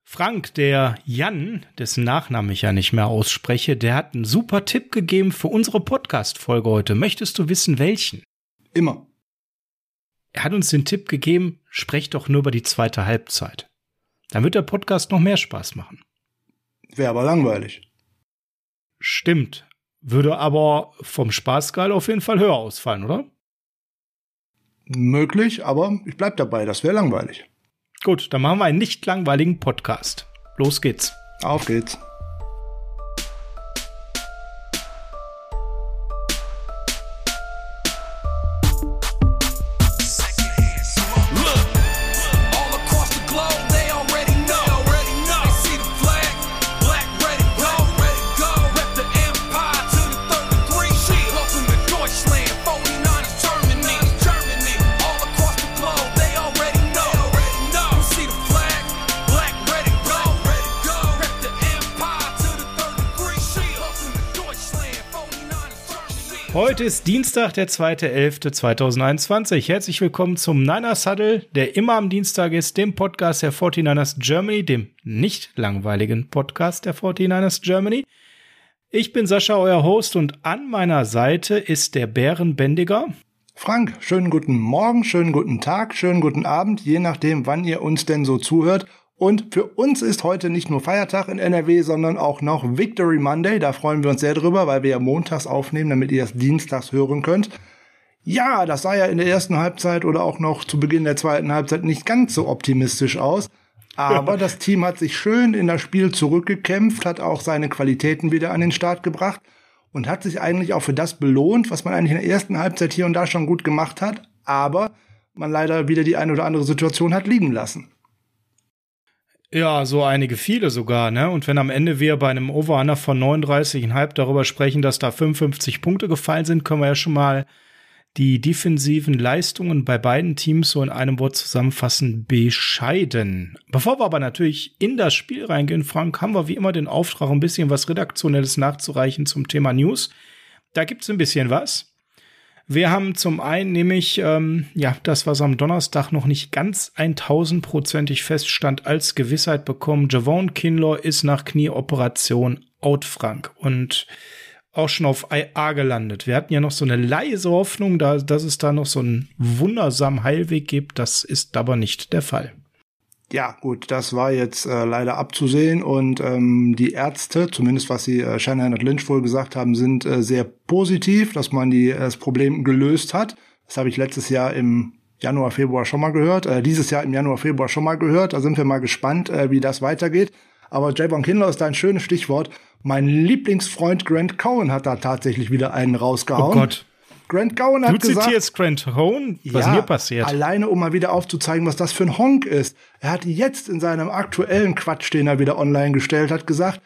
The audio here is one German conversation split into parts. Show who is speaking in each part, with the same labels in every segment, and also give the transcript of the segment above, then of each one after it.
Speaker 1: Frank, der Jan, dessen Nachnamen ich ja nicht mehr ausspreche, der hat einen super Tipp gegeben für unsere Podcast-Folge heute. Möchtest du wissen, welchen?
Speaker 2: Immer.
Speaker 1: Er hat uns den Tipp gegeben, sprech doch nur über die zweite Halbzeit. Dann wird der Podcast noch mehr Spaß machen.
Speaker 2: Wäre aber langweilig.
Speaker 1: Stimmt. Würde aber vom Spaßgeil auf jeden Fall höher ausfallen, oder?
Speaker 2: Möglich, aber ich bleib dabei, das wäre langweilig.
Speaker 1: Gut, dann machen wir einen nicht langweiligen Podcast. Los geht's.
Speaker 2: Auf geht's.
Speaker 1: Heute ist Dienstag, der 2.11.2021. Herzlich willkommen zum Niners Huddle, der immer am Dienstag ist, dem Podcast der 49ers Germany, dem nicht langweiligen Podcast der 49ers Germany. Ich bin Sascha, euer Host, und an meiner Seite ist der Bärenbändiger.
Speaker 2: Frank, schönen guten Morgen, schönen guten Tag, schönen guten Abend, je nachdem, wann ihr uns denn so zuhört. Und für uns ist heute nicht nur Feiertag in NRW, sondern auch noch Victory Monday. Da freuen wir uns sehr drüber, weil wir ja montags aufnehmen, damit ihr das dienstags hören könnt. Ja, das sah ja in der ersten Halbzeit oder auch noch zu Beginn der zweiten Halbzeit nicht ganz so optimistisch aus. Aber das Team hat sich schön in das Spiel zurückgekämpft, hat auch seine Qualitäten wieder an den Start gebracht und hat sich eigentlich auch für das belohnt, was man eigentlich in der ersten Halbzeit hier und da schon gut gemacht hat, aber man leider wieder die eine oder andere Situation hat liegen lassen.
Speaker 1: Ja, so viele sogar, ne? Und wenn am Ende wir bei einem Over-Under von 39,5 darüber sprechen, dass da 55 Punkte gefallen sind, können wir ja schon mal die defensiven Leistungen bei beiden Teams so in einem Wort zusammenfassen: bescheiden. Bevor wir aber natürlich in das Spiel reingehen, Frank, haben wir wie immer den Auftrag, ein bisschen was Redaktionelles nachzureichen zum Thema News. Da gibt's ein bisschen was. Wir haben zum einen nämlich, das, was am Donnerstag noch nicht ganz 1000%ig feststand, als Gewissheit bekommen. Javon Kinlaw ist nach Knieoperation out, Frank, und auch schon auf IA gelandet. Wir hatten ja noch so eine leise Hoffnung, dass es da noch so einen wundersamen Heilweg gibt. Das ist aber nicht der Fall.
Speaker 2: Ja, gut, das war jetzt leider abzusehen, und die Ärzte, zumindest was sie Shanahan und Lynch wohl gesagt haben, sind sehr positiv, dass man das Problem gelöst hat. Das habe ich letztes Jahr im Januar, Februar schon mal gehört, dieses Jahr im Januar, Februar schon mal gehört. Da sind wir mal gespannt, wie das weitergeht. Aber Javon Kinlaw ist da ein schönes Stichwort. Mein Lieblingsfreund Grant Cohen hat da tatsächlich wieder einen rausgehauen.
Speaker 1: Oh Gott.
Speaker 2: Grant Cohen hat gesagt,
Speaker 1: du zitierst Grant Cohen? Was ist hier passiert?
Speaker 2: Alleine, um mal wieder aufzuzeigen, was das für ein Honk ist. Er hat jetzt in seinem aktuellen Quatsch, den er wieder online gestellt hat, gesagt,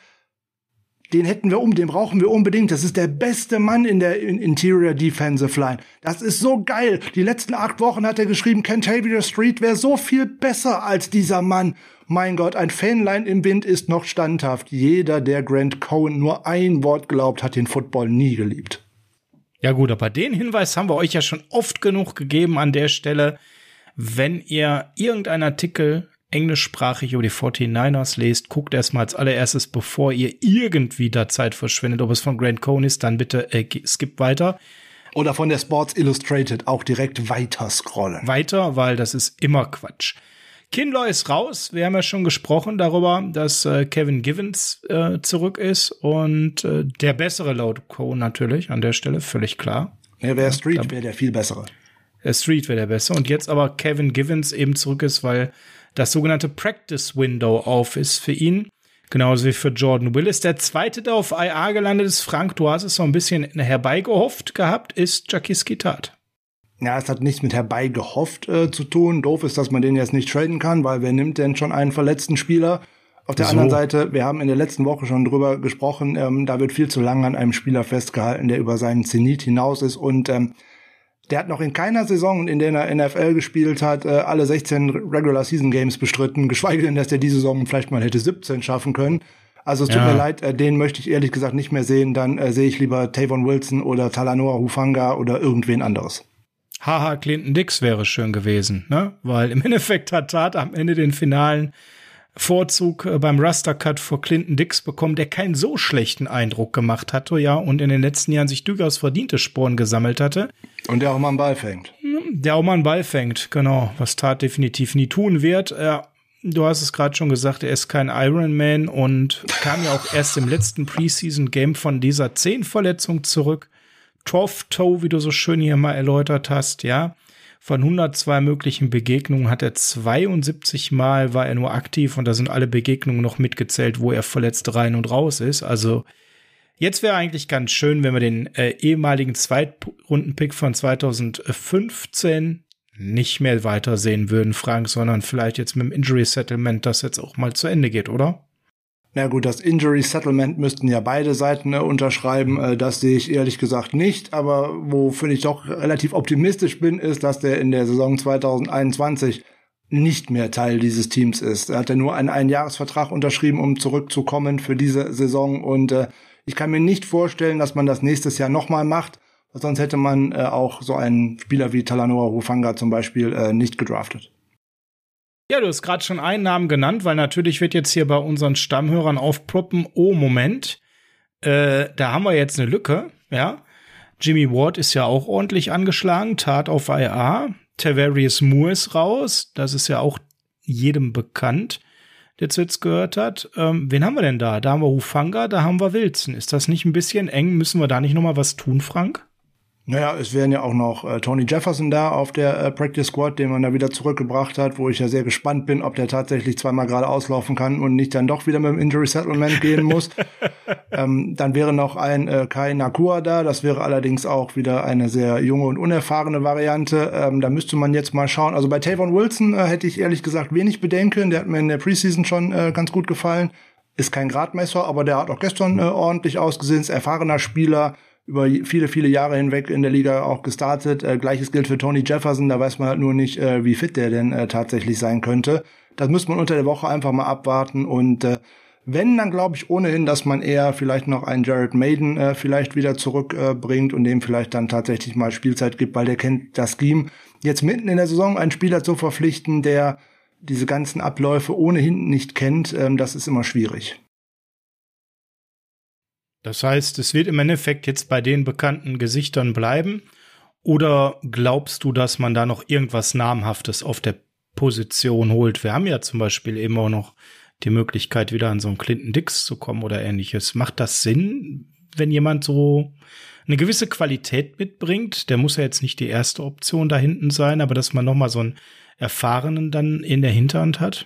Speaker 2: den brauchen wir unbedingt. Das ist der beste Mann in der Interior Defensive Line. Das ist so geil. Die letzten 8 Wochen hat er geschrieben, Kentavious Street wäre so viel besser als dieser Mann. Mein Gott, ein Fanlein im Wind ist noch standhaft. Jeder, der Grant Cohen nur ein Wort glaubt, hat den Football nie geliebt.
Speaker 1: Ja gut, aber den Hinweis haben wir euch ja schon oft genug gegeben an der Stelle. Wenn ihr irgendeinen Artikel englischsprachig über die 49ers lest, guckt erstmal als allererstes, bevor ihr irgendwie da Zeit verschwendet. Ob es von Grant Cohen ist, dann bitte skippt weiter.
Speaker 2: Oder von der Sports Illustrated, auch direkt weiter scrollen.
Speaker 1: Weiter, weil das ist immer Quatsch. Kinlaw ist raus. Wir haben ja schon gesprochen darüber, dass Kevin Givens zurück ist und der bessere laut Cohen natürlich an der Stelle, völlig klar.
Speaker 2: Ja, wäre Street, wäre der viel bessere.
Speaker 1: Street wäre der bessere. Und jetzt aber Kevin Givens eben zurück ist, weil das sogenannte Practice Window auf ist für ihn. Genauso wie für Jordan Willis. Der zweite, der auf IA gelandet ist, Frank, du hast es so ein bisschen herbeigehofft gehabt, ist Jaquiski Tartt.
Speaker 2: Ja, es hat nichts mit herbeigehofft zu tun. Doof ist, dass man den jetzt nicht traden kann, weil wer nimmt denn schon einen verletzten Spieler? Auf der anderen Seite, wir haben in der letzten Woche schon drüber gesprochen, da wird viel zu lange an einem Spieler festgehalten, der über seinen Zenit hinaus ist, und der hat noch in keiner Saison, in der er NFL gespielt hat, alle 16 Regular Season Games bestritten, geschweige denn, dass der diese Saison vielleicht mal hätte 17 schaffen können. Also es tut mir leid, den möchte ich ehrlich gesagt nicht mehr sehen. Dann sehe ich lieber Tavon Wilson oder Talanoa Hufanga oder irgendwen anderes.
Speaker 1: Haha, Clinton Dix wäre schön gewesen, ne? Weil im Endeffekt hat Tartt am Ende den finalen Vorzug beim Raster-Cut vor Clinton Dix bekommen, der keinen so schlechten Eindruck gemacht hatte, ja, und in den letzten Jahren sich durchaus verdiente Sporen gesammelt hatte.
Speaker 2: Und der auch mal einen Ball fängt.
Speaker 1: Der auch mal einen Ball fängt, genau, was Tat definitiv nie tun wird. Ja, du hast es gerade schon gesagt, er ist kein Ironman und kam ja auch erst im letzten Preseason-Game von dieser Zehenverletzung zurück. 12 Toe, wie du so schön hier mal erläutert hast, ja. Von 102 möglichen Begegnungen hat er 72 Mal war er nur aktiv und da sind alle Begegnungen noch mitgezählt, wo er verletzt rein und raus ist. Also jetzt wäre eigentlich ganz schön, wenn wir den ehemaligen Zweitrunden-Pick von 2015 nicht mehr weitersehen würden, Frank, sondern vielleicht jetzt mit dem Injury Settlement das jetzt auch mal zu Ende geht, oder?
Speaker 2: Na gut, das Injury Settlement müssten ja beide Seiten unterschreiben. Das sehe ich ehrlich gesagt nicht. Aber wofür ich doch relativ optimistisch bin, ist, dass der in der Saison 2021 nicht mehr Teil dieses Teams ist. Er hat ja nur einen Einjahresvertrag unterschrieben, um zurückzukommen für diese Saison. Und ich kann mir nicht vorstellen, dass man das nächstes Jahr nochmal macht. Sonst hätte man auch so einen Spieler wie Talanoa Hufanga zum Beispiel nicht gedraftet.
Speaker 1: Ja, du hast gerade schon einen Namen genannt, weil natürlich wird jetzt hier bei unseren Stammhörern aufploppen, oh Moment, da haben wir jetzt eine Lücke, ja. Jimmy Ward ist ja auch ordentlich angeschlagen, Tat auf IR. Tavarius Moore ist raus, das ist ja auch jedem bekannt, der zu jetzt gehört hat. Wen haben wir denn da? Da haben wir Hufanga, da haben wir Wilson. Ist das nicht ein bisschen eng? Müssen wir da nicht noch mal was tun, Frank?
Speaker 2: Naja, es wären ja auch noch Tony Jefferson da auf der Practice Squad, den man da wieder zurückgebracht hat, wo ich ja sehr gespannt bin, ob der tatsächlich zweimal gerade auslaufen kann und nicht dann doch wieder mit dem Injury Settlement gehen muss. Dann wäre noch ein Kai Nakua da, das wäre allerdings auch wieder eine sehr junge und unerfahrene Variante. Da müsste man jetzt mal schauen. Also bei Tavon Wilson hätte ich ehrlich gesagt wenig Bedenken, der hat mir in der Preseason schon ganz gut gefallen. Ist kein Gradmesser, aber der hat auch gestern ordentlich ausgesehen, ist erfahrener Spieler, über viele, viele Jahre hinweg in der Liga auch gestartet. Gleiches gilt für Tony Jefferson, da weiß man halt nur nicht, wie fit der denn tatsächlich sein könnte. Das müsste man unter der Woche einfach mal abwarten und wenn, dann glaube ich ohnehin, dass man eher vielleicht noch einen Jared Maiden vielleicht wieder zurückbringt und dem vielleicht dann tatsächlich mal Spielzeit gibt, weil der kennt das Scheme. Jetzt mitten in der Saison einen Spieler zu verpflichten, der diese ganzen Abläufe ohnehin nicht kennt, das ist immer schwierig.
Speaker 1: Das heißt, es wird im Endeffekt jetzt bei den bekannten Gesichtern bleiben? Oder glaubst du, dass man da noch irgendwas Namhaftes auf der Position holt? Wir haben ja zum Beispiel eben auch noch die Möglichkeit, wieder an so einen Clinton Dix zu kommen oder ähnliches. Macht das Sinn, wenn jemand so eine gewisse Qualität mitbringt? Der muss ja jetzt nicht die erste Option da hinten sein, aber dass man noch mal so einen Erfahrenen dann in der Hinterhand hat?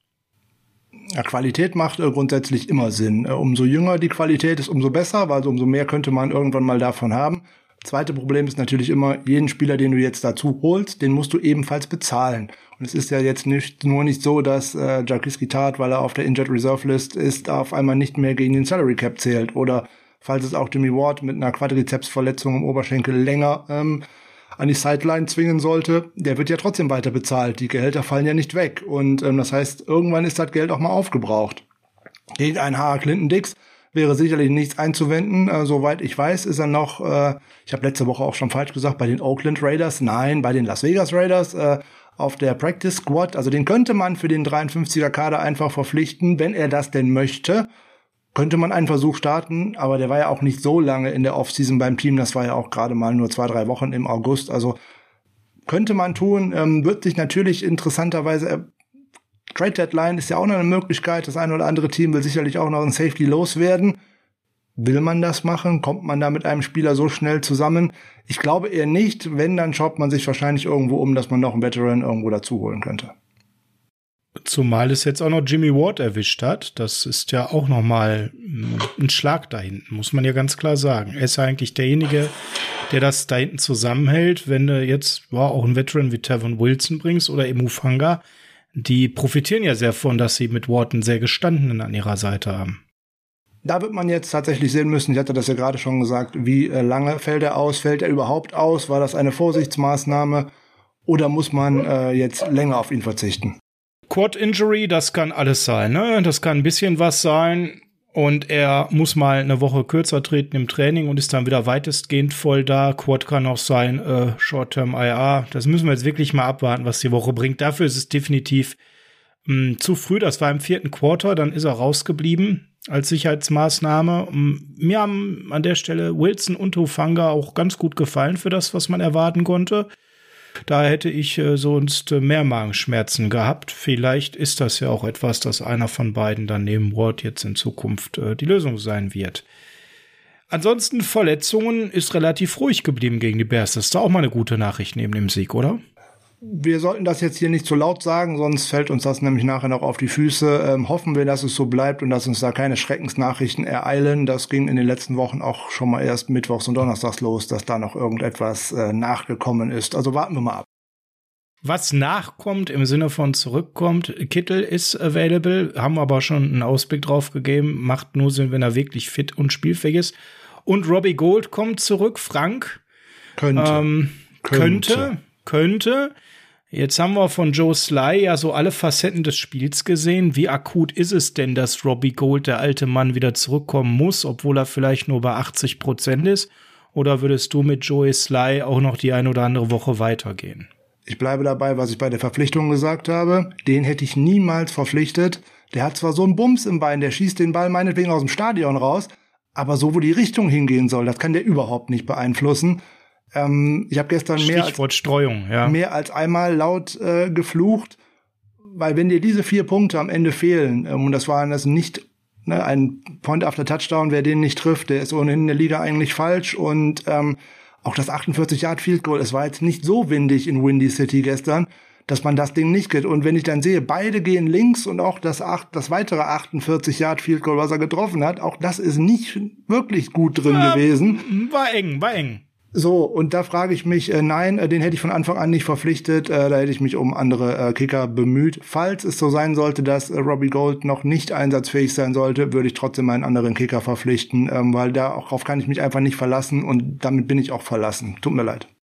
Speaker 2: Ja, Qualität macht grundsätzlich immer Sinn. Umso jünger die Qualität ist, umso besser, weil umso mehr könnte man irgendwann mal davon haben. Zweite Problem ist natürlich immer, jeden Spieler, den du jetzt dazu holst, den musst du ebenfalls bezahlen. Und es ist ja jetzt nicht so, dass Jaquiski Tartt, weil er auf der Injured Reserve List ist, auf einmal nicht mehr gegen den Salary Cap zählt. Oder falls es auch Jimmy Ward mit einer Quadrizepsverletzung im Oberschenkel länger an die Sideline zwingen sollte, der wird ja trotzdem weiter bezahlt. Die Gehälter fallen ja nicht weg. Und das heißt, irgendwann ist das Geld auch mal aufgebraucht. Gegen einen H. Clinton Dix wäre sicherlich nichts einzuwenden. Soweit ich weiß, ist er noch, ich habe letzte Woche auch schon falsch gesagt, bei den Oakland Raiders, nein, bei den Las Vegas Raiders auf der Practice Squad. Also den könnte man für den 53er Kader einfach verpflichten, wenn er das denn möchte. Könnte man einen Versuch starten, aber der war ja auch nicht so lange in der Offseason beim Team. Das war ja auch gerade mal nur 2-3 Wochen im August. Also könnte man tun, wird sich natürlich interessanterweise Trade Deadline ist ja auch noch eine Möglichkeit. Das eine oder andere Team will sicherlich auch noch ein Safety loswerden. Will man das machen? Kommt man da mit einem Spieler so schnell zusammen? Ich glaube eher nicht. Wenn, dann schaut man sich wahrscheinlich irgendwo um, dass man noch einen Veteran irgendwo dazu holen könnte.
Speaker 1: Zumal es jetzt auch noch Jimmy Ward erwischt hat. Das ist ja auch noch mal ein Schlag da hinten, muss man ja ganz klar sagen. Er ist ja eigentlich derjenige, der das da hinten zusammenhält. Wenn du jetzt auch einen Veteran wie Tavon Wilson bringst oder eben Hufanga, die profitieren ja sehr von, dass sie mit Ward einen sehr gestandenen an ihrer Seite haben.
Speaker 2: Da wird man jetzt tatsächlich sehen müssen, ich hatte das ja gerade schon gesagt, wie lange fällt er aus? Fällt er überhaupt aus? War das eine Vorsichtsmaßnahme? Oder muss man jetzt länger auf ihn verzichten?
Speaker 1: Quad-Injury, das kann alles sein, ne? Das kann ein bisschen was sein und er muss mal eine Woche kürzer treten im Training und ist dann wieder weitestgehend voll da. Quad kann auch sein, Short-Term IR. Das müssen wir jetzt wirklich mal abwarten, was die Woche bringt. Dafür ist es definitiv Zu früh, das war im 4. Quarter, dann ist er rausgeblieben als Sicherheitsmaßnahme. Mir haben an der Stelle Wilson und Hufanga auch ganz gut gefallen für das, was man erwarten konnte. Da hätte ich sonst mehr Magenschmerzen gehabt. Vielleicht ist das ja auch etwas, dass einer von beiden dann neben Ward jetzt in Zukunft die Lösung sein wird. Ansonsten Verletzungen ist relativ ruhig geblieben gegen die Bears. Das ist doch auch mal eine gute Nachricht neben dem Sieg, oder?
Speaker 2: Wir sollten das jetzt hier nicht zu laut sagen, sonst fällt uns das nämlich nachher noch auf die Füße. Hoffen wir, dass es so bleibt und dass uns da keine Schreckensnachrichten ereilen. Das ging in den letzten Wochen auch schon mal erst mittwochs und donnerstags los, dass da noch irgendetwas nachgekommen ist. Also warten wir mal ab.
Speaker 1: Was nachkommt im Sinne von zurückkommt, Kittel ist available, haben aber schon einen Ausblick drauf gegeben, macht nur Sinn, wenn er wirklich fit und spielfähig ist. Und Robbie Gould kommt zurück, Frank. Könnte. Jetzt haben wir von Joe Sly ja so alle Facetten des Spiels gesehen. Wie akut ist es denn, dass Robbie Gould, der alte Mann, wieder zurückkommen muss, obwohl er vielleicht nur bei 80% ist? Oder würdest du mit Joey Sly auch noch die eine oder andere Woche weitergehen?
Speaker 2: Ich bleibe dabei, was ich bei der Verpflichtung gesagt habe. Den hätte ich niemals verpflichtet. Der hat zwar so einen Bums im Bein, der schießt den Ball meinetwegen aus dem Stadion raus, aber so, wo die Richtung hingehen soll, das kann der überhaupt nicht beeinflussen. Ich habe gestern mehr als einmal laut geflucht, weil wenn dir diese 4 Punkte am Ende fehlen, und das waren das nicht, ein Point after Touchdown, wer den nicht trifft, der ist ohnehin in der Liga eigentlich falsch und auch das 48-Yard-Field-Goal, es war jetzt nicht so windig in Windy City gestern, dass man das Ding nicht geht. Und wenn ich dann sehe, beide gehen links und auch das weitere 48-Yard-Field-Goal, was er getroffen hat, auch das ist nicht wirklich gut drin gewesen.
Speaker 1: War eng.
Speaker 2: So, und da frage ich mich, nein, den hätte ich von Anfang an nicht verpflichtet, da hätte ich mich um andere Kicker bemüht. Falls es so sein sollte, dass Robbie Gould noch nicht einsatzfähig sein sollte, würde ich trotzdem einen anderen Kicker verpflichten, weil darauf kann ich mich einfach nicht verlassen und damit bin ich auch verlassen. Tut mir leid.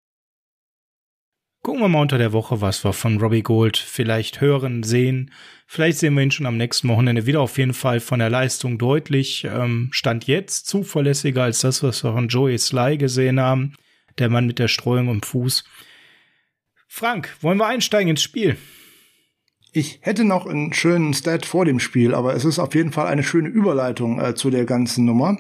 Speaker 1: Gucken wir mal unter der Woche, was wir von Robbie Gould vielleicht hören, sehen. Vielleicht sehen wir ihn schon am nächsten Wochenende wieder. Auf jeden Fall von der Leistung deutlich. Stand jetzt zuverlässiger als das, was wir von Joey Sly gesehen haben. Der Mann mit der Streuung im Fuß. Frank, wollen wir einsteigen ins Spiel?
Speaker 2: Ich hätte noch einen schönen Stat vor dem Spiel, aber es ist auf jeden Fall eine schöne Überleitung zu der ganzen Nummer.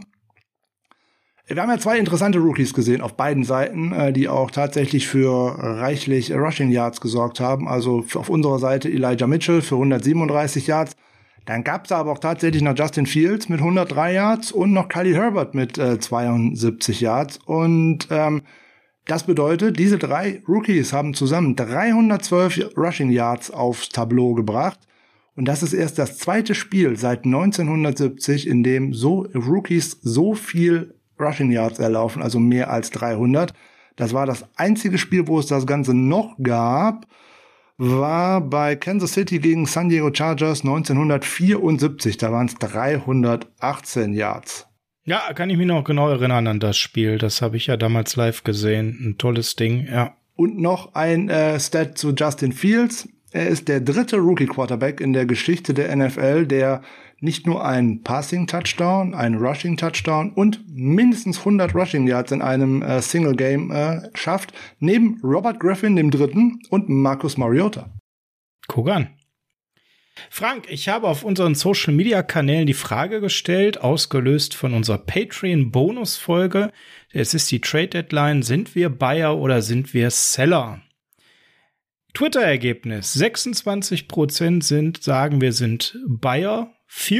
Speaker 2: Wir haben ja 2 interessante Rookies gesehen auf beiden Seiten, die auch tatsächlich für reichlich Rushing Yards gesorgt haben. Also auf unserer Seite Elijah Mitchell für 137 Yards. Dann gab es aber auch tatsächlich noch Justin Fields mit 103 Yards und noch Khalil Herbert mit 72 Yards. Und das bedeutet, diese 3 Rookies haben zusammen 312 Rushing Yards aufs Tableau gebracht. Und das ist erst das 2. Spiel seit 1970, in dem Rookies so viel Rushing Yards erlaufen, also mehr als 300. Das war das einzige Spiel, wo es das Ganze noch gab, war bei Kansas City gegen San Diego Chargers 1974. Da waren es 318 Yards.
Speaker 1: Ja, kann ich mich noch genau erinnern an das Spiel. Das habe ich ja damals live gesehen. Ein tolles Ding, ja.
Speaker 2: Und noch ein Stat zu Justin Fields. Er ist der 3. Rookie-Quarterback in der Geschichte der NFL, der nicht nur einen Passing-Touchdown, einen Rushing-Touchdown und mindestens 100 Rushing Yards in einem Single-Game schafft, neben Robert Griffin, dem 3. und Marcus Mariota.
Speaker 1: Guck an. Frank, ich habe auf unseren Social-Media-Kanälen die Frage gestellt, ausgelöst von unserer Patreon-Bonus-Folge. Es ist die Trade-Deadline. Sind wir Buyer oder sind wir Seller? Twitter-Ergebnis. 26% sagen, wir sind Buyer.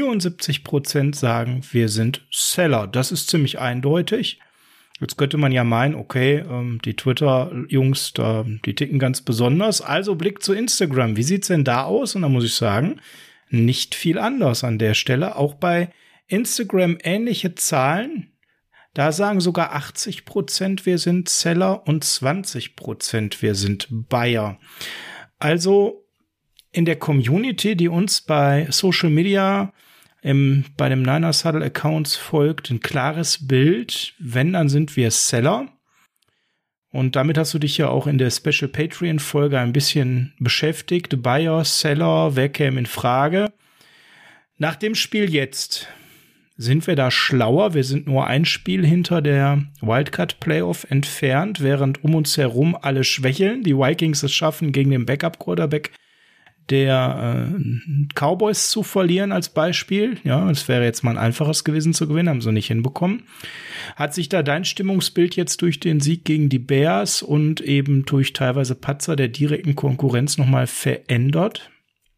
Speaker 1: 74% sagen, wir sind Seller. Das ist ziemlich eindeutig. Jetzt könnte man ja meinen, okay, die Twitter-Jungs, die ticken ganz besonders. Also Blick zu Instagram. Wie sieht's denn da aus? Und da muss ich sagen, nicht viel anders an der Stelle. Auch bei Instagram ähnliche Zahlen. Da sagen sogar 80%, wir sind Seller und 20%, wir sind Buyer. Also in der Community, die uns bei Social Media bei dem Niners Huddle Accounts folgt, ein klares Bild. Wenn, dann sind wir Seller. Und damit hast du dich ja auch in der Special Patreon Folge ein bisschen beschäftigt. Buyer, Seller, wer käme in Frage? Nach dem Spiel jetzt sind wir da schlauer. Wir sind nur ein Spiel hinter der Wildcard Playoff entfernt, während um uns herum alle schwächeln. Die Vikings es schaffen, gegen den Backup Quarterback der Cowboys zu verlieren als Beispiel. Ja, es wäre jetzt mal ein einfaches gewesen zu gewinnen, haben sie nicht hinbekommen. Hat sich da dein Stimmungsbild jetzt durch den Sieg gegen die Bears und eben durch teilweise Patzer der direkten Konkurrenz nochmal verändert?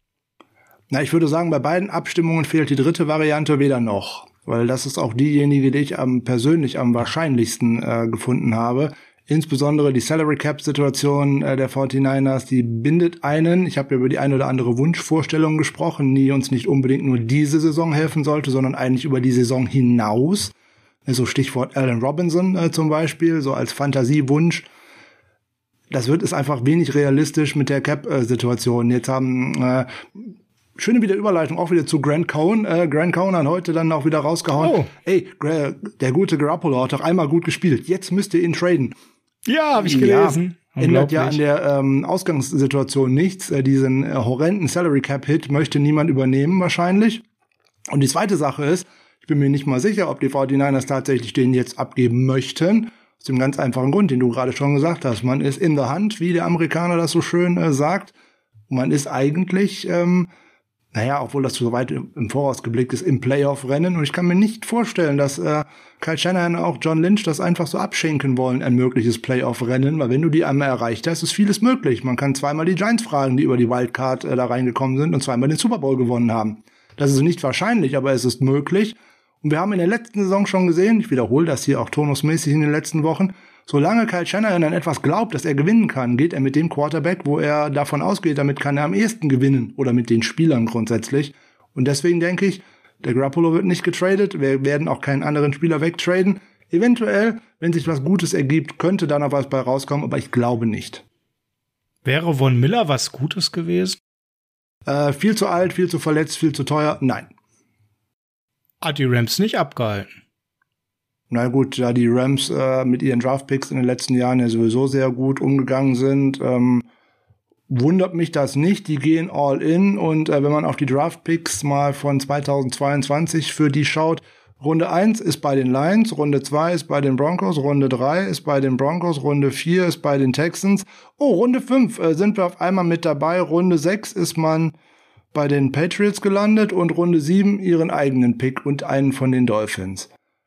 Speaker 2: Na, ich würde sagen, bei beiden Abstimmungen fehlt die dritte Variante weder noch. Weil das ist auch diejenige, die ich persönlich am wahrscheinlichsten gefunden habe. Insbesondere die Salary Cap Situation der 49ers, die bindet einen. Ich habe ja über die eine oder andere Wunschvorstellung gesprochen, die uns nicht unbedingt nur diese Saison helfen sollte, sondern eigentlich über die Saison hinaus. Also Stichwort Allen Robinson zum Beispiel, so als Fantasiewunsch. Das ist einfach wenig realistisch mit der Cap-Situation. Jetzt haben schöne wieder Überleitung, auch wieder zu Grant Cohn. Grant Cohn hat heute dann auch wieder rausgehauen. Oh. Ey, der gute Garoppolo hat doch einmal gut gespielt. Jetzt müsst ihr ihn traden.
Speaker 1: Ja, habe ich gelesen.
Speaker 2: Ja, ändert ja an der Ausgangssituation nichts. Diesen horrenden Salary Cap Hit möchte niemand übernehmen wahrscheinlich. Und die zweite Sache ist, ich bin mir nicht mal sicher, ob die 49ers tatsächlich den jetzt abgeben möchten. Aus dem ganz einfachen Grund, den du gerade schon gesagt hast. Man ist in der Hand, wie der Amerikaner das so schön sagt. Und man ist eigentlich obwohl das so weit im Voraus geblickt ist, im Playoff-Rennen. Und ich kann mir nicht vorstellen, dass Kyle Shanahan und auch John Lynch das einfach so abschenken wollen, ein mögliches Playoff-Rennen. Weil wenn du die einmal erreicht hast, ist vieles möglich. Man kann zweimal die Giants fragen, die über die Wildcard da reingekommen sind und zweimal den Super Bowl gewonnen haben. Das ist nicht wahrscheinlich, aber es ist möglich. Und wir haben in der letzten Saison schon gesehen, ich wiederhole das hier auch turnusmäßig in den letzten Wochen, solange Kyle Shanahan an etwas glaubt, dass er gewinnen kann, geht er mit dem Quarterback, wo er davon ausgeht, damit kann er am ehesten gewinnen. Oder mit den Spielern grundsätzlich. Und deswegen denke ich, der Garoppolo wird nicht getradet. Wir werden auch keinen anderen Spieler wegtraden. Eventuell, wenn sich was Gutes ergibt, könnte da noch was bei rauskommen, aber ich glaube nicht.
Speaker 1: Wäre Von Miller was Gutes gewesen?
Speaker 2: Viel zu alt, viel zu verletzt, viel zu teuer. Nein.
Speaker 1: Hat die Rams nicht abgehalten?
Speaker 2: Na gut, da die Rams mit ihren Draftpicks in den letzten Jahren ja sowieso sehr gut umgegangen sind, wundert mich das nicht. Die gehen all in und wenn man auf die Draftpicks mal von 2022 für die schaut, Runde 1 ist bei den Lions, Runde 2 ist bei den Broncos, Runde 3 ist bei den Broncos, Runde 4 ist bei den Texans. Oh, Runde 5 sind wir auf einmal mit dabei, Runde 6 ist man bei den Patriots gelandet und Runde 7 ihren eigenen Pick und einen von den Dolphins.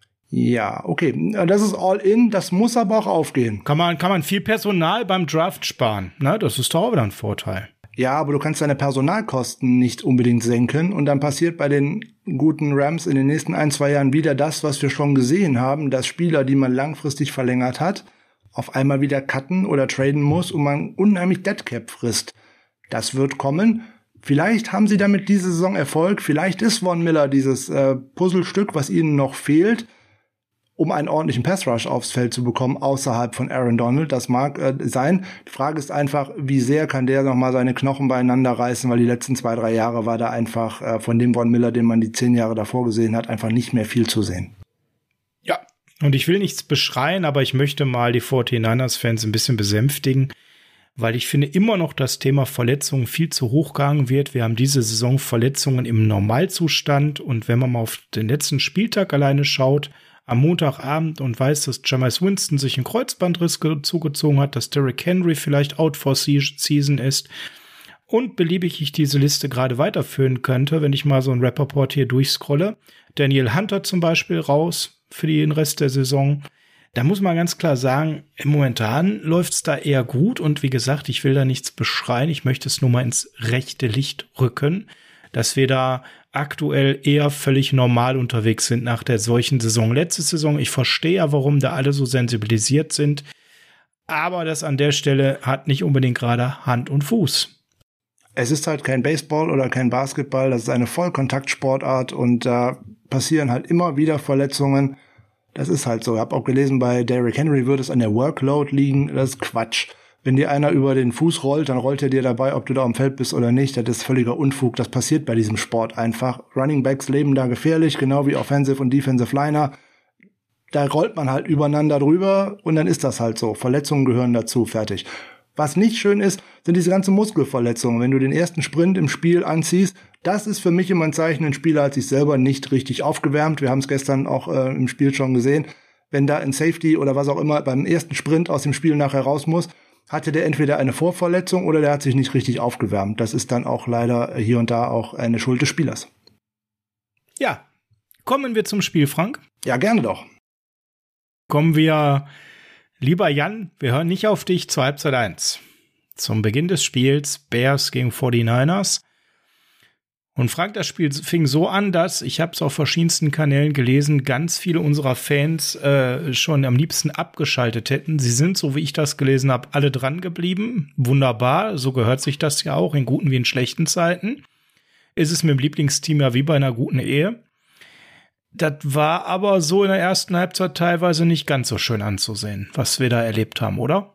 Speaker 2: Ja, okay, das ist all in, das muss aber auch aufgehen.
Speaker 1: Kann man viel Personal beim Draft sparen, ne? Das ist doch auch wieder ein Vorteil.
Speaker 2: Ja, aber du kannst deine Personalkosten nicht unbedingt senken und dann passiert bei den guten Rams in den nächsten 1-2 Jahren wieder das, was wir schon gesehen haben, dass Spieler, die man langfristig verlängert hat, auf einmal wieder cutten oder traden muss und man unheimlich Deadcap frisst. Das wird kommen. Vielleicht haben sie damit diese Saison Erfolg, vielleicht ist Von Miller dieses Puzzlestück, was ihnen noch fehlt, um einen ordentlichen Pass-Rush aufs Feld zu bekommen, außerhalb von Aaron Donald. Das mag sein. Die Frage ist einfach, wie sehr kann der noch mal seine Knochen beieinander reißen, weil die letzten 2-3 Jahre war da einfach von dem Von Miller, den man die 10 Jahre davor gesehen hat, einfach nicht mehr viel zu sehen.
Speaker 1: Ja, und ich will nichts beschreien, aber ich möchte mal die 49ers-Fans ein bisschen besänftigen, weil ich finde immer noch das Thema Verletzungen viel zu hoch gehangen wird. Wir haben diese Saison Verletzungen im Normalzustand und wenn man mal auf den letzten Spieltag alleine schaut, am Montagabend und weiß, dass Jameis Winston sich einen Kreuzbandriss zugezogen hat, dass Derrick Henry vielleicht out for season ist und beliebig ich diese Liste gerade weiterführen könnte, wenn ich mal so einen Rappaport hier durchscrolle. Daniel Hunter zum Beispiel raus für den Rest der Saison. Da muss man ganz klar sagen, momentan läuft's da eher gut und wie gesagt, ich will da nichts beschreien, ich möchte es nur mal ins rechte Licht rücken, dass wir da aktuell eher völlig normal unterwegs sind nach der solchen Saison. Letzte Saison, ich verstehe ja, warum da alle so sensibilisiert sind, aber das an der Stelle hat nicht unbedingt gerade Hand und Fuß.
Speaker 2: Es ist halt kein Baseball oder kein Basketball, das ist eine Vollkontaktsportart und da passieren halt immer wieder Verletzungen. Das ist halt so. Ich habe auch gelesen, bei Derrick Henry würde es an der Workload liegen. Das ist Quatsch. Wenn dir einer über den Fuß rollt, dann rollt er dir dabei, ob du da am Feld bist oder nicht. Das ist völliger Unfug. Das passiert bei diesem Sport einfach. Running Backs leben da gefährlich, genau wie Offensive und Defensive Liner. Da rollt man halt übereinander drüber und dann ist das halt so. Verletzungen gehören dazu, fertig. Was nicht schön ist, sind diese ganzen Muskelverletzungen. Wenn du den ersten Sprint im Spiel anziehst, das ist für mich immer ein Zeichen, ein Spieler hat sich selber nicht richtig aufgewärmt. Wir haben es gestern auch im Spiel schon gesehen. Wenn da ein Safety oder was auch immer beim ersten Sprint aus dem Spiel nachher raus muss, hatte der entweder eine Vorverletzung oder der hat sich nicht richtig aufgewärmt. Das ist dann auch leider hier und da auch eine Schuld des Spielers.
Speaker 1: Ja, kommen wir zum Spiel, Frank.
Speaker 2: Ja, gerne doch.
Speaker 1: Kommen wir, lieber Jan, wir hören nicht auf dich zur Halbzeit 1. Zum Beginn des Spiels Bears gegen 49ers. Und Frank, das Spiel fing so an, dass, ich habe es auf verschiedensten Kanälen gelesen, ganz viele unserer Fans schon am liebsten abgeschaltet hätten. Sie sind, so wie ich das gelesen habe, alle dran geblieben. Wunderbar, so gehört sich das ja auch, in guten wie in schlechten Zeiten. Ist es mit dem Lieblingsteam ja wie bei einer guten Ehe. Das war aber so in der ersten Halbzeit teilweise nicht ganz so schön anzusehen, was wir da erlebt haben, oder?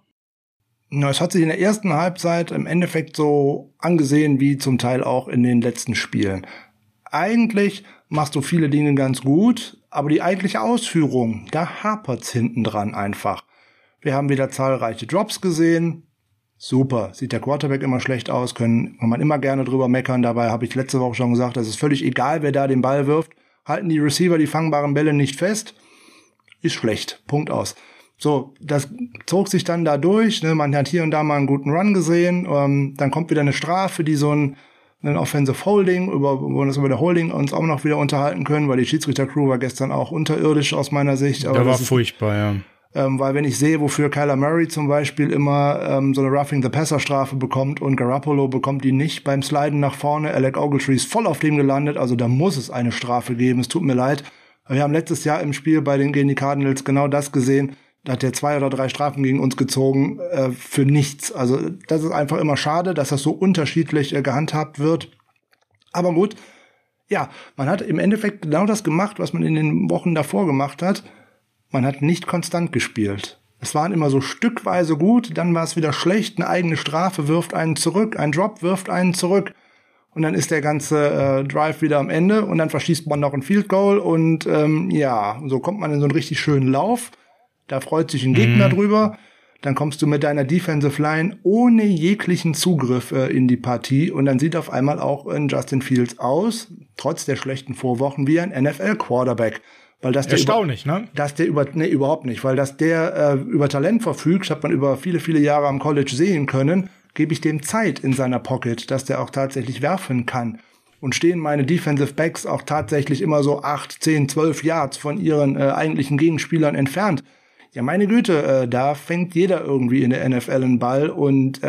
Speaker 2: Na, es hat sich in der ersten Halbzeit im Endeffekt so angesehen wie zum Teil auch in den letzten Spielen. Eigentlich machst du viele Dinge ganz gut, aber die eigentliche Ausführung, da hapert's hinten dran einfach. Wir haben wieder zahlreiche Drops gesehen. Super, sieht der Quarterback immer schlecht aus, kann man immer gerne drüber meckern. Dabei habe ich letzte Woche schon gesagt, es ist völlig egal, wer da den Ball wirft. Halten die Receiver die fangbaren Bälle nicht fest, ist schlecht. Punkt aus. So, das zog sich dann da durch. Ne? Man hat hier und da mal einen guten Run gesehen. Dann kommt wieder eine Strafe, die so ein Offensive Holding, wo wir uns über der Holding uns auch noch wieder unterhalten können, weil die Schiedsrichter-Crew war gestern auch unterirdisch aus meiner Sicht. Aber
Speaker 1: der war furchtbar, ja.
Speaker 2: Weil wenn ich sehe, wofür Kyler Murray zum Beispiel immer so eine Roughing-the-Passer-Strafe bekommt und Garoppolo bekommt die nicht beim Sliden nach vorne, Alec Ogletree ist voll auf dem gelandet, also da muss es eine Strafe geben, es tut mir leid. Wir haben letztes Jahr im Spiel gegen die Cardinals genau das gesehen, da hat der 2 oder 3 Strafen gegen uns gezogen für nichts. Also das ist einfach immer schade, dass das so unterschiedlich gehandhabt wird. Aber gut, ja, man hat im Endeffekt genau das gemacht, was man in den Wochen davor gemacht hat. Man hat nicht konstant gespielt. Es waren immer so stückweise gut, dann war es wieder schlecht, eine eigene Strafe wirft einen zurück, ein Drop wirft einen zurück und dann ist der ganze Drive wieder am Ende und dann verschießt man noch ein Field Goal und ja, so kommt man in so einen richtig schönen Lauf. Da freut sich ein Gegner drüber. Dann kommst du mit deiner Defensive Line ohne jeglichen Zugriff in die Partie und dann sieht auf einmal auch Justin Fields aus, trotz der schlechten Vorwochen, wie ein NFL-Quarterback. Weil das
Speaker 1: erstaunlich, ne?
Speaker 2: Überhaupt nicht, weil dass der über Talent verfügt, hat man über viele, viele Jahre am College sehen können, gebe ich dem Zeit in seiner Pocket, dass der auch tatsächlich werfen kann. Und stehen meine Defensive Backs auch tatsächlich immer so 8, 10, 12 Yards von ihren eigentlichen Gegenspielern entfernt. Ja, meine Güte, da fängt jeder irgendwie in der NFL einen Ball und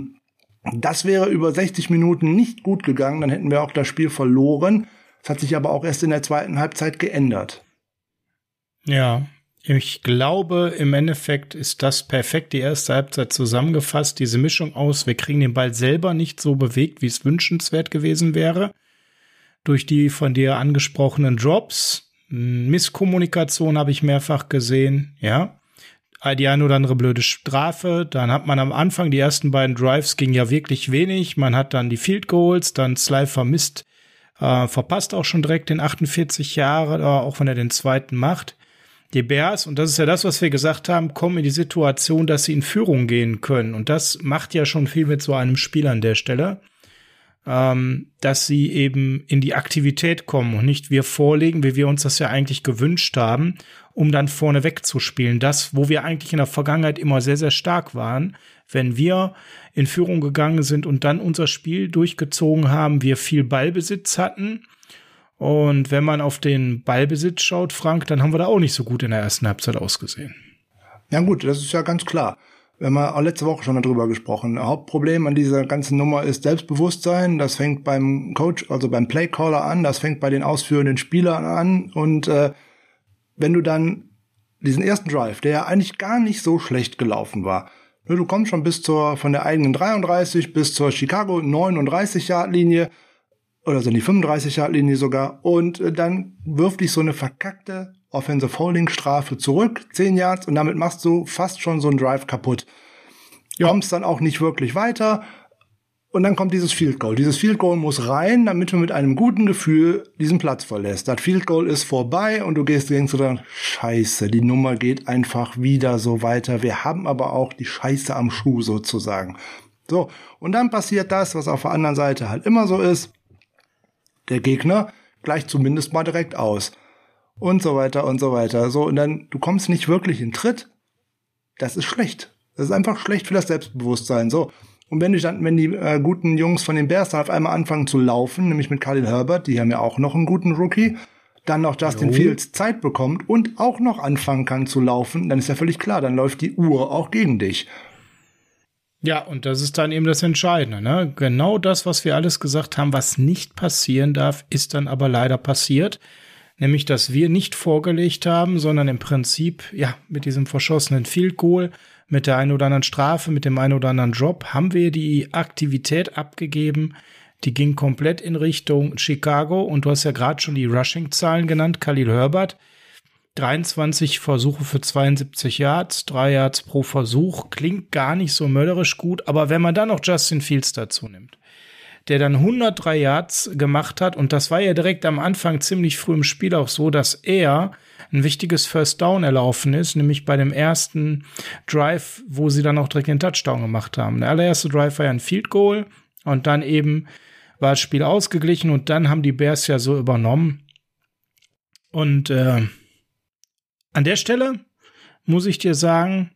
Speaker 2: das wäre über 60 Minuten nicht gut gegangen, dann hätten wir auch das Spiel verloren. Das hat sich aber auch erst in der zweiten Halbzeit geändert.
Speaker 1: Ja, ich glaube, im Endeffekt ist das perfekt die erste Halbzeit zusammengefasst. Diese Mischung aus, wir kriegen den Ball selber nicht so bewegt, wie es wünschenswert gewesen wäre. Durch die von dir angesprochenen Drops, Misskommunikation habe ich mehrfach gesehen, ja. Die eine oder andere blöde Strafe. Dann hat man am Anfang, die ersten beiden Drives ging ja wirklich wenig. Man hat dann die Field Goals, dann Sly vermisst, verpasst auch schon direkt den 48 Jahre, auch wenn er den zweiten macht. Die Bears, und das ist ja das, was wir gesagt haben, kommen in die Situation, dass sie in Führung gehen können. Und das macht ja schon viel mit so einem Spiel an der Stelle, dass sie eben in die Aktivität kommen und nicht wir vorlegen, wie wir uns das ja eigentlich gewünscht haben, um dann vorne wegzuspielen. Das, wo wir eigentlich in der Vergangenheit immer sehr, sehr stark waren, wenn wir in Führung gegangen sind und dann unser Spiel durchgezogen haben, wir viel Ballbesitz hatten. Und wenn man auf den Ballbesitz schaut, Frank, dann haben wir da auch nicht so gut in der ersten Halbzeit ausgesehen.
Speaker 2: Ja gut, das ist ja ganz klar. Wir haben auch letzte Woche schon darüber gesprochen. Hauptproblem an dieser ganzen Nummer ist Selbstbewusstsein. Das fängt beim Coach, also beim Playcaller an. Das fängt bei den ausführenden Spielern an. Und wenn du dann diesen ersten Drive, der ja eigentlich gar nicht so schlecht gelaufen war, du kommst schon von der eigenen 33 bis zur Chicago 39-Yard-Linie, oder so in die 35-Yard-Linie sogar, und dann wirft dich so eine verkackte Offensive Holding Strafe zurück, 10 Yards, und damit machst du fast schon so einen Drive kaputt. Ja. Kommst dann auch nicht wirklich weiter, und dann kommt dieses Field Goal. Dieses Field Goal muss rein, damit du mit einem guten Gefühl diesen Platz verlässt. Das Field Goal ist vorbei, und du denkst dir dann, scheiße, die Nummer geht einfach wieder so weiter. Wir haben aber auch die Scheiße am Schuh sozusagen. So, und dann passiert das, was auf der anderen Seite halt immer so ist. Der Gegner gleicht zumindest mal direkt aus. Und so weiter und so weiter. So, und dann, du kommst nicht wirklich in Tritt. Das ist schlecht. Das ist einfach schlecht für das Selbstbewusstsein. So. Und wenn die guten Jungs von den Bears dann auf einmal anfangen zu laufen, nämlich mit Khalil Herbert, die haben ja auch noch einen guten Rookie, dann noch Justin Fields Zeit bekommt und auch noch anfangen kann zu laufen, dann ist ja völlig klar, dann läuft die Uhr auch gegen dich.
Speaker 1: Ja, und das ist dann eben das Entscheidende, ne? Genau das, was wir alles gesagt haben, was nicht passieren darf, ist dann aber leider passiert. Nämlich, dass wir nicht vorgelegt haben, sondern im Prinzip, ja, mit diesem verschossenen Field Goal, mit der einen oder anderen Strafe, mit dem einen oder anderen Drop, haben wir die Aktivität abgegeben. Die ging komplett in Richtung Chicago. Und du hast ja gerade schon die Rushing-Zahlen genannt. Khalil Herbert, 23 Versuche für 72 Yards, 3 Yards pro Versuch. Klingt gar nicht so mörderisch gut. Aber wenn man dann noch Justin Fields dazu nimmt, der dann 103 Yards gemacht hat. Und das war ja direkt am Anfang ziemlich früh im Spiel auch so, dass er ein wichtiges First Down erlaufen ist, nämlich bei dem ersten Drive, wo sie dann auch direkt den Touchdown gemacht haben. Der allererste Drive war ja ein Field Goal und dann eben war das Spiel ausgeglichen und dann haben die Bears ja so übernommen. Und an der Stelle muss ich dir sagen,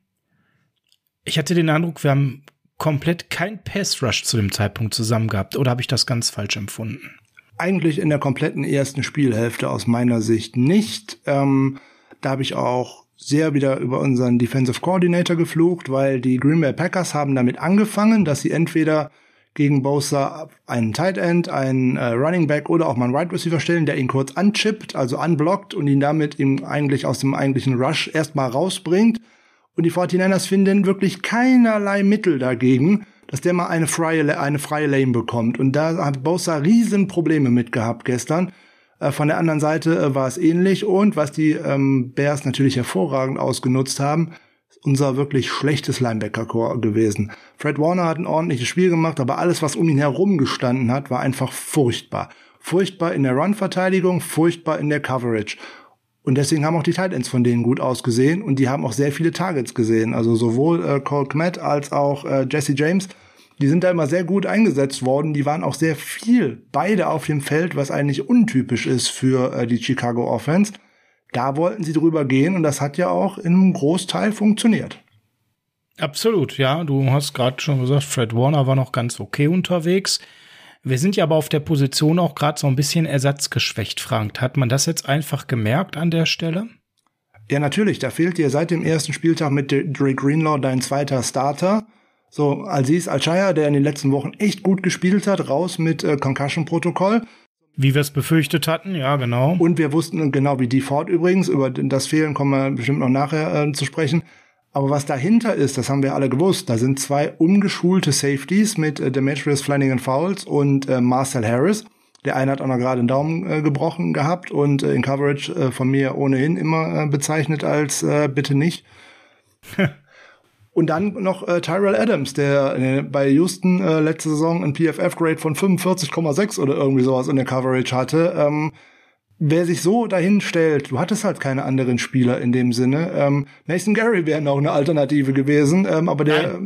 Speaker 1: ich hatte den Eindruck, wir haben komplett kein Pass-Rush zu dem Zeitpunkt zusammen gehabt. Oder habe ich das ganz falsch empfunden?
Speaker 2: Eigentlich in der kompletten ersten Spielhälfte aus meiner Sicht nicht. Da habe ich auch sehr wieder über unseren Defensive Coordinator geflucht, weil die Green Bay Packers haben damit angefangen, dass sie entweder gegen Bosa einen Tight End, einen Running Back oder auch mal einen Wide Receiver stellen, der ihn kurz anchippt, also unblockt und ihn damit ihm eigentlich aus dem eigentlichen Rush erstmal rausbringt. Und die 49ers finden wirklich keinerlei Mittel dagegen, dass der mal eine freie Lane bekommt. Und da hat Bosa riesen Probleme mit gehabt gestern. Von der anderen Seite war es ähnlich. Und was die Bears natürlich hervorragend ausgenutzt haben, ist unser wirklich schlechtes Linebacker-Core gewesen. Fred Warner hat ein ordentliches Spiel gemacht, aber alles, was um ihn herum gestanden hat, war einfach furchtbar. Furchtbar in der Run-Verteidigung, furchtbar in der Coverage. Und deswegen haben auch die Tight Ends von denen gut ausgesehen und die haben auch sehr viele Targets gesehen. Also sowohl Cole Kmet als auch Jesse James, die sind da immer sehr gut eingesetzt worden. Die waren auch sehr viel beide auf dem Feld, was eigentlich untypisch ist für die Chicago Offense. Da wollten sie drüber gehen und das hat ja auch in einem Großteil funktioniert.
Speaker 1: Absolut, ja. Du hast gerade schon gesagt, Fred Warner war noch ganz okay unterwegs. Wir sind ja aber auf der Position auch gerade so ein bisschen ersatzgeschwächt, Frank. Hat man das jetzt einfach gemerkt an der Stelle?
Speaker 2: Ja, natürlich. Da fehlt dir seit dem ersten Spieltag mit Dre Greenlaw dein zweiter Starter. So, Aziz Al-Shaya, der in den letzten Wochen echt gut gespielt hat, raus mit Concussion-Protokoll.
Speaker 1: Wie wir es befürchtet hatten, ja, genau.
Speaker 2: Und wir wussten, genau wie Ford übrigens, über das Fehlen kommen wir bestimmt noch nachher zu sprechen. Aber was dahinter ist, das haben wir alle gewusst. Da sind zwei ungeschulte Safeties mit Demetrius Flanagan-Fowles und Marcel Harris. Der eine hat auch noch gerade einen Daumen gebrochen gehabt und in Coverage von mir ohnehin immer bezeichnet als bitte nicht. Und dann noch Tyrell Adams, der bei Houston letzte Saison ein PFF-Grade von 45,6 oder irgendwie sowas in der Coverage hatte. Wer sich so dahin stellt, du hattest halt keine anderen Spieler in dem Sinne. Nathan Gary wäre noch eine Alternative gewesen, aber der...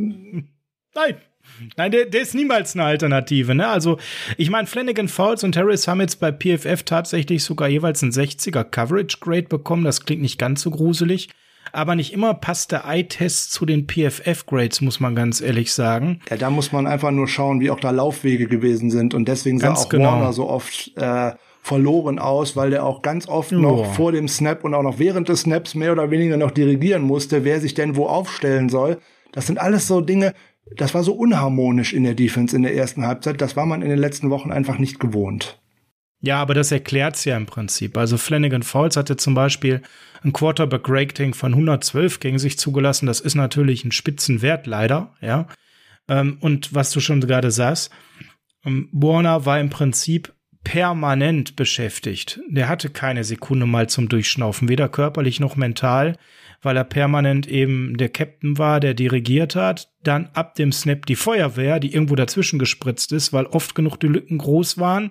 Speaker 1: Nein, der ist niemals eine Alternative, ne? Also, ich meine, Flanagan, Fowles und Harris haben jetzt bei PFF tatsächlich sogar jeweils einen 60er Coverage-Grade bekommen. Das klingt nicht ganz so gruselig. Aber nicht immer passt der Eye-Test zu den PFF-Grades, muss man ganz ehrlich sagen.
Speaker 2: Ja, da muss man einfach nur schauen, wie auch da Laufwege gewesen sind. Und deswegen sah auch Warner so oft verloren aus, weil der auch ganz oft noch vor dem Snap und auch noch während des Snaps mehr oder weniger noch dirigieren musste, wer sich denn wo aufstellen soll. Das sind alles so Dinge, das war so unharmonisch in der Defense in der ersten Halbzeit. Das war man in den letzten Wochen einfach nicht gewohnt.
Speaker 1: Ja, aber das erklärt's ja im Prinzip. Also Flanagan Fowles hatte zum Beispiel ein Quarterback-Rating von 112 gegen sich zugelassen. Das ist natürlich ein Spitzenwert, leider, ja. Und was du schon gerade sagst, Warner war im Prinzip permanent beschäftigt. Der hatte keine Sekunde mal zum Durchschnaufen, weder körperlich noch mental, weil er permanent eben der Captain war, der dirigiert hat. Dann ab dem Snap die Feuerwehr, die irgendwo dazwischen gespritzt ist, weil oft genug die Lücken groß waren.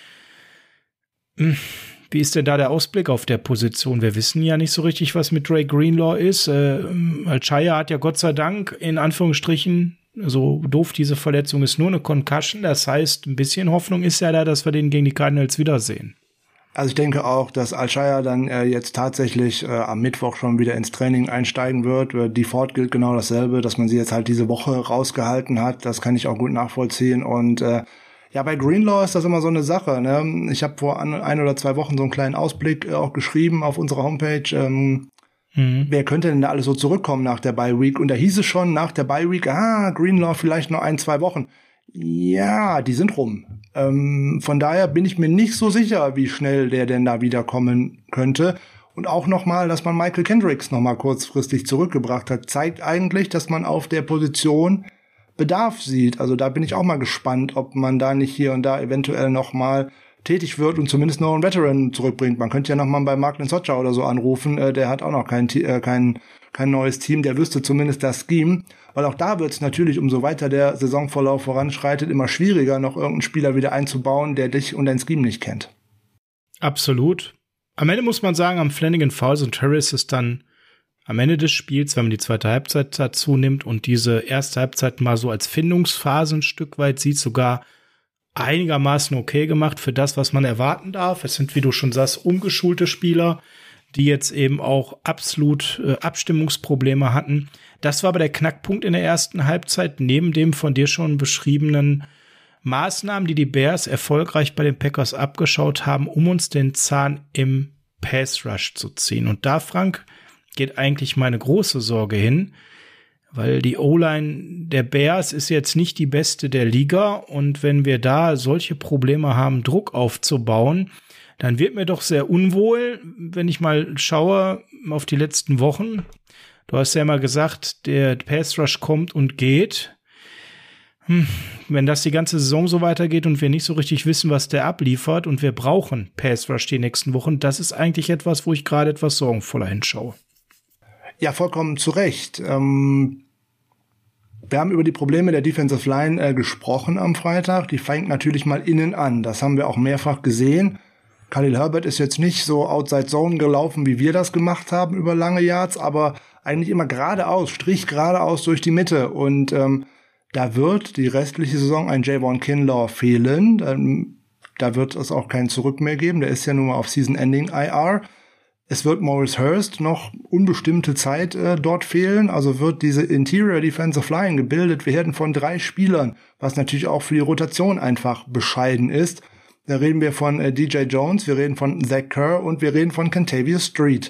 Speaker 1: Wie ist denn da der Ausblick auf der Position? Wir wissen ja nicht so richtig, was mit Dre Greenlaw ist. Al-Shaya hat ja Gott sei Dank in Anführungsstrichen, so doof diese Verletzung ist, nur eine Concussion. Das heißt, ein bisschen Hoffnung ist ja da, dass wir den gegen die Cardinals wiedersehen.
Speaker 2: Also ich denke auch, dass Al-Shire dann jetzt tatsächlich am Mittwoch schon wieder ins Training einsteigen wird. Die Ford gilt genau dasselbe, dass man sie jetzt halt diese Woche rausgehalten hat. Das kann ich auch gut nachvollziehen. Und ja, bei Greenlaw ist das immer so eine Sache. Ne? Ich habe vor 1 oder 2 Wochen so einen kleinen Ausblick auch geschrieben auf unserer Homepage. Wer könnte denn da alles so zurückkommen nach der Bye-Week? Und da hieß es schon nach der Bye-Week, Greenlaw vielleicht noch 1, 2 Wochen. Ja, die sind rum. Von daher bin ich mir nicht so sicher, wie schnell der denn da wiederkommen könnte. Und auch nochmal, dass man Michael Kendricks nochmal kurzfristig zurückgebracht hat, zeigt eigentlich, dass man auf der Position Bedarf sieht. Also da bin ich auch mal gespannt, ob man da nicht hier und da eventuell nochmal tätig wird und zumindest noch einen Veteran zurückbringt. Man könnte ja nochmal bei Mark Socha oder so anrufen. Der hat auch noch kein neues Team. Der wüsste zumindest das Scheme. Weil auch da wird es natürlich, umso weiter der Saisonverlauf voranschreitet, immer schwieriger, noch irgendeinen Spieler wieder einzubauen, der dich und dein Scheme nicht kennt.
Speaker 1: Absolut. Am Ende muss man sagen, am Flanagan, Fowles und Harris ist dann am Ende des Spiels, wenn man die zweite Halbzeit dazu nimmt und diese erste Halbzeit mal so als Findungsphase ein Stück weit sieht, sogar einigermaßen okay gemacht für das, was man erwarten darf. Es sind, wie du schon sagst, umgeschulte Spieler, die jetzt eben auch absolut Abstimmungsprobleme hatten. Das war aber der Knackpunkt in der ersten Halbzeit, neben dem von dir schon beschriebenen Maßnahmen, die die Bears erfolgreich bei den Packers abgeschaut haben, um uns den Zahn im Pass-Rush zu ziehen. Und da, Frank, geht eigentlich meine große Sorge hin, weil die O-Line der Bears ist jetzt nicht die beste der Liga. Und wenn wir da solche Probleme haben, Druck aufzubauen, dann wird mir doch sehr unwohl, wenn ich mal schaue auf die letzten Wochen. Du hast ja immer gesagt, der Pass-Rush kommt und geht. Wenn das die ganze Saison so weitergeht und wir nicht so richtig wissen, was der abliefert und wir brauchen Pass-Rush die nächsten Wochen, das ist eigentlich etwas, wo ich gerade etwas sorgenvoller hinschaue.
Speaker 2: Ja, vollkommen zu Recht. Wir haben über die Probleme der Defensive Line gesprochen am Freitag. Die fängt natürlich mal innen an. Das haben wir auch mehrfach gesehen. Khalil Herbert ist jetzt nicht so outside zone gelaufen, wie wir das gemacht haben über lange Yards, aber eigentlich immer geradeaus, Strich geradeaus durch die Mitte. Und da wird die restliche Saison ein Javon Kinlaw fehlen. Da wird es auch kein Zurück mehr geben. Der ist ja nun mal auf Season-Ending IR. Es wird Maurice Hurst noch unbestimmte Zeit dort fehlen. Also wird diese Interior Defensive Line gebildet werden von 3 Spielern, was natürlich auch für die Rotation einfach bescheiden ist. Da reden wir von DJ Jones, wir reden von Zach Kerr und wir reden von Kentavious Street.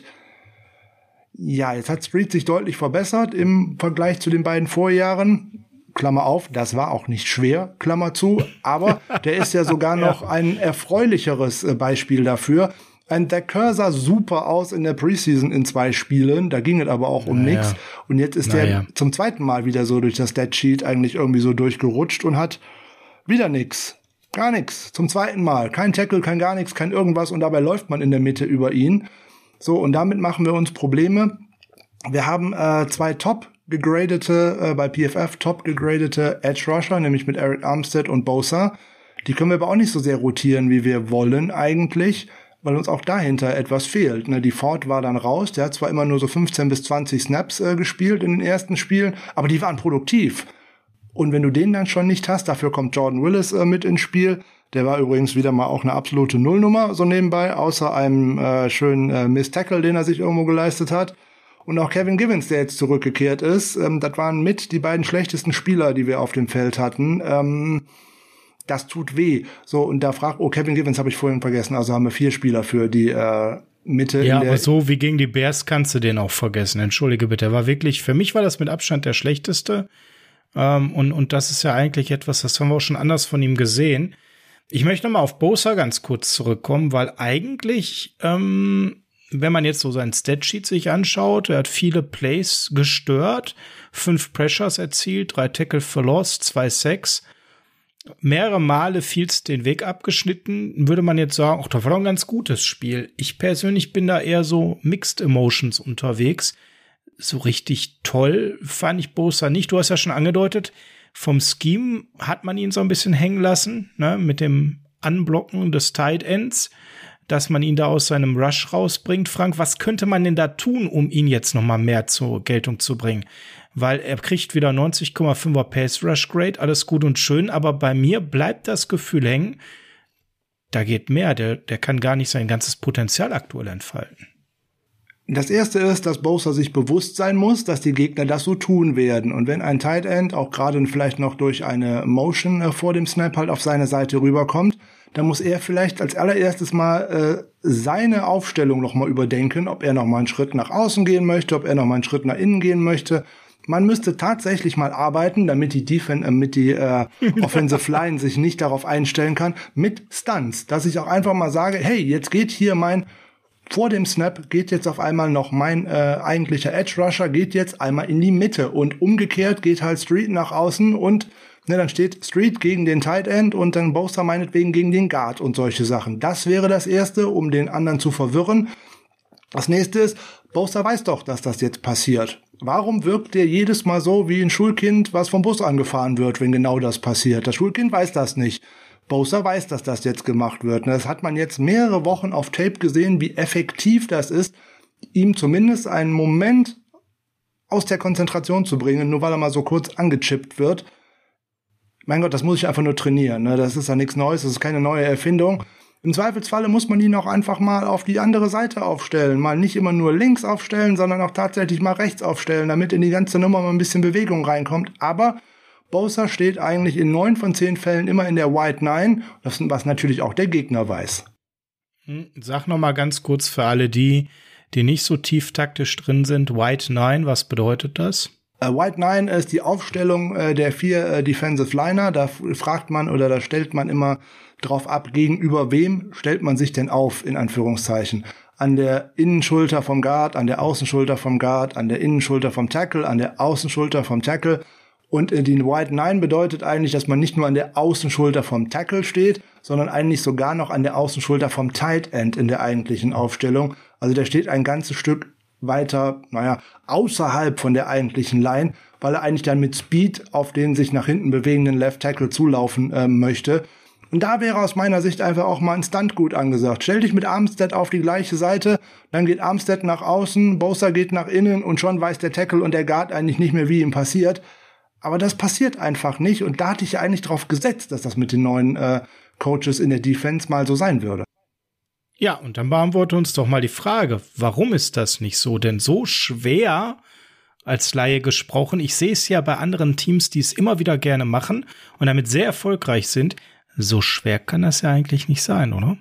Speaker 2: Ja, jetzt hat Street sich deutlich verbessert im Vergleich zu den beiden Vorjahren. Klammer auf, das war auch nicht schwer, Klammer zu. Aber der ist ja sogar noch ein erfreulicheres Beispiel dafür. Ein Zach Kerr sah super aus in der Preseason in 2 Spielen. Da ging es aber auch um nichts. Und jetzt ist der zum zweiten Mal wieder so durch das Statsheet eigentlich irgendwie so durchgerutscht und hat wieder nix. Gar nichts. Zum zweiten Mal. Kein Tackle, kein gar nichts, kein irgendwas. Und dabei läuft man in der Mitte über ihn. So, und damit machen wir uns Probleme. Wir haben 2 bei PFF top gegradete Edge Rusher, nämlich mit Eric Armstead und Bosa. Die können wir aber auch nicht so sehr rotieren, wie wir wollen eigentlich, weil uns auch dahinter etwas fehlt. Die Ford war dann raus. Der hat zwar immer nur so 15 bis 20 Snaps gespielt in den ersten Spielen, aber die waren produktiv. Und wenn du den dann schon nicht hast, dafür kommt Jordan Willis mit ins Spiel. Der war übrigens wieder mal auch eine absolute Nullnummer, so nebenbei, außer einem schönen Miss-Tackle, den er sich irgendwo geleistet hat. Und auch Kevin Givens, der jetzt zurückgekehrt ist, das waren mit die beiden schlechtesten Spieler, die wir auf dem Feld hatten. Das tut weh. So, und da Kevin Givens habe ich vorhin vergessen, also haben wir 4 Spieler für die Mitte.
Speaker 1: Ja, aber so wie gegen die Bears kannst du den auch vergessen. Entschuldige bitte. Für mich war das mit Abstand der schlechteste. Und das ist ja eigentlich etwas, das haben wir auch schon anders von ihm gesehen. Ich möchte noch mal auf Bosa ganz kurz zurückkommen, weil eigentlich, wenn man jetzt so sein Statsheet sich anschaut, er hat viele Plays gestört, 5 Pressures erzielt, 3 Tackle for Loss, 2 Sacks. Mehrere Male fiel's den Weg abgeschnitten, würde man jetzt sagen, das war doch ein ganz gutes Spiel. Ich persönlich bin da eher so Mixed Emotions unterwegs. So richtig toll fand ich Bosa nicht. Du hast ja schon angedeutet, vom Scheme hat man ihn so ein bisschen hängen lassen, ne, mit dem Anblocken des Tight Ends, dass man ihn da aus seinem Rush rausbringt. Frank, was könnte man denn da tun, um ihn jetzt noch mal mehr zur Geltung zu bringen? Weil er kriegt wieder 90,5er Pass Rush Grade, alles gut und schön, aber bei mir bleibt das Gefühl hängen, da geht mehr. Der kann gar nicht sein ganzes Potenzial aktuell entfalten.
Speaker 2: Das erste ist, dass Bosa sich bewusst sein muss, dass die Gegner das so tun werden. Und wenn ein Tight End auch gerade vielleicht noch durch eine Motion vor dem Snap halt auf seine Seite rüberkommt, dann muss er vielleicht als allererstes mal seine Aufstellung noch mal überdenken, ob er noch mal einen Schritt nach außen gehen möchte, ob er noch mal einen Schritt nach innen gehen möchte. Man müsste tatsächlich mal arbeiten, damit die Offensive Line sich nicht darauf einstellen kann, mit Stunts. Dass ich auch einfach mal sage, hey, jetzt geht hier vor dem Snap geht jetzt auf einmal noch mein eigentlicher Edge Rusher, geht jetzt einmal in die Mitte und umgekehrt geht halt Street nach außen und dann steht Street gegen den Tight End und dann Bosa meinetwegen gegen den Guard und solche Sachen. Das wäre das Erste, um den anderen zu verwirren. Das Nächste ist, Bosa weiß doch, dass das jetzt passiert. Warum wirkt der jedes Mal so wie ein Schulkind, was vom Bus angefahren wird, wenn genau das passiert? Das Schulkind weiß das nicht. Bosa weiß, dass das jetzt gemacht wird. Das hat man jetzt mehrere Wochen auf Tape gesehen, wie effektiv das ist, ihm zumindest einen Moment aus der Konzentration zu bringen, nur weil er mal so kurz angechippt wird. Mein Gott, das muss ich einfach nur trainieren. Das ist ja nichts Neues, das ist keine neue Erfindung. Im Zweifelsfalle muss man ihn auch einfach mal auf die andere Seite aufstellen. Mal nicht immer nur links aufstellen, sondern auch tatsächlich mal rechts aufstellen, damit in die ganze Nummer mal ein bisschen Bewegung reinkommt. Aber Bosa steht eigentlich in 9 von 10 Fällen immer in der Wide 9, was natürlich auch der Gegner weiß.
Speaker 1: Sag noch mal ganz kurz für alle die nicht so tief taktisch drin sind, Wide 9, was bedeutet das?
Speaker 2: Wide 9 ist die Aufstellung der 4 Defensive Liner. Da fragt man oder da stellt man immer drauf ab, gegenüber wem stellt man sich denn auf, in Anführungszeichen. An der Innenschulter vom Guard, an der Außenschulter vom Guard, an der Innenschulter vom Tackle, an der Außenschulter vom Tackle. Und die Wide 9 bedeutet eigentlich, dass man nicht nur an der Außenschulter vom Tackle steht, sondern eigentlich sogar noch an der Außenschulter vom Tight End in der eigentlichen Aufstellung. Also der steht ein ganzes Stück weiter, außerhalb von der eigentlichen Line, weil er eigentlich dann mit Speed auf den sich nach hinten bewegenden Left Tackle zulaufen möchte. Und da wäre aus meiner Sicht einfach auch mal ein Stunt gut angesagt. Stell dich mit Armstead auf die gleiche Seite, dann geht Armstead nach außen, Bosa geht nach innen und schon weiß der Tackle und der Guard eigentlich nicht mehr, wie ihm passiert. Aber das passiert einfach nicht und da hatte ich ja eigentlich drauf gesetzt, dass das mit den neuen Coaches in der Defense mal so sein würde.
Speaker 1: Ja, und dann beantworte uns doch mal die Frage, warum ist das nicht so? Denn so schwer als Laie gesprochen, ich sehe es ja bei anderen Teams, die es immer wieder gerne machen und damit sehr erfolgreich sind, so schwer kann das ja eigentlich nicht sein, oder?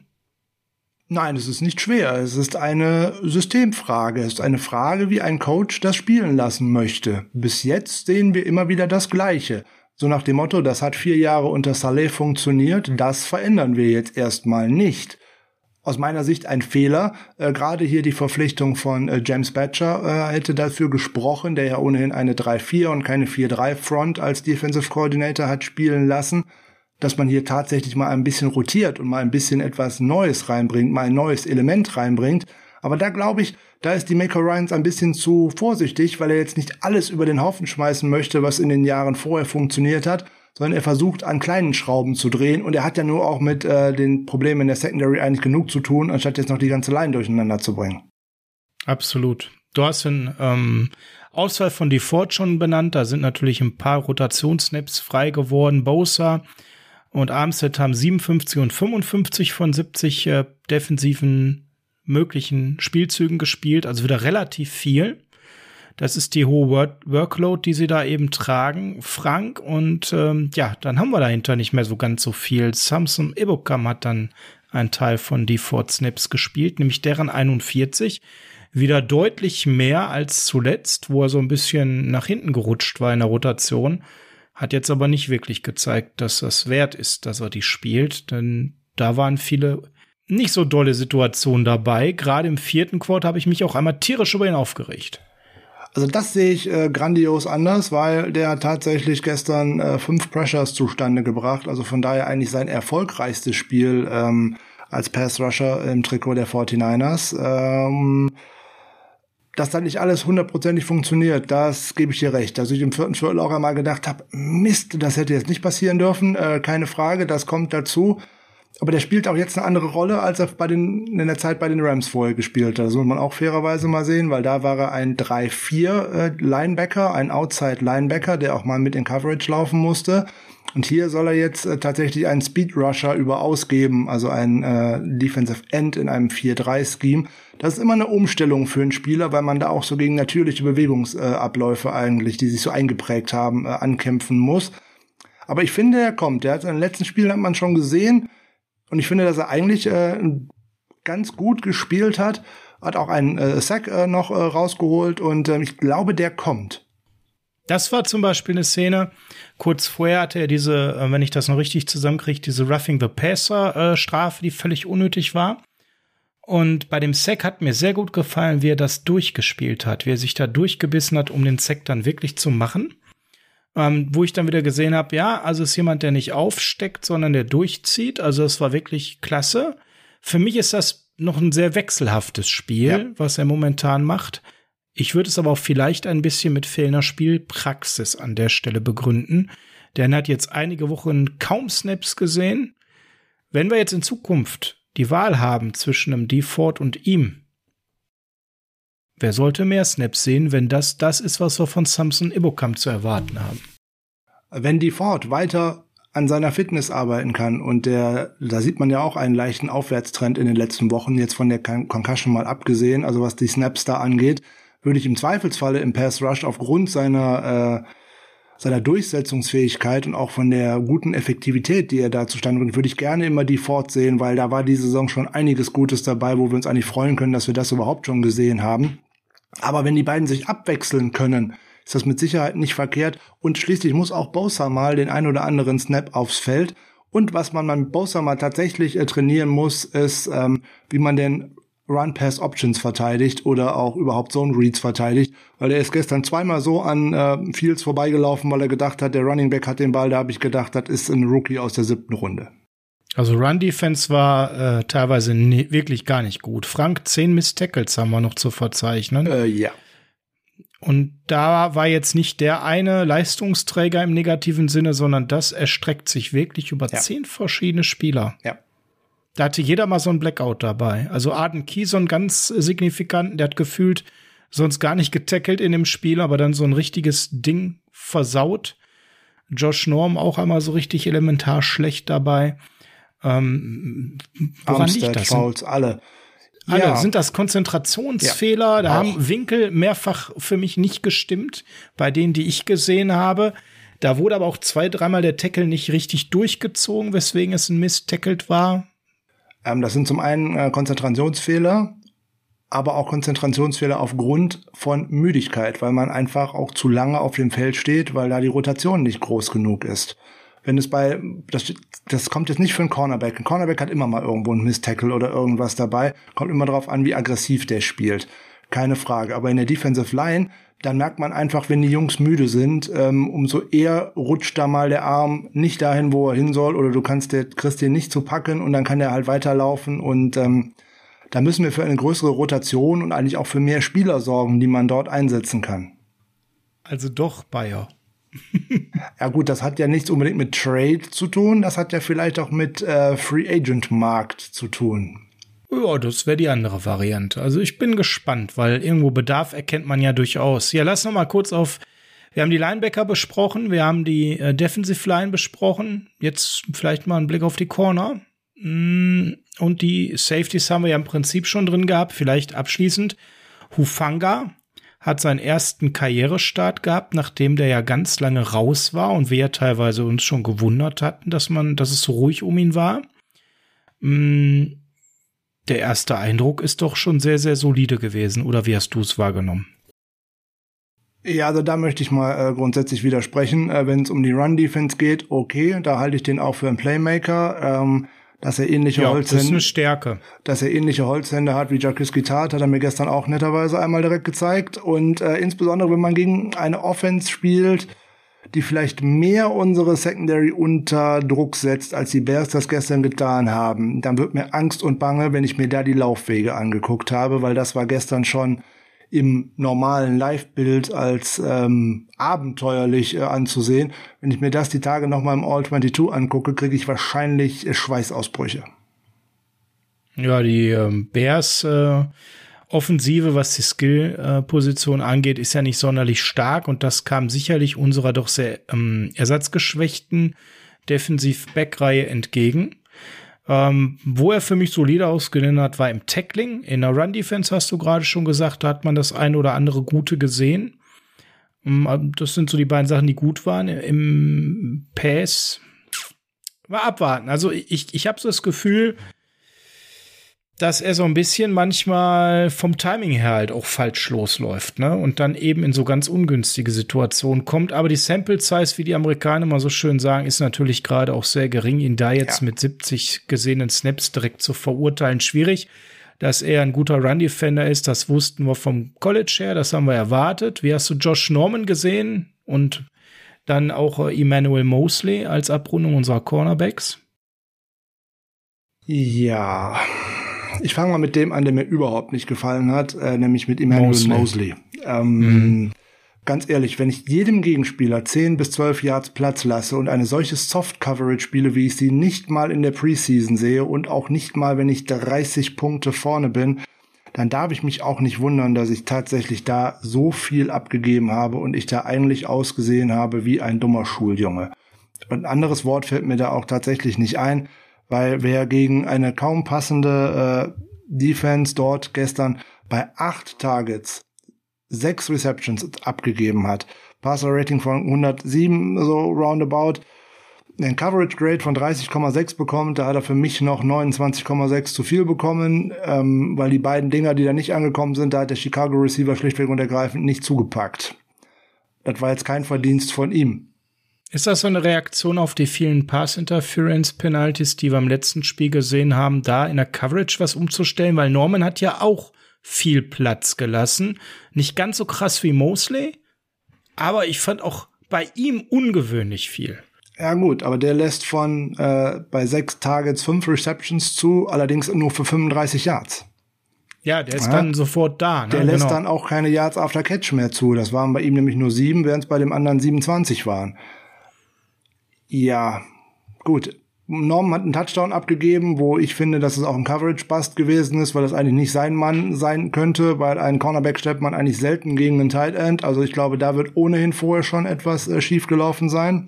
Speaker 2: Nein, es ist nicht schwer. Es ist eine Systemfrage. Es ist eine Frage, wie ein Coach das spielen lassen möchte. Bis jetzt sehen wir immer wieder das Gleiche. So nach dem Motto, das hat 4 Jahre unter Saleh funktioniert, das verändern wir jetzt erstmal nicht. Aus meiner Sicht ein Fehler. Gerade hier die Verpflichtung von James Badger hätte dafür gesprochen, der ja ohnehin eine 3-4 und keine 4-3 Front als Defensive Coordinator hat spielen lassen, dass man hier tatsächlich mal ein bisschen rotiert und mal ein bisschen etwas Neues reinbringt, mal ein neues Element reinbringt. Aber da glaube ich, da ist die Maker Ryans ein bisschen zu vorsichtig, weil er jetzt nicht alles über den Haufen schmeißen möchte, was in den Jahren vorher funktioniert hat, sondern er versucht, an kleinen Schrauben zu drehen. Und er hat ja nur auch mit den Problemen in der Secondary eigentlich genug zu tun, anstatt jetzt noch die ganze Line durcheinander zu bringen.
Speaker 1: Absolut. Du hast den Auswahl von DeFord schon benannt. Da sind natürlich ein paar Rotationssnaps frei geworden. Bosa und Armstead haben 57 und 55 von 70 defensiven möglichen Spielzügen gespielt. Also wieder relativ viel. Das ist die hohe Workload, die sie da eben tragen, Frank. Und dann haben wir dahinter nicht mehr so ganz so viel. Samson Ebukam hat dann einen Teil von DeFord Snaps gespielt, nämlich deren 41. Wieder deutlich mehr als zuletzt, wo er so ein bisschen nach hinten gerutscht war in der Rotation. Hat jetzt aber nicht wirklich gezeigt, dass das wert ist, dass er die spielt. Denn da waren viele nicht so dolle Situationen dabei. Gerade im 4. Quarter habe ich mich auch einmal tierisch über ihn aufgeregt.
Speaker 2: Also das sehe ich grandios anders, weil der hat tatsächlich gestern 5 Pressures zustande gebracht. Also von daher eigentlich sein erfolgreichstes Spiel als Pass-Rusher im Trikot der 49ers. Dass dann nicht alles 100% funktioniert, das gebe ich dir recht. Dass ich im 4. Viertel auch einmal gedacht habe, Mist, das hätte jetzt nicht passieren dürfen. Keine Frage, das kommt dazu. Aber der spielt auch jetzt eine andere Rolle, als er in der Zeit bei den Rams vorher gespielt hat. Das muss man auch fairerweise mal sehen, weil da war er ein 3-4 Linebacker, ein Outside Linebacker, der auch mal mit in Coverage laufen musste. Und hier soll er jetzt tatsächlich einen Speed Rusher ausgeben, also ein Defensive End in einem 4-3-Scheme. Das ist immer eine Umstellung für einen Spieler, weil man da auch so gegen natürliche Bewegungsabläufe eigentlich, die sich so eingeprägt haben, ankämpfen muss. Aber ich finde, er kommt. Der hat in den letzten Spielen hat man schon gesehen. Und ich finde, dass er eigentlich ganz gut gespielt hat. Hat auch einen Sack noch rausgeholt. Und ich glaube, der kommt.
Speaker 1: Das war zum Beispiel eine Szene, kurz vorher hatte er diese, wenn ich das noch richtig zusammenkriege, diese Roughing the Passer Strafe, die völlig unnötig war. Und bei dem Sack hat mir sehr gut gefallen, wie er das durchgespielt hat, wie er sich da durchgebissen hat, um den Sack dann wirklich zu machen. Wo ich dann wieder gesehen habe, ja, also ist jemand, der nicht aufsteckt, sondern der durchzieht. Also das war wirklich klasse. Für mich ist das noch ein sehr wechselhaftes Spiel, was er momentan macht. Ich würde es aber auch vielleicht ein bisschen mit fehlender Spielpraxis an der Stelle begründen. Denn er hat jetzt einige Wochen kaum Snaps gesehen. Wenn wir jetzt in Zukunft die Wahl haben zwischen einem Dee Ford und ihm, wer sollte mehr Snaps sehen, wenn das ist, was wir von Samson Ebukam zu erwarten haben?
Speaker 2: Wenn Dee Ford weiter an seiner Fitness arbeiten kann und da sieht man ja auch einen leichten Aufwärtstrend in den letzten Wochen, jetzt von der Concussion mal abgesehen, also was die Snaps da angeht, würde ich im Zweifelsfalle im Pass Rush aufgrund seiner Durchsetzungsfähigkeit und auch von der guten Effektivität, die er da zustande bringt, würde ich gerne immer Dee Ford sehen, weil da war die Saison schon einiges Gutes dabei, wo wir uns eigentlich freuen können, dass wir das überhaupt schon gesehen haben. Aber wenn die beiden sich abwechseln können, ist das mit Sicherheit nicht verkehrt. Und schließlich muss auch Bosa mal den ein oder anderen Snap aufs Feld. Und was man mit Bosa mal tatsächlich trainieren muss, ist, wie man den Run-Pass-Options verteidigt oder auch überhaupt Zone-Reads verteidigt, weil er ist gestern zweimal so an Fields vorbeigelaufen, weil er gedacht hat, der Running Back hat den Ball, da habe ich gedacht, das ist ein Rookie aus der 7. Runde.
Speaker 1: Also Run-Defense war teilweise wirklich gar nicht gut. Frank, 10 Missed Tackles haben wir noch zu verzeichnen.
Speaker 2: Ja.
Speaker 1: Und da war jetzt nicht der eine Leistungsträger im negativen Sinne, sondern das erstreckt sich wirklich über 10 verschiedene Spieler.
Speaker 2: Ja.
Speaker 1: Da hatte jeder mal so ein Blackout dabei. Also Arden Key, so einen ganz signifikanten, der hat gefühlt sonst gar nicht getackelt in dem Spiel, aber dann so ein richtiges Ding versaut. Josh Norm auch einmal so richtig elementar schlecht dabei. Woran liegt das?
Speaker 2: Fouls, alle.
Speaker 1: Ja. Sind das Konzentrationsfehler? Da haben Winkel mehrfach für mich nicht gestimmt, bei denen, die ich gesehen habe. Da wurde aber auch 2-3 Mal der Tackle nicht richtig durchgezogen, weswegen es ein Miss-Tackled war.
Speaker 2: Das sind zum einen Konzentrationsfehler, aber auch Konzentrationsfehler aufgrund von Müdigkeit, weil man einfach auch zu lange auf dem Feld steht, weil da die Rotation nicht groß genug ist. Wenn es das kommt jetzt nicht für einen Cornerback. Ein Cornerback hat immer mal irgendwo einen Miss-Tackle oder irgendwas dabei. Kommt immer darauf an, wie aggressiv der spielt. Keine Frage. Aber in der Defensive Line, dann merkt man einfach, wenn die Jungs müde sind, umso eher rutscht da mal der Arm nicht dahin, wo er hin soll, oder du kriegst den nicht zu packen und dann kann der halt weiterlaufen und da müssen wir für eine größere Rotation und eigentlich auch für mehr Spieler sorgen, die man dort einsetzen kann.
Speaker 1: Also doch Bayer.
Speaker 2: Ja gut, das hat ja nichts unbedingt mit Trade zu tun, das hat ja vielleicht auch mit Free Agent Markt zu tun.
Speaker 1: Ja, das wäre die andere Variante. Also ich bin gespannt, weil irgendwo Bedarf erkennt man ja durchaus. Ja, lass noch mal kurz wir haben die Linebacker besprochen, wir haben die Defensive Line besprochen. Jetzt vielleicht mal einen Blick auf die Corner. Und die Safeties haben wir ja im Prinzip schon drin gehabt. Vielleicht abschließend. Hufanga hat seinen ersten Karrierestart gehabt, nachdem der ja ganz lange raus war und wir ja teilweise uns schon gewundert hatten, dass es so ruhig um ihn war. Der erste Eindruck ist doch schon sehr, sehr solide gewesen. Oder wie hast du es wahrgenommen?
Speaker 2: Ja, also da möchte ich mal grundsätzlich widersprechen. Wenn es um die Run-Defense geht, okay, da halte ich den auch für einen Playmaker. Dass er ähnliche Holzhände,
Speaker 1: das ist eine Stärke.
Speaker 2: Dass er ähnliche Holzhände hat wie Jacques Guitart, hat er mir gestern auch netterweise einmal direkt gezeigt. Und insbesondere, wenn man gegen eine Offense spielt, die vielleicht mehr unsere Secondary unter Druck setzt, als die Bears das gestern getan haben, dann wird mir Angst und Bange, wenn ich mir da die Laufwege angeguckt habe, weil das war gestern schon im normalen Live-Bild als abenteuerlich anzusehen. Wenn ich mir das die Tage noch mal im All-22 angucke, kriege ich wahrscheinlich Schweißausbrüche.
Speaker 1: Ja, die Bears Offensive, was die Skill-Position angeht, ist ja nicht sonderlich stark und das kam sicherlich unserer doch sehr ersatzgeschwächten Defensiv-Back-Reihe entgegen. Wo er für mich solide ausgesehen hat, war im Tackling. In der Run-Defense hast du gerade schon gesagt, da hat man das eine oder andere Gute gesehen. Das sind so die beiden Sachen, die gut waren. Im Pass war abwarten. Also ich habe so das Gefühl, dass er so ein bisschen manchmal vom Timing her halt auch falsch losläuft, ne? Und dann eben in so ganz ungünstige Situationen kommt. Aber die Sample Size, wie die Amerikaner mal so schön sagen, ist natürlich gerade auch sehr gering. Ihn da jetzt mit 70 gesehenen Snaps direkt zu verurteilen, schwierig. Dass er ein guter Run-Defender ist, das wussten wir vom College her, das haben wir erwartet. Wie hast du Josh Norman gesehen? Und dann auch Emmanuel Mosley als Abrundung unserer Cornerbacks?
Speaker 2: Ja, ich fange mal mit dem an, der mir überhaupt nicht gefallen hat, nämlich mit Emmanuel Mosley. Ganz ehrlich, wenn ich jedem Gegenspieler 10 bis 12 Yards Platz lasse und eine solche Soft-Coverage spiele, wie ich sie nicht mal in der Preseason sehe und auch nicht mal, wenn ich 30 Punkte vorne bin, dann darf ich mich auch nicht wundern, dass ich tatsächlich da so viel abgegeben habe und ich da eigentlich ausgesehen habe wie ein dummer Schuljunge. Und ein anderes Wort fällt mir da auch tatsächlich nicht ein, weil wer gegen eine kaum passende Defense dort gestern bei 8 Targets 6 Receptions abgegeben hat, Passer-Rating von 107, so roundabout, ein Coverage-Grade von 30,6 bekommt, da hat er für mich noch 29,6 zu viel bekommen, weil die beiden Dinger, die da nicht angekommen sind, da hat der Chicago Receiver schlichtweg und ergreifend nicht zugepackt. Das war jetzt kein Verdienst von ihm.
Speaker 1: Ist das so eine Reaktion auf die vielen Pass-Interference-Penalties, die wir im letzten Spiel gesehen haben, da in der Coverage was umzustellen? Weil Norman hat ja auch viel Platz gelassen. Nicht ganz so krass wie Mosley, aber ich fand auch bei ihm ungewöhnlich viel.
Speaker 2: Ja gut, aber der lässt von bei 6 Targets 5 Receptions zu, allerdings nur für 35 Yards.
Speaker 1: Ja, der ist dann sofort da. Ne?
Speaker 2: Der lässt dann auch keine Yards after Catch mehr zu. Das waren bei ihm nämlich nur 7, während es bei dem anderen 27 waren. Ja, gut. Norman hat einen Touchdown abgegeben, wo ich finde, dass es auch ein Coverage-Bust gewesen ist, weil das eigentlich nicht sein Mann sein könnte, weil einen Cornerback stellt man eigentlich selten gegen einen Tight End. Also ich glaube, da wird ohnehin vorher schon etwas schief gelaufen sein.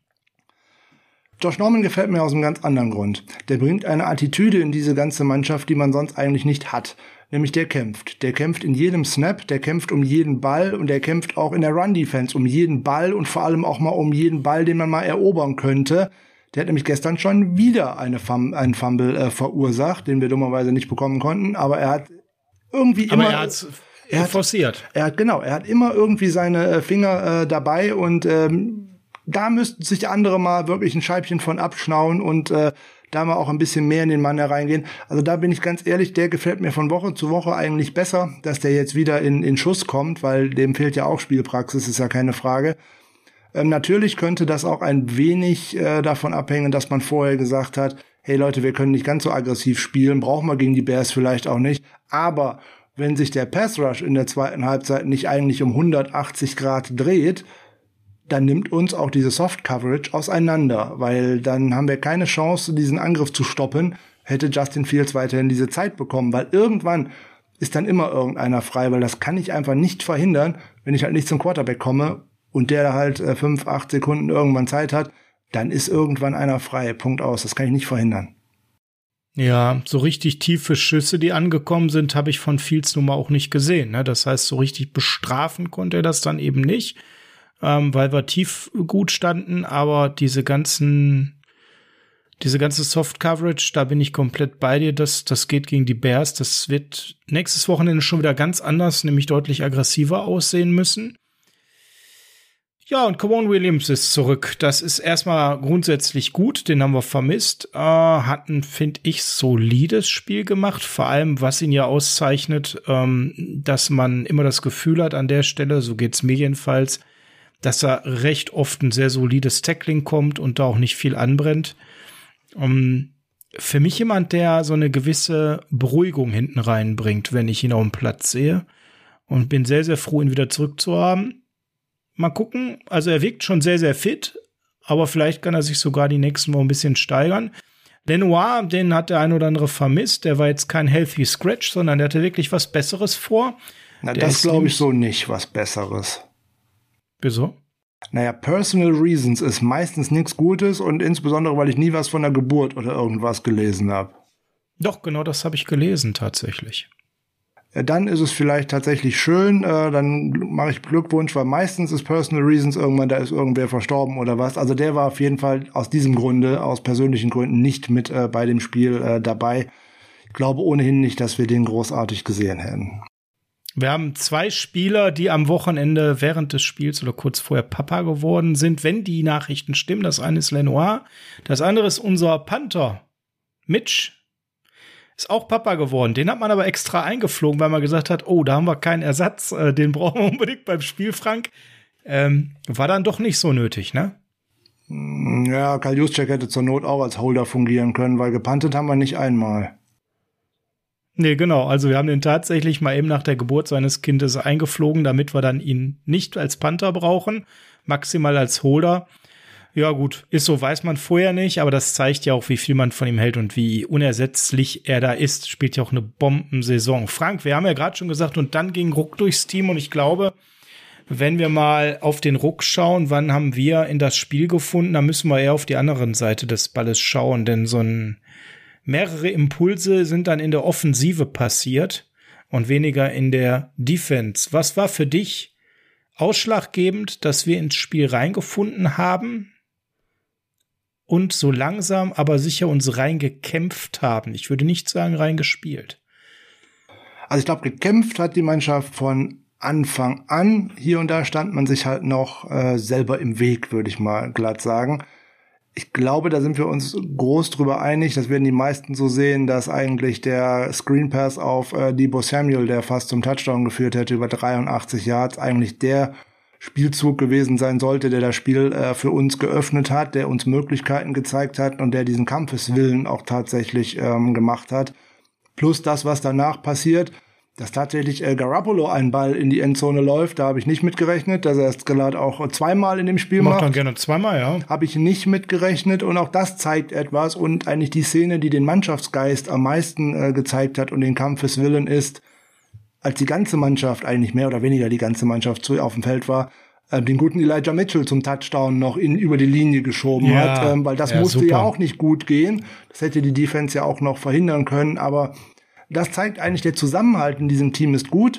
Speaker 2: Josh Norman gefällt mir aus einem ganz anderen Grund. Der bringt eine Attitüde in diese ganze Mannschaft, die man sonst eigentlich nicht hat. Nämlich der kämpft. Der kämpft in jedem Snap, der kämpft um jeden Ball und der kämpft auch in der Run-Defense um jeden Ball und vor allem auch mal um jeden Ball, den man mal erobern könnte. Der hat nämlich gestern schon wieder einen Fumble verursacht, den wir dummerweise nicht bekommen konnten, aber er hat irgendwie immer...
Speaker 1: Er hat forciert.
Speaker 2: Er hat immer irgendwie seine Finger dabei und da müssten sich andere mal wirklich ein Scheibchen von abschnauen und da mal auch ein bisschen mehr in den Mann hereingehen. Also da bin ich ganz ehrlich, der gefällt mir von Woche zu Woche eigentlich besser, dass der jetzt wieder in Schuss kommt, weil dem fehlt ja auch Spielpraxis, ist ja keine Frage. Natürlich könnte das auch ein wenig davon abhängen, dass man vorher gesagt hat, hey Leute, wir können nicht ganz so aggressiv spielen, brauchen wir gegen die Bears vielleicht auch nicht. Aber wenn sich der Pass Rush in der zweiten Halbzeit nicht eigentlich um 180 Grad dreht, dann nimmt uns auch diese Soft Coverage auseinander, weil dann haben wir keine Chance, diesen Angriff zu stoppen, hätte Justin Fields weiterhin diese Zeit bekommen, weil irgendwann ist dann immer irgendeiner frei, weil das kann ich einfach nicht verhindern, wenn ich halt nicht zum Quarterback komme und der halt 5-8 Sekunden irgendwann Zeit hat, dann ist irgendwann einer frei, Punkt aus, das kann ich nicht verhindern.
Speaker 1: Ja, so richtig tiefe Schüsse, die angekommen sind, habe ich von Fields nun mal auch nicht gesehen. Ne? Das heißt, so richtig bestrafen konnte er das dann eben nicht, weil wir tief gut standen, aber diese ganze Soft-Coverage, da bin ich komplett bei dir, das geht gegen die Bears, das wird nächstes Wochenende schon wieder ganz anders, nämlich deutlich aggressiver aussehen müssen. Ja, und K'Waun Williams ist zurück. Das ist erstmal grundsätzlich gut, den haben wir vermisst. Hat ein, finde ich, solides Spiel gemacht. Vor allem, was ihn ja auszeichnet, dass man immer das Gefühl hat an der Stelle, so geht's mir jedenfalls, dass er recht oft ein sehr solides Tackling kommt und da auch nicht viel anbrennt. Für mich jemand, der so eine gewisse Beruhigung hinten reinbringt, wenn ich ihn auf dem Platz sehe. Und bin sehr, sehr froh, ihn wieder zurückzuhaben. Mal gucken, also er wirkt schon sehr, sehr fit, aber vielleicht kann er sich sogar die nächsten Wochen ein bisschen steigern. Lenoir, den hat der ein oder andere vermisst, der war jetzt kein Healthy Scratch, sondern der hatte wirklich was Besseres vor.
Speaker 2: Na, das glaube ich so nicht, was Besseres.
Speaker 1: Wieso?
Speaker 2: Naja, Personal Reasons ist meistens nichts Gutes und insbesondere, weil ich nie was von der Geburt oder irgendwas gelesen habe.
Speaker 1: Doch, genau das habe ich gelesen tatsächlich.
Speaker 2: Dann ist es vielleicht tatsächlich schön, dann mache ich Glückwunsch, weil meistens ist Personal Reasons irgendwann, da ist irgendwer verstorben oder was. Also der war auf jeden Fall aus diesem Grunde, aus persönlichen Gründen nicht mit bei dem Spiel dabei. Ich glaube ohnehin nicht, dass wir den großartig gesehen hätten.
Speaker 1: Wir haben 2 Spieler, die am Wochenende während des Spiels oder kurz vorher Papa geworden sind, wenn die Nachrichten stimmen. Das eine ist Lenoir, das andere ist unser Panther, Mitch. Ist auch Papa geworden. Den hat man aber extra eingeflogen, weil man gesagt hat, oh, da haben wir keinen Ersatz, den brauchen wir unbedingt beim Spiel, Frank. War dann doch nicht so nötig, ne?
Speaker 2: Ja, Karl Juszczyk hätte zur Not auch als Holder fungieren können, weil gepantet haben wir nicht einmal.
Speaker 1: Nee, genau. Also wir haben den tatsächlich mal eben nach der Geburt seines Kindes eingeflogen, damit wir dann ihn nicht als Panther brauchen, maximal als Holder. Ja gut, ist so, weiß man vorher nicht, aber das zeigt ja auch, wie viel man von ihm hält und wie unersetzlich er da ist. Spielt ja auch eine Bombensaison. Frank, wir haben ja gerade schon gesagt, und dann ging Ruck durchs Team und ich glaube, wenn wir mal auf den Ruck schauen, wann haben wir in das Spiel gefunden, dann müssen wir eher auf die andere Seite des Balles schauen, denn mehrere Impulse sind dann in der Offensive passiert und weniger in der Defense. Was war für dich ausschlaggebend, dass wir ins Spiel reingefunden haben und so langsam, aber sicher uns reingekämpft haben? Ich würde nicht sagen reingespielt.
Speaker 2: Also ich glaube, gekämpft hat die Mannschaft von Anfang an. Hier und da stand man sich halt noch selber im Weg, würde ich mal glatt sagen. Ich glaube, da sind wir uns groß drüber einig, das werden die meisten so sehen, dass eigentlich der Screen Pass auf Deebo Samuel, der fast zum Touchdown geführt hätte, über 83 Yards, eigentlich der Spielzug gewesen sein sollte, der das Spiel für uns geöffnet hat, der uns Möglichkeiten gezeigt hat und der diesen Kampfeswillen auch tatsächlich gemacht hat. Plus das, was danach passiert, dass tatsächlich Garoppolo einen Ball in die Endzone läuft, da habe ich nicht mitgerechnet, dass er es gerade auch zweimal in dem Spiel macht.
Speaker 1: Macht dann gerne zweimal, ja.
Speaker 2: Habe ich nicht mitgerechnet und auch das zeigt etwas und eigentlich die Szene, die den Mannschaftsgeist am meisten gezeigt hat und den Kampfeswillen ist, als die ganze Mannschaft, eigentlich mehr oder weniger die ganze Mannschaft auf dem Feld war, den guten Elijah Mitchell zum Touchdown noch über die Linie geschoben hat, weil das musste super. Ja auch nicht gut gehen. Das hätte die Defense ja auch noch verhindern können, aber das zeigt eigentlich, der Zusammenhalt in diesem Team ist gut.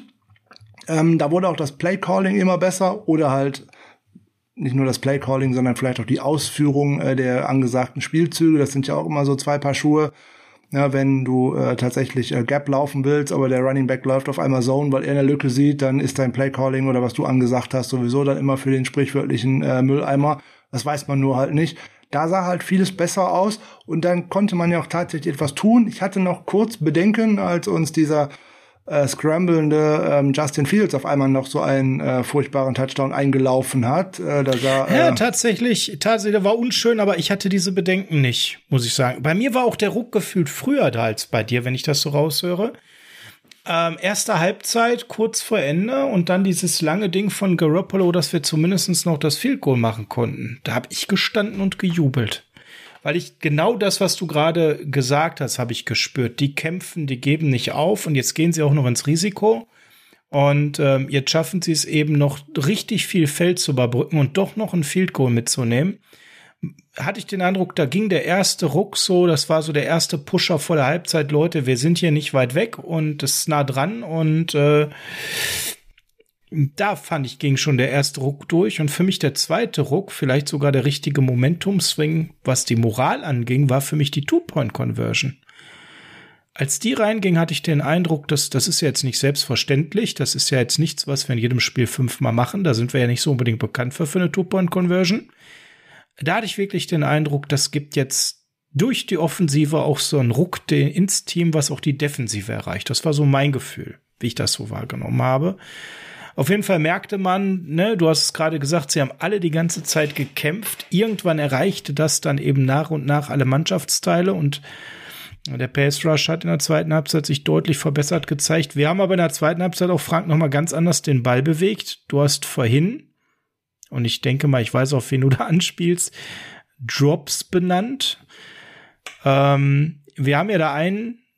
Speaker 2: Da wurde auch das Play-Calling immer besser oder halt nicht nur das Play-Calling, sondern vielleicht auch die Ausführung der angesagten Spielzüge. Das sind ja auch immer so 2 Paar Schuhe. Ja, wenn du tatsächlich Gap laufen willst, aber der Running Back läuft auf einmal Zone, weil er eine Lücke sieht, dann ist dein Play-Calling oder was du angesagt hast sowieso dann immer für den sprichwörtlichen Mülleimer. Das weiß man nur halt nicht. Da sah halt vieles besser aus und dann konnte man ja auch tatsächlich etwas tun. Ich hatte noch kurz Bedenken, als uns dieser scramblende Justin Fields auf einmal noch so einen furchtbaren Touchdown eingelaufen hat.
Speaker 1: Tatsächlich, der war unschön, aber ich hatte diese Bedenken nicht, muss ich sagen. Bei mir war auch der Ruck gefühlt früher da als bei dir, wenn ich das so raushöre. Erste Halbzeit, kurz vor Ende und dann dieses lange Ding von Garoppolo, dass wir zumindest noch das Field Goal machen konnten. Da habe ich gestanden und gejubelt. Weil ich genau das, was du gerade gesagt hast, habe ich gespürt. Die kämpfen, die geben nicht auf und jetzt gehen sie auch noch ins Risiko. Und jetzt schaffen sie es eben noch richtig viel Feld zu überbrücken und doch noch ein Field Goal mitzunehmen. Hatte ich den Eindruck, da ging der erste Ruck so, das war so der erste Pusher vor der Halbzeit, Leute, wir sind hier nicht weit weg und es ist nah dran und da fand ich, ging schon der erste Ruck durch und für mich der zweite Ruck, vielleicht sogar der richtige Momentum-Swing, was die Moral anging, war für mich die Two-Point-Conversion. Als die reinging, hatte ich den Eindruck, das ist ja jetzt nicht selbstverständlich, das ist ja jetzt nichts, was wir in jedem Spiel 5-mal machen, da sind wir ja nicht so unbedingt bekannt für eine Two-Point-Conversion. Da hatte ich wirklich den Eindruck, das gibt jetzt durch die Offensive auch so einen Ruck ins Team, was auch die Defensive erreicht. Das war so mein Gefühl, wie ich das so wahrgenommen habe. Auf jeden Fall merkte man, ne, du hast es gerade gesagt, sie haben alle die ganze Zeit gekämpft. Irgendwann erreichte das dann eben nach und nach alle Mannschaftsteile und der Pass Rush hat in der zweiten Halbzeit sich deutlich verbessert gezeigt. Wir haben aber in der zweiten Halbzeit auch, Frank, noch mal ganz anders den Ball bewegt. Du hast vorhin, und ich denke mal, ich weiß, auf wen du da anspielst, Drops benannt. Wir haben ja da einen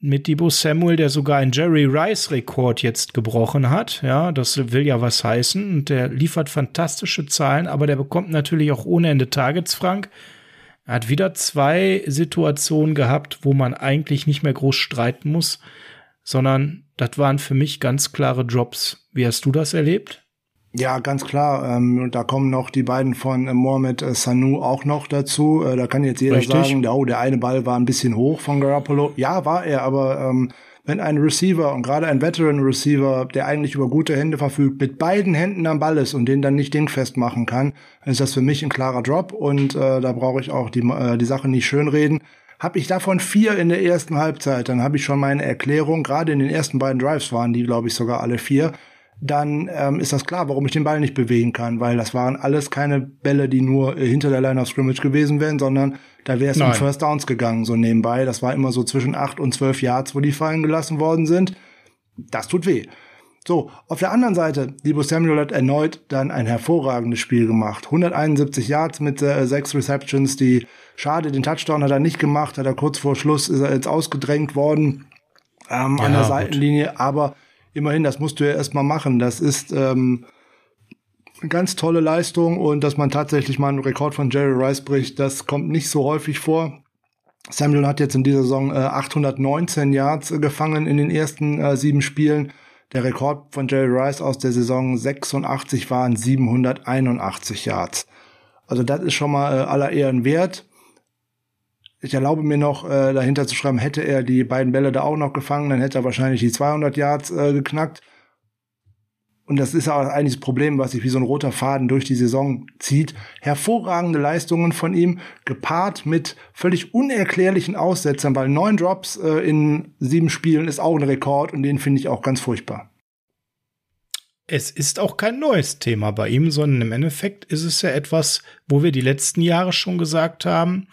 Speaker 1: mit Deebo Samuel, der sogar einen Jerry Rice-Rekord jetzt gebrochen hat. Ja, das will ja was heißen. Und der liefert fantastische Zahlen, aber der bekommt natürlich auch ohne Ende Targets, Frank. Er hat wieder 2 Situationen gehabt, wo man eigentlich nicht mehr groß streiten muss, sondern das waren für mich ganz klare Drops. Wie hast du das erlebt?
Speaker 2: Ja, ganz klar. Da kommen noch die beiden von Mohamed Sanu auch noch dazu. Da kann jetzt jeder sagen, der eine Ball war ein bisschen hoch von Garoppolo. Ja, war er, aber wenn ein Receiver und gerade ein Veteran-Receiver, der eigentlich über gute Hände verfügt, mit beiden Händen am Ball ist und den dann nicht dingfest machen kann, dann ist das für mich ein klarer Drop und da brauche ich auch die Sache nicht schönreden. Habe ich davon 4 in der ersten Halbzeit, dann habe ich schon meine Erklärung. Gerade in den ersten beiden Drives waren die, glaube ich, sogar alle 4. Dann ist das klar, warum ich den Ball nicht bewegen kann, weil das waren alles keine Bälle, die nur hinter der Line of Scrimmage gewesen wären, sondern da wäre es um First Downs gegangen, so nebenbei. Das war immer so zwischen 8 und 12 Yards, wo die fallen gelassen worden sind. Das tut weh. So, auf der anderen Seite, Deebo Samuel hat erneut dann ein hervorragendes Spiel gemacht. 171 Yards mit 6 Receptions, schade, den Touchdown hat er nicht gemacht, hat er kurz vor Schluss, ist er jetzt ausgedrängt worden an der Seitenlinie, aber immerhin, das musst du ja erstmal machen. Das ist eine ganz tolle Leistung und dass man tatsächlich mal einen Rekord von Jerry Rice bricht, das kommt nicht so häufig vor. Samuel hat jetzt in dieser Saison 819 Yards gefangen in den ersten 7 Spielen. Der Rekord von Jerry Rice aus der Saison 86 waren 781 Yards. Also das ist schon mal aller Ehren wert. Ich erlaube mir noch, dahinter zu schreiben, hätte er die beiden Bälle da auch noch gefangen, dann hätte er wahrscheinlich die 200 Yards geknackt. Und das ist ja eigentlich das Problem, was sich wie so ein roter Faden durch die Saison zieht. Hervorragende Leistungen von ihm, gepaart mit völlig unerklärlichen Aussetzern, weil 9 Drops in 7 Spielen ist auch ein Rekord und den finde ich auch ganz furchtbar.
Speaker 1: Es ist auch kein neues Thema bei ihm, sondern im Endeffekt ist es ja etwas, wo wir die letzten Jahre schon gesagt haben,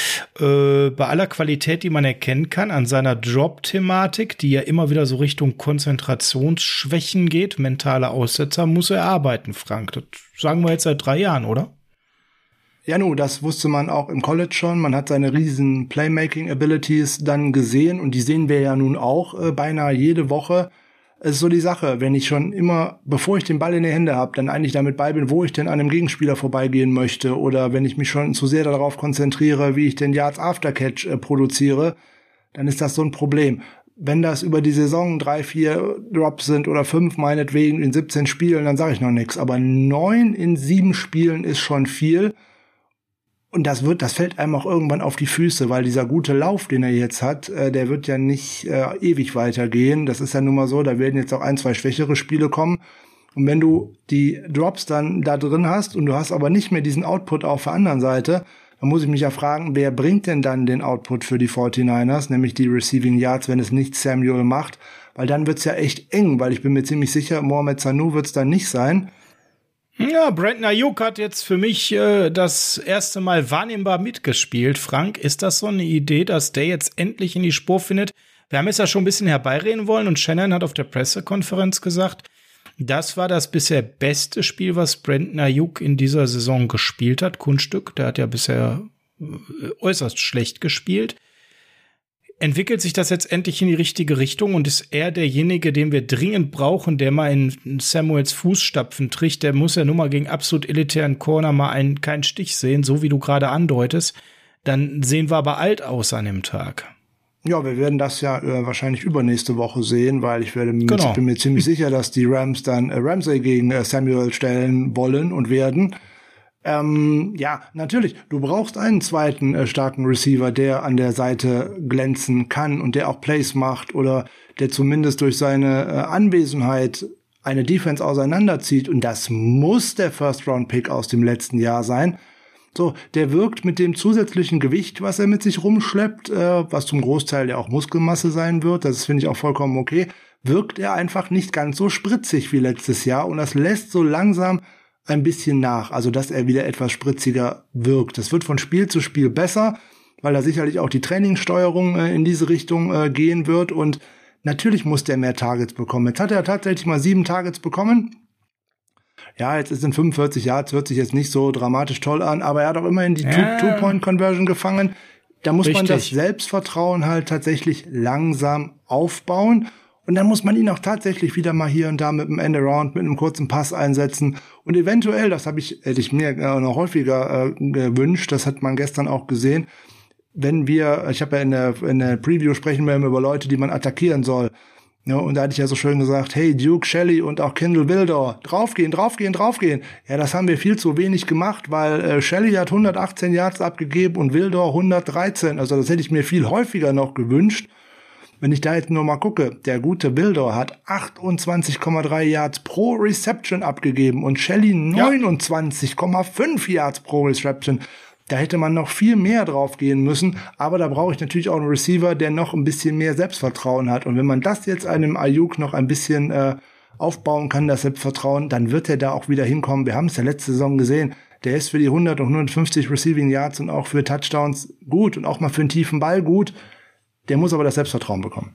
Speaker 1: bei aller Qualität, die man erkennen kann, an seiner Drop-Thematik, die ja immer wieder so Richtung Konzentrationsschwächen geht, mentale Aussetzer, muss er arbeiten, Frank. Das sagen wir jetzt seit 3 Jahren, oder?
Speaker 2: Ja, das wusste man auch im College schon. Man hat seine riesen Playmaking-Abilities dann gesehen und die sehen wir ja nun auch beinahe jede Woche. Es ist so die Sache, wenn ich schon immer, bevor ich den Ball in den Händen habe, dann eigentlich damit bei bin, wo ich denn an einem Gegenspieler vorbeigehen möchte oder wenn ich mich schon zu sehr darauf konzentriere, wie ich den Yards After Catch produziere, dann ist das so ein Problem. Wenn das über die Saison 3, 4 Drops sind oder 5 meinetwegen in 17 Spielen, dann sage ich noch nichts. Aber 9 in 7 Spielen ist schon viel. Und das fällt einem auch irgendwann auf die Füße, weil dieser gute Lauf, den er jetzt hat, der wird ja nicht ewig weitergehen. Das ist ja nun mal so, da werden jetzt auch 1, 2 schwächere Spiele kommen. Und wenn du die Drops dann da drin hast und du hast aber nicht mehr diesen Output auf der anderen Seite, dann muss ich mich ja fragen, wer bringt denn dann den Output für die 49ers, nämlich die Receiving Yards, wenn es nicht Samuel macht? Weil dann wird's ja echt eng, weil ich bin mir ziemlich sicher, Mohamed Sanu wird's dann nicht sein.
Speaker 1: Ja, Brandon Ayuk hat jetzt für mich das erste Mal wahrnehmbar mitgespielt. Frank, ist das so eine Idee, dass der jetzt endlich in die Spur findet? Wir haben es ja schon ein bisschen herbeireden wollen und Shannon hat auf der Pressekonferenz gesagt, das war das bisher beste Spiel, was Brandon Ayuk in dieser Saison gespielt hat. Kunststück, der hat ja bisher äußerst schlecht gespielt. Entwickelt sich das jetzt endlich in die richtige Richtung und ist er derjenige, den wir dringend brauchen, der mal in Samuels Fußstapfen tritt? Der muss ja nur mal gegen absolut elitären Corner mal keinen Stich sehen, so wie du gerade andeutest. Dann sehen wir aber alt aus an dem Tag.
Speaker 2: Ja, wir werden das ja wahrscheinlich übernächste Woche sehen, weil ich bin mir ziemlich sicher, dass die Rams dann Ramsey gegen Samuel stellen wollen und werden. Ja, natürlich. Du brauchst einen zweiten starken Receiver, der an der Seite glänzen kann und der auch Plays macht oder der zumindest durch seine Anwesenheit eine Defense auseinanderzieht. Und das muss der First-Round-Pick aus dem letzten Jahr sein. So, der wirkt mit dem zusätzlichen Gewicht, was er mit sich rumschleppt, was zum Großteil ja auch Muskelmasse sein wird, das finde ich auch vollkommen okay, wirkt er einfach nicht ganz so spritzig wie letztes Jahr und das lässt so langsam ein bisschen nach, also dass er wieder etwas spritziger wirkt. Das wird von Spiel zu Spiel besser, weil da sicherlich auch die Trainingssteuerung in diese Richtung gehen wird und natürlich muss der mehr Targets bekommen. Jetzt hat er tatsächlich mal 7 Targets bekommen. Ja, jetzt ist in 45 Yards, hört sich jetzt nicht so dramatisch toll an, aber er hat auch immerhin die Two-Point-Conversion gefangen. Da muss man
Speaker 1: Richtig.
Speaker 2: das Selbstvertrauen halt tatsächlich langsam aufbauen. Und dann muss man ihn auch tatsächlich wieder mal hier und da mit einem Endaround, mit einem kurzen Pass einsetzen. Und eventuell, das hätte ich mir noch häufiger gewünscht, das hat man gestern auch gesehen, ich habe ja in der Preview sprechen wir über Leute, die man attackieren soll. Ja, und da hatte ich ja so schön gesagt, hey, Duke Shelley und auch Kendall Wildor, draufgehen. Ja, das haben wir viel zu wenig gemacht, weil Shelley hat 118 Yards abgegeben und Wildor 113. Also das hätte ich mir viel häufiger noch gewünscht. Wenn ich da jetzt nur mal gucke, der gute Wildor hat 28,3 Yards pro Reception abgegeben und Shelley 29,5 Yards pro Reception. Da hätte man noch viel mehr drauf gehen müssen, aber da brauche ich natürlich auch einen Receiver, der noch ein bisschen mehr Selbstvertrauen hat. Und wenn man das jetzt einem Ayuk noch ein bisschen aufbauen kann, das Selbstvertrauen, dann wird er da auch wieder hinkommen. Wir haben es ja letzte Saison gesehen, der ist für die 100 und 150 Receiving Yards und auch für Touchdowns gut und auch mal für einen tiefen Ball gut. Der muss aber das Selbstvertrauen bekommen.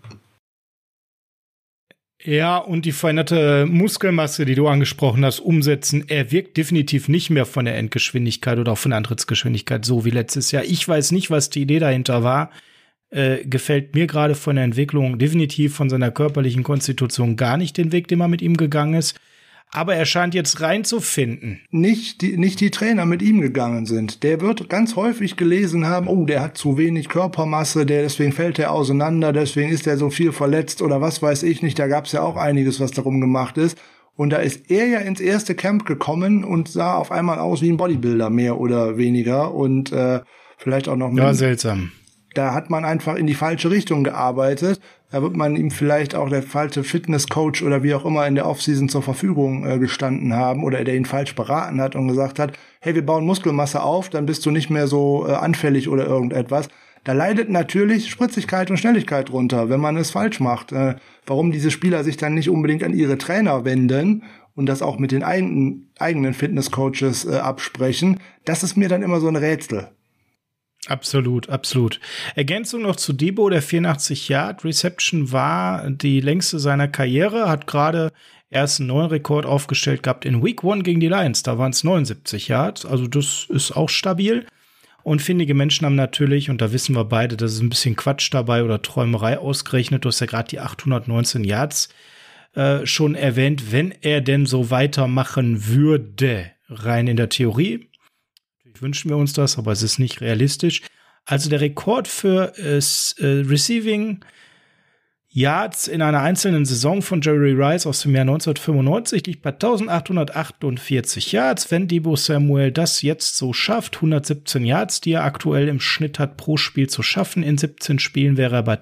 Speaker 1: Ja, und die veränderte Muskelmasse, die du angesprochen hast, umsetzen. Er wirkt definitiv nicht mehr von der Endgeschwindigkeit oder auch von der Antrittsgeschwindigkeit so wie letztes Jahr. Ich weiß nicht, was die Idee dahinter war. Gefällt mir gerade von der Entwicklung definitiv von seiner körperlichen Konstitution gar nicht den Weg, den man mit ihm gegangen ist. Aber er scheint jetzt reinzufinden.
Speaker 2: Nicht die Trainer mit ihm gegangen sind. Der wird ganz häufig gelesen haben, oh, der hat zu wenig Körpermasse, deswegen fällt er auseinander, deswegen ist er so viel verletzt oder was weiß ich nicht. Da gab es ja auch einiges, was darum gemacht ist. Und da ist er ja ins erste Camp gekommen und sah auf einmal aus wie ein Bodybuilder, mehr oder weniger. Und vielleicht auch noch mehr.
Speaker 1: Ja, seltsam.
Speaker 2: Da hat man einfach in die falsche Richtung gearbeitet. Da wird man ihm vielleicht auch der falsche Fitnesscoach oder wie auch immer in der Offseason zur Verfügung gestanden haben oder der ihn falsch beraten hat und gesagt hat, hey, wir bauen Muskelmasse auf, dann bist du nicht mehr so anfällig oder irgendetwas. Da leidet natürlich Spritzigkeit und Schnelligkeit drunter, wenn man es falsch macht. Warum diese Spieler sich dann nicht unbedingt an ihre Trainer wenden und das auch mit den eigenen Fitnesscoaches absprechen, das ist mir dann immer so ein Rätsel.
Speaker 1: Absolut, absolut. Ergänzung noch zu Debo, der 84 Yard Reception war die längste seiner Karriere, hat gerade erst einen neuen Rekord aufgestellt gehabt in Week 1 gegen die Lions, da waren es 79 Yards, also das ist auch stabil. Und findige Menschen haben natürlich, und da wissen wir beide, dass es ein bisschen Quatsch dabei oder Träumerei ausgerechnet, du hast ja gerade die 819 Yards schon erwähnt, wenn er denn so weitermachen würde, rein in der Theorie. Wünschen wir uns das, aber es ist nicht realistisch. Also der Rekord für Receiving Yards in einer einzelnen Saison von Jerry Rice aus dem Jahr 1995 liegt bei 1848 Yards. Wenn Deebo Samuel das jetzt so schafft, 117 Yards, die er aktuell im Schnitt hat, pro Spiel zu schaffen, in 17 Spielen wäre er bei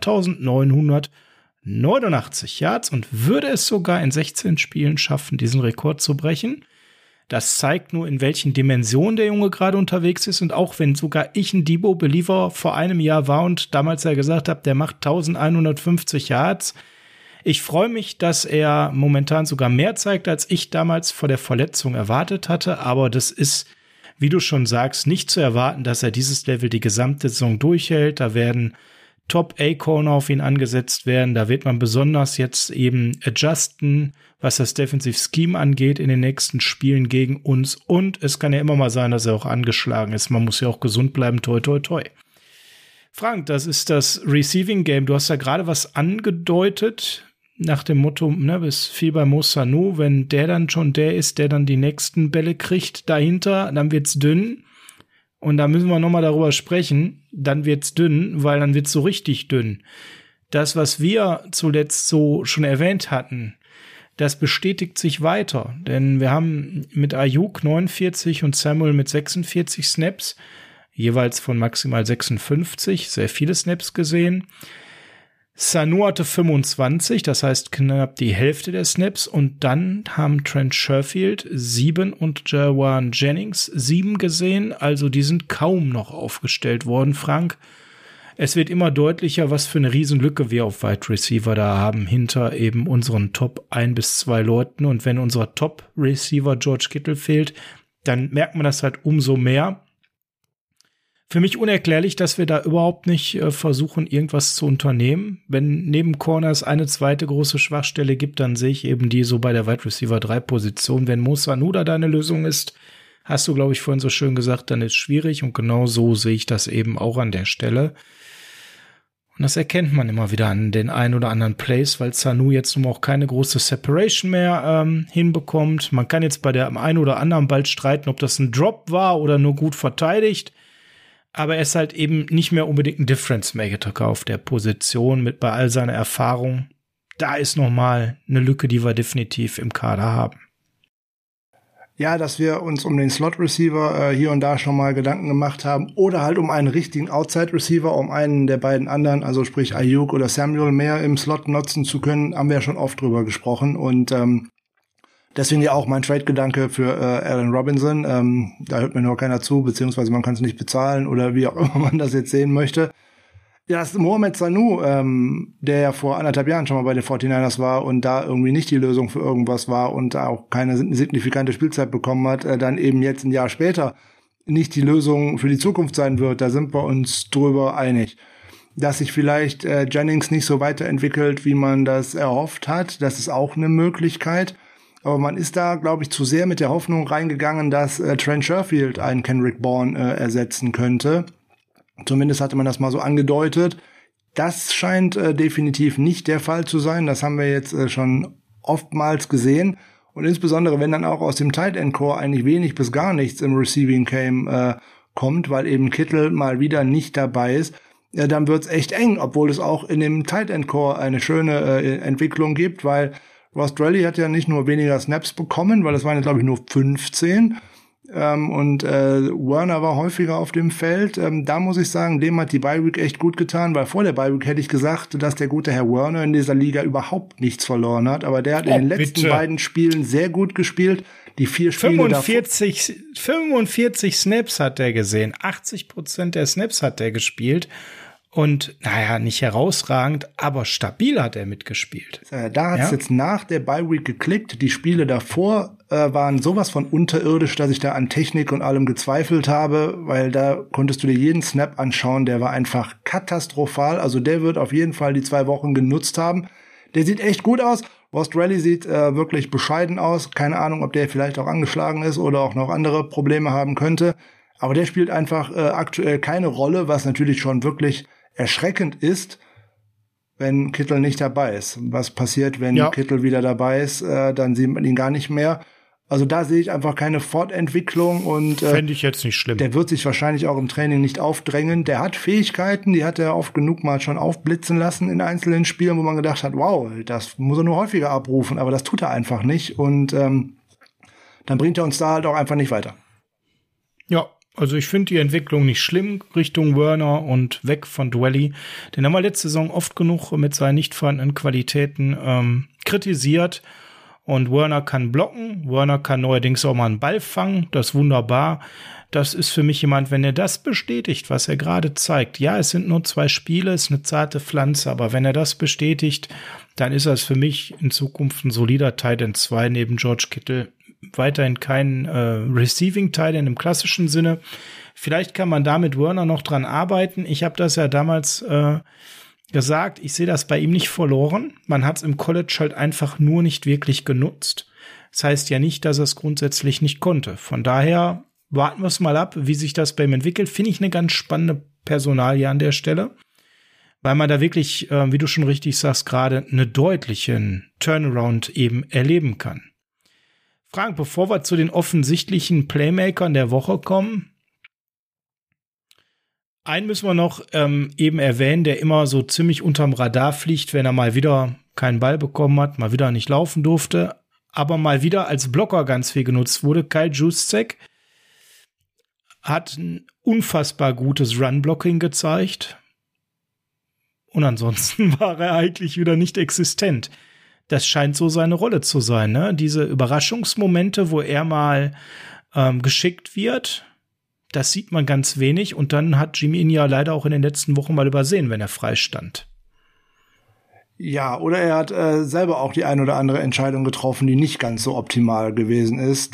Speaker 1: 1989 Yards und würde es sogar in 16 Spielen schaffen, diesen Rekord zu brechen. Das zeigt nur, in welchen Dimensionen der Junge gerade unterwegs ist. Und auch wenn sogar ich ein Debo-Believer vor einem Jahr war und damals ja gesagt habe, der macht 1150 Yards. Ich freue mich, dass er momentan sogar mehr zeigt, als ich damals vor der Verletzung erwartet hatte. Aber das ist, wie du schon sagst, nicht zu erwarten, dass er dieses Level die gesamte Saison durchhält. Da werden Top-A-Corner auf ihn angesetzt werden. Da wird man besonders jetzt eben adjusten, was das Defensive Scheme angeht in den nächsten Spielen gegen uns. Und es kann ja immer mal sein, dass er auch angeschlagen ist. Man muss ja auch gesund bleiben. Toi, toi, toi. Frank, das ist das Receiving Game. Du hast ja gerade was angedeutet nach dem Motto, ne, bis viel bei Mo Sanu. Wenn der dann schon der ist, der dann die nächsten Bälle kriegt dahinter, dann wird's dünn. Und da müssen wir noch mal darüber sprechen. Dann wird's dünn, weil dann wird's so richtig dünn. Das, was wir zuletzt so schon erwähnt hatten, das bestätigt sich weiter. Denn wir haben mit Ayuk 49 und Samuel mit 46 Snaps, jeweils von maximal 56, sehr viele Snaps gesehen. Sanu hatte 25, das heißt knapp die Hälfte der Snaps. Und dann haben Trent Sherfield 7 und Jawan Jennings 7 gesehen. Also die sind kaum noch aufgestellt worden, Frank. Es wird immer deutlicher, was für eine Riesenlücke wir auf Wide Receiver da haben, hinter eben unseren Top 1 bis 2 Leuten. Und wenn unser Top Receiver George Kittle fehlt, dann merkt man das halt umso mehr. Für mich unerklärlich, dass wir da überhaupt nicht versuchen, irgendwas zu unternehmen. Wenn neben Corners eine zweite große Schwachstelle gibt, dann sehe ich eben die so bei der Wide Receiver 3 Position. Wenn Mo Sanu da deine Lösung ist, hast du, glaube ich, vorhin so schön gesagt, dann ist es schwierig. Und genau so sehe ich das eben auch an der Stelle. Und das erkennt man immer wieder an den ein oder anderen Plays, weil Sanu jetzt nun auch keine große Separation mehr hinbekommt. Man kann jetzt bei dem einen oder anderen bald streiten, ob das ein Drop war oder nur gut verteidigt. Aber er ist halt eben nicht mehr unbedingt ein Difference-Maker auf der Position mit bei all seiner Erfahrung. Da ist noch mal eine Lücke, die wir definitiv im Kader haben.
Speaker 2: Ja, dass wir uns um den Slot-Receiver hier und da schon mal Gedanken gemacht haben oder halt um einen richtigen Outside-Receiver, um einen der beiden anderen, also sprich Ayuk oder Samuel, mehr im Slot nutzen zu können, haben wir ja schon oft drüber gesprochen. Und deswegen ja auch mein Trade-Gedanke für Allen Robinson. Da hört mir nur keiner zu, beziehungsweise man kann es nicht bezahlen oder wie auch immer man das jetzt sehen möchte. Ja, das ist Mohamed Sanu, der ja vor 1,5 Jahren schon mal bei den 49ers war und da irgendwie nicht die Lösung für irgendwas war und da auch keine signifikante Spielzeit bekommen hat, dann eben jetzt ein Jahr später nicht die Lösung für die Zukunft sein wird. Da sind wir uns drüber einig. Dass sich vielleicht Jennings nicht so weiterentwickelt, wie man das erhofft hat, das ist auch eine Möglichkeit. Aber man ist da, glaube ich, zu sehr mit der Hoffnung reingegangen, dass Trent Sherfield einen Kendrick Bourne ersetzen könnte. Zumindest hatte man das mal so angedeutet. Das scheint definitiv nicht der Fall zu sein. Das haben wir jetzt schon oftmals gesehen. Und insbesondere, wenn dann auch aus dem Tight End Core eigentlich wenig bis gar nichts im Receiving Game kommt, weil eben Kittle mal wieder nicht dabei ist, dann wird's echt eng, obwohl es auch in dem Tight End Core eine schöne Entwicklung gibt, weil Ross Drelly hat ja nicht nur weniger Snaps bekommen, weil es waren ja, glaube ich, nur 15, und Werner war häufiger auf dem Feld. Da muss ich sagen, dem hat die Bye-Week echt gut getan, weil vor der Bye-Week hätte ich gesagt, dass der gute Herr Werner in dieser Liga überhaupt nichts verloren hat. Aber der hat in den letzten beiden Spielen sehr gut gespielt. Die 4 Spiele
Speaker 1: 45 Snaps hat der gesehen. 80% der Snaps hat der gespielt. Und, naja, nicht herausragend, aber stabil hat er mitgespielt.
Speaker 2: Da hat es jetzt nach der Bye-Week geklickt. Die Spiele davor waren sowas von unterirdisch, dass ich da an Technik und allem gezweifelt habe, weil da konntest du dir jeden Snap anschauen. Der war einfach katastrophal. Also der wird auf jeden Fall die 2 Wochen genutzt haben. Der sieht echt gut aus. Ross Drelly sieht wirklich bescheiden aus. Keine Ahnung, ob der vielleicht auch angeschlagen ist oder auch noch andere Probleme haben könnte. Aber der spielt einfach aktuell keine Rolle, was natürlich schon wirklich erschreckend ist, wenn Kittel nicht dabei ist. Was passiert, wenn Kittel wieder dabei ist? Dann sieht man ihn gar nicht mehr. Also da sehe ich einfach keine Fortentwicklung und
Speaker 1: fände ich jetzt nicht schlimm.
Speaker 2: Der wird sich wahrscheinlich auch im Training nicht aufdrängen. Der hat Fähigkeiten, die hat er oft genug mal schon aufblitzen lassen in einzelnen Spielen, wo man gedacht hat, wow, das muss er nur häufiger abrufen, aber das tut er einfach nicht und dann bringt er uns da halt auch einfach nicht weiter.
Speaker 1: Ja. Also ich finde die Entwicklung nicht schlimm Richtung Werner und weg von Dwelly. Den haben wir letzte Saison oft genug mit seinen nicht vorhandenen Qualitäten kritisiert. Und Werner kann blocken. Werner kann neuerdings auch mal einen Ball fangen. Das ist wunderbar. Das ist für mich jemand, wenn er das bestätigt, was er gerade zeigt. Ja, es sind nur 2 Spiele, es ist eine zarte Pflanze. Aber wenn er das bestätigt, dann ist das für mich in Zukunft ein solider Tight End 2 neben George Kittle. Weiterhin kein Receiving-Tight End im klassischen Sinne. Vielleicht kann man da mit Werner noch dran arbeiten. Ich habe das ja damals gesagt, ich sehe das bei ihm nicht verloren. Man hat es im College halt einfach nur nicht wirklich genutzt. Das heißt ja nicht, dass er es grundsätzlich nicht konnte. Von daher warten wir es mal ab, wie sich das bei ihm entwickelt. Finde ich eine ganz spannende Personalie an der Stelle, weil man da wirklich, wie du schon richtig sagst, gerade einen deutlichen Turnaround eben erleben kann. Frank, bevor wir zu den offensichtlichen Playmakern der Woche kommen, einen müssen wir noch eben erwähnen, der immer so ziemlich unterm Radar fliegt, wenn er mal wieder keinen Ball bekommen hat, mal wieder nicht laufen durfte, aber mal wieder als Blocker ganz viel genutzt wurde. Kyle Juszczyk hat ein unfassbar gutes Run-Blocking gezeigt und ansonsten war er eigentlich wieder nicht existent. Das scheint so seine Rolle zu sein, ne? Diese Überraschungsmomente, wo er mal geschickt wird, das sieht man ganz wenig. Und dann hat Jimmy ihn ja leider auch in den letzten Wochen mal übersehen, wenn er frei stand.
Speaker 2: Ja, oder er hat selber auch die ein oder andere Entscheidung getroffen, die nicht ganz so optimal gewesen ist.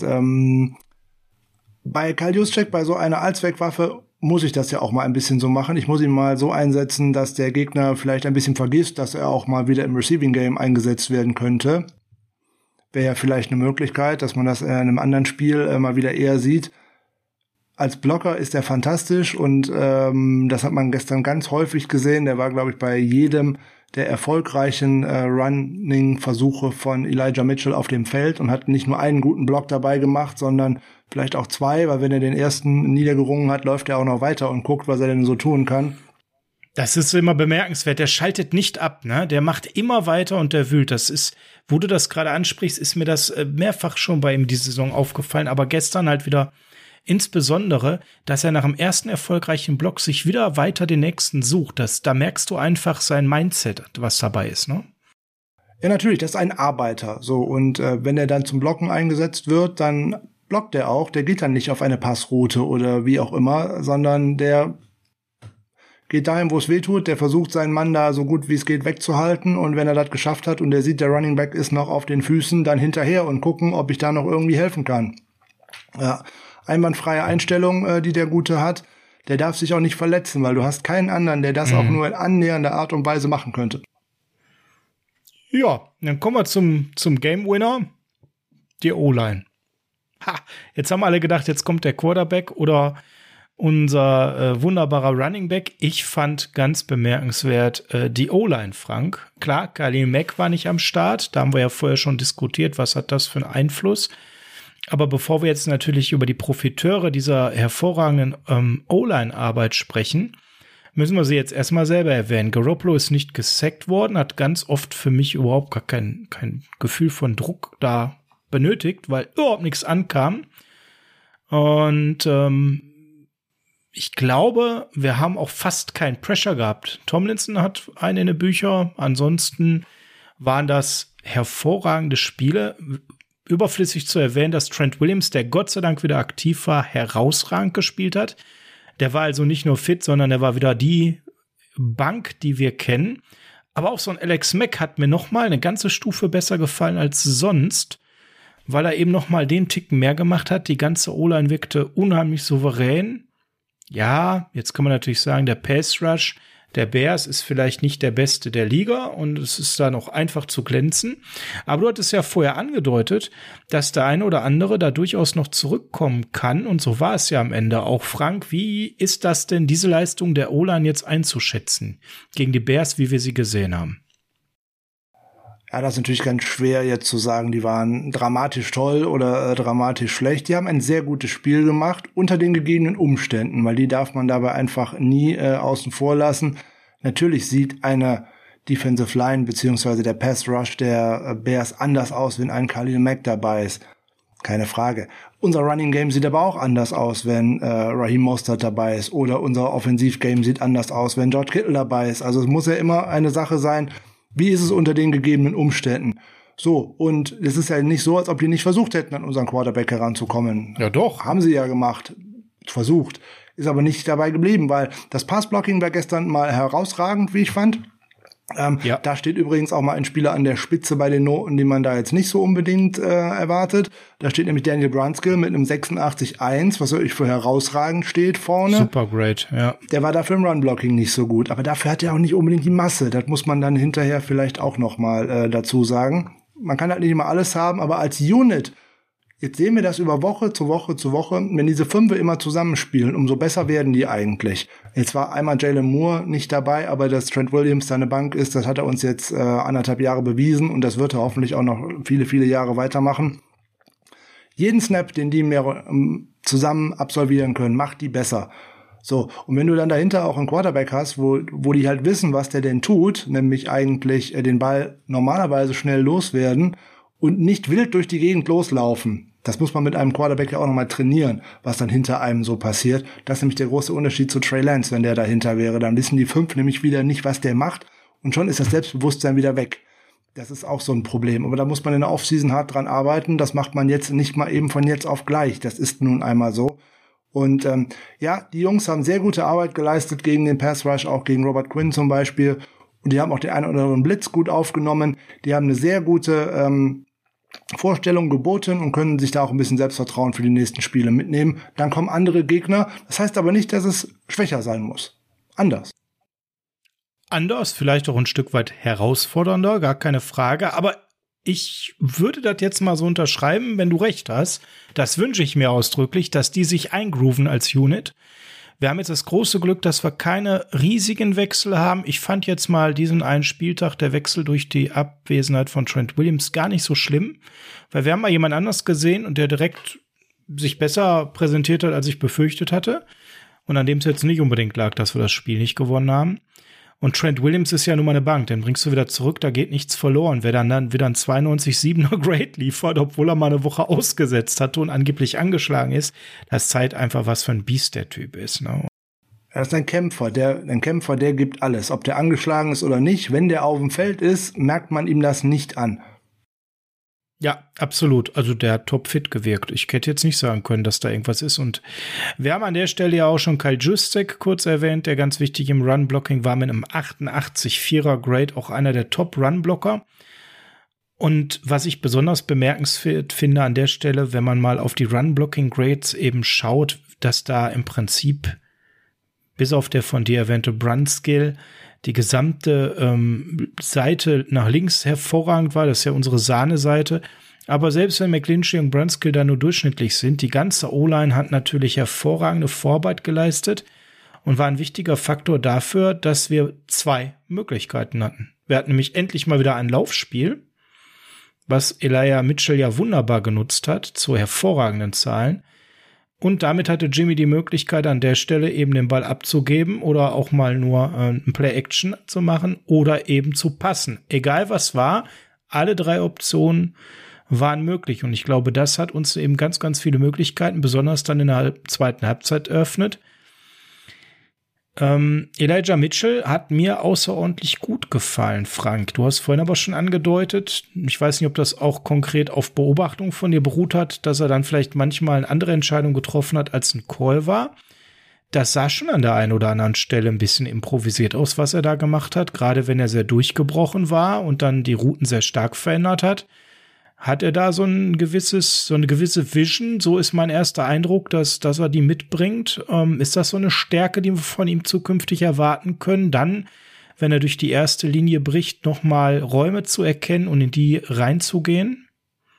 Speaker 2: Bei Kyle Juszczyk, bei so einer Allzweckwaffe, muss ich das ja auch mal ein bisschen so machen. Ich muss ihn mal so einsetzen, dass der Gegner vielleicht ein bisschen vergisst, dass er auch mal wieder im Receiving Game eingesetzt werden könnte. Wäre ja vielleicht eine Möglichkeit, dass man das in einem anderen Spiel mal wieder eher sieht. als Blocker ist er fantastisch und das hat man gestern ganz häufig gesehen. Der war, glaube ich, bei jedem der erfolgreichen Running-Versuche von Elijah Mitchell auf dem Feld und hat nicht nur einen guten Block dabei gemacht, sondern vielleicht auch zwei, weil wenn er den ersten niedergerungen hat, läuft er auch noch weiter und guckt, was er denn so tun kann.
Speaker 1: Das ist immer bemerkenswert. Der schaltet nicht ab, ne? Der macht immer weiter und der wühlt. Das ist, wo du das gerade ansprichst, ist mir das mehrfach schon bei ihm diese Saison aufgefallen. Aber gestern halt wieder insbesondere, dass er nach dem ersten erfolgreichen Block sich wieder weiter den nächsten sucht. Da merkst du einfach sein Mindset, was dabei ist, ne?
Speaker 2: Ja, natürlich, das ist ein Arbeiter. So, und wenn er dann zum Blocken eingesetzt wird, dann blockt er auch. Der geht dann nicht auf eine Passroute oder wie auch immer, sondern der geht dahin, wo es weh tut. Der versucht, seinen Mann da so gut wie es geht wegzuhalten. Und wenn er das geschafft hat und er sieht, der Running Back ist noch auf den Füßen, dann hinterher und gucken, ob ich da noch irgendwie helfen kann. Ja, einwandfreie Einstellung, die der Gute hat. Der darf sich auch nicht verletzen, weil du hast keinen anderen, der das auch nur in annähernder Art und Weise machen könnte.
Speaker 1: Ja, dann kommen wir zum Game Winner, die O-Line. Jetzt haben alle gedacht, jetzt kommt der Quarterback oder unser wunderbarer Running Back. Ich fand ganz bemerkenswert die O-Line, Frank. Klar, Khalil Mack war nicht am Start. Da haben wir ja vorher schon diskutiert, was hat das für einen Einfluss. Aber bevor wir jetzt natürlich über die Profiteure dieser hervorragenden O-Line-Arbeit sprechen, müssen wir sie jetzt erstmal selber erwähnen. Garoppolo ist nicht gesackt worden, hat ganz oft für mich überhaupt gar kein Gefühl von Druck da benötigt, weil überhaupt nichts ankam. Und ich glaube, wir haben auch fast keinen Pressure gehabt. Tomlinson hat einen in den Büchern. Ansonsten waren das hervorragende Spiele. Überflüssig zu erwähnen, dass Trent Williams, der Gott sei Dank wieder aktiv war, herausragend gespielt hat. Der war also nicht nur fit, sondern der war wieder die Bank, die wir kennen. Aber auch so ein Alex Mack hat mir noch mal eine ganze Stufe besser gefallen als sonst, weil er eben noch mal den Ticken mehr gemacht hat. Die ganze O-Line wirkte unheimlich souverän. Ja, jetzt kann man natürlich sagen, der Pass Rush der Bears ist vielleicht nicht der beste der Liga und es ist da noch einfach zu glänzen. Aber du hattest ja vorher angedeutet, dass der eine oder andere da durchaus noch zurückkommen kann und so war es ja am Ende auch. Frank, wie ist das denn, diese Leistung der O-Line jetzt einzuschätzen gegen die Bears, wie wir sie gesehen haben?
Speaker 2: Ja, das ist natürlich ganz schwer jetzt zu sagen, die waren dramatisch toll oder dramatisch schlecht. Die haben ein sehr gutes Spiel gemacht unter den gegebenen Umständen, weil die darf man dabei einfach nie außen vor lassen. Natürlich sieht eine Defensive Line beziehungsweise der Pass Rush der Bears anders aus, wenn ein Khalil Mack dabei ist. Keine Frage. Unser Running Game sieht aber auch anders aus, wenn Raheem Mostert dabei ist. Oder unser Offensivgame sieht anders aus, wenn George Kittle dabei ist. Also es muss ja immer eine Sache sein, wie ist es unter den gegebenen Umständen? So, und es ist ja nicht so, als ob die nicht versucht hätten, an unseren Quarterback heranzukommen.
Speaker 1: Ja doch.
Speaker 2: Haben sie ja gemacht. Versucht. Ist aber nicht dabei geblieben, weil das Passblocking war gestern mal herausragend, wie ich fand.
Speaker 1: Ja.
Speaker 2: Da steht übrigens auch mal ein Spieler an der Spitze bei den Noten, die man da jetzt nicht so unbedingt erwartet. Da steht nämlich Daniel Brunskill mit einem 86,1, was wirklich für herausragend steht vorne.
Speaker 1: Super great, ja.
Speaker 2: Der war dafür im Run-Blocking nicht so gut, aber dafür hat er auch nicht unbedingt die Masse. Das muss man dann hinterher vielleicht auch noch mal dazu sagen. Man kann halt nicht immer alles haben, aber als Unit, jetzt sehen wir das über Woche zu Woche zu Woche, wenn diese Fünfe immer zusammenspielen, umso besser werden die eigentlich. Jetzt war einmal Jalen Moore nicht dabei, aber dass Trent Williams da eine Bank ist, das hat er uns jetzt 1,5 Jahre bewiesen und das wird er hoffentlich auch noch viele, viele Jahre weitermachen. Jeden Snap, den die mehr zusammen absolvieren können, macht die besser. So, und wenn du dann dahinter auch einen Quarterback hast, wo die halt wissen, was der denn tut, nämlich eigentlich den Ball normalerweise schnell loswerden und nicht wild durch die Gegend loslaufen. Das muss man mit einem Quarterback ja auch nochmal trainieren, was dann hinter einem so passiert. Das ist nämlich der große Unterschied zu Trey Lance, wenn der dahinter wäre. Dann wissen die 5 nämlich wieder nicht, was der macht und schon ist das Selbstbewusstsein wieder weg. Das ist auch so ein Problem. Aber da muss man in der Offseason hart dran arbeiten. Das macht man jetzt nicht mal eben von jetzt auf gleich. Das ist nun einmal so. Und ja, die Jungs haben sehr gute Arbeit geleistet gegen den Pass Rush, auch gegen Robert Quinn zum Beispiel. Und die haben auch den einen oder anderen Blitz gut aufgenommen. Die haben eine sehr gute Vorstellung geboten und können sich da auch ein bisschen Selbstvertrauen für die nächsten Spiele mitnehmen. Dann kommen andere Gegner. Das heißt aber nicht, dass es schwächer sein muss. Anders.
Speaker 1: Anders, vielleicht auch ein Stück weit herausfordernder, gar keine Frage. Aber ich würde das jetzt mal so unterschreiben, wenn du recht hast. Das wünsche ich mir ausdrücklich, dass die sich eingrooven als Unit. Wir haben jetzt das große Glück, dass wir keine riesigen Wechsel haben. Ich fand jetzt mal diesen einen Spieltag, der Wechsel durch die Abwesenheit von Trent Williams, gar nicht so schlimm. Weil wir haben mal jemand anders gesehen und der direkt sich besser präsentiert hat, als ich befürchtet hatte. Und an dem es jetzt nicht unbedingt lag, dass wir das Spiel nicht gewonnen haben. Und Trent Williams ist ja nun mal eine Bank, den bringst du wieder zurück, da geht nichts verloren. Wer dann wieder ein 92,7er Grade liefert, obwohl er mal eine Woche ausgesetzt hatte und angeblich angeschlagen ist, das zeigt einfach, was für ein Biest der Typ ist. Ne?
Speaker 2: Er ist ein Kämpfer, der gibt alles. Ob der angeschlagen ist oder nicht, wenn der auf dem Feld ist, merkt man ihm das nicht an.
Speaker 1: Ja, absolut. Also der hat topfit gewirkt. Ich hätte jetzt nicht sagen können, dass da irgendwas ist. Und wir haben an der Stelle ja auch schon Kyle Juszczyk kurz erwähnt, der ganz wichtig im Run-Blocking war, mit einem 88,4er Grade, auch einer der Top-Run-Blocker. Und was ich besonders bemerkenswert finde an der Stelle, wenn man mal auf die Run-Blocking-Grades eben schaut, dass da im Prinzip bis auf der von dir erwähnte Brun-Skill die gesamte Seite nach links hervorragend war. Das ist ja unsere Sahne-Seite. Aber selbst wenn McGlinchey und Brunskill da nur durchschnittlich sind, die ganze O-Line hat natürlich hervorragende Vorarbeit geleistet und war ein wichtiger Faktor dafür, dass wir 2 Möglichkeiten hatten. Wir hatten nämlich endlich mal wieder ein Laufspiel, was Elijah Mitchell ja wunderbar genutzt hat, zu hervorragenden Zahlen. Und damit hatte Jimmy die Möglichkeit, an der Stelle eben den Ball abzugeben oder auch mal nur ein Play-Action zu machen oder eben zu passen. Egal was war, alle 3 Optionen waren möglich. Und ich glaube, das hat uns eben ganz, ganz viele Möglichkeiten, besonders dann in der zweiten Halbzeit eröffnet. Elijah Mitchell hat mir außerordentlich gut gefallen, Frank. Du hast vorhin aber schon angedeutet, ich weiß nicht, ob das auch konkret auf Beobachtung von dir beruht hat, dass er dann vielleicht manchmal eine andere Entscheidung getroffen hat, als ein Call war. Das sah schon an der einen oder anderen Stelle ein bisschen improvisiert aus, was er da gemacht hat. Gerade wenn er sehr durchgebrochen war und dann die Routen sehr stark verändert hat. Hat er da so eine gewisse Vision? So ist mein erster Eindruck, dass er die mitbringt. Ist das so eine Stärke, die wir von ihm zukünftig erwarten können? Dann, wenn er durch die erste Linie bricht, nochmal Räume zu erkennen und in die reinzugehen?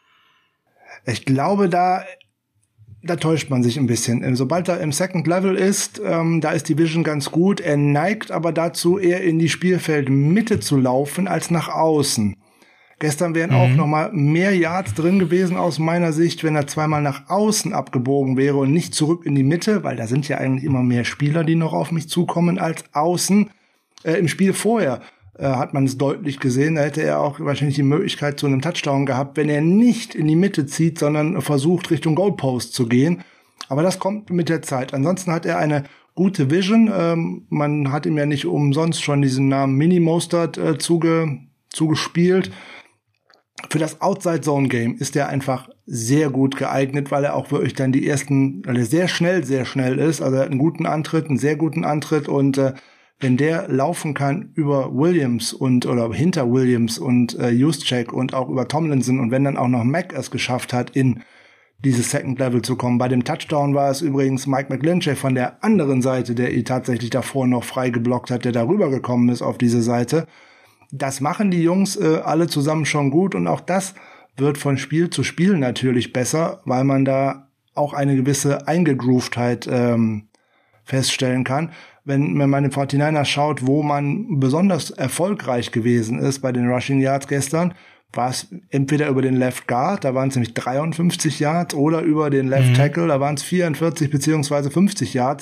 Speaker 2: Ich glaube, da täuscht man sich ein bisschen. Sobald er im Second Level ist, da ist die Vision ganz gut. Er neigt aber dazu, eher in die Spielfeldmitte zu laufen als nach außen. Gestern wären auch noch mal mehr Yards drin gewesen aus meiner Sicht, wenn er zweimal nach außen abgebogen wäre und nicht zurück in die Mitte, weil da sind ja eigentlich immer mehr Spieler, die noch auf mich zukommen, als außen. Im Spiel vorher hat man es deutlich gesehen, da hätte er auch wahrscheinlich die Möglichkeit zu einem Touchdown gehabt, wenn er nicht in die Mitte zieht, sondern versucht, Richtung Goalpost zu gehen. Aber das kommt mit der Zeit. Ansonsten hat er eine gute Vision. Man hat ihm ja nicht umsonst schon diesen Namen Mini-Mostert zugespielt. Für das Outside-Zone-Game ist er einfach sehr gut geeignet, weil er auch wirklich dann weil er sehr schnell ist. Also er hat einen sehr guten Antritt und wenn der laufen kann über Williams oder hinter Williams und Juszczyk und auch über Tomlinson und wenn dann auch noch Mack es geschafft hat, in dieses Second Level zu kommen. Bei dem Touchdown war es übrigens Mike McGlinchey von der anderen Seite, der ihn tatsächlich davor noch frei geblockt hat, der darüber gekommen ist auf diese Seite. Das machen die Jungs alle zusammen schon gut und auch das wird von Spiel zu Spiel natürlich besser, weil man da auch eine gewisse Eingegroovedheit feststellen kann. Wenn man den 49ers schaut, wo man besonders erfolgreich gewesen ist bei den Rushing Yards gestern, war es entweder über den Left Guard, da waren es nämlich 53 Yards, oder über den Left Tackle, da waren es 44 beziehungsweise 50 Yards.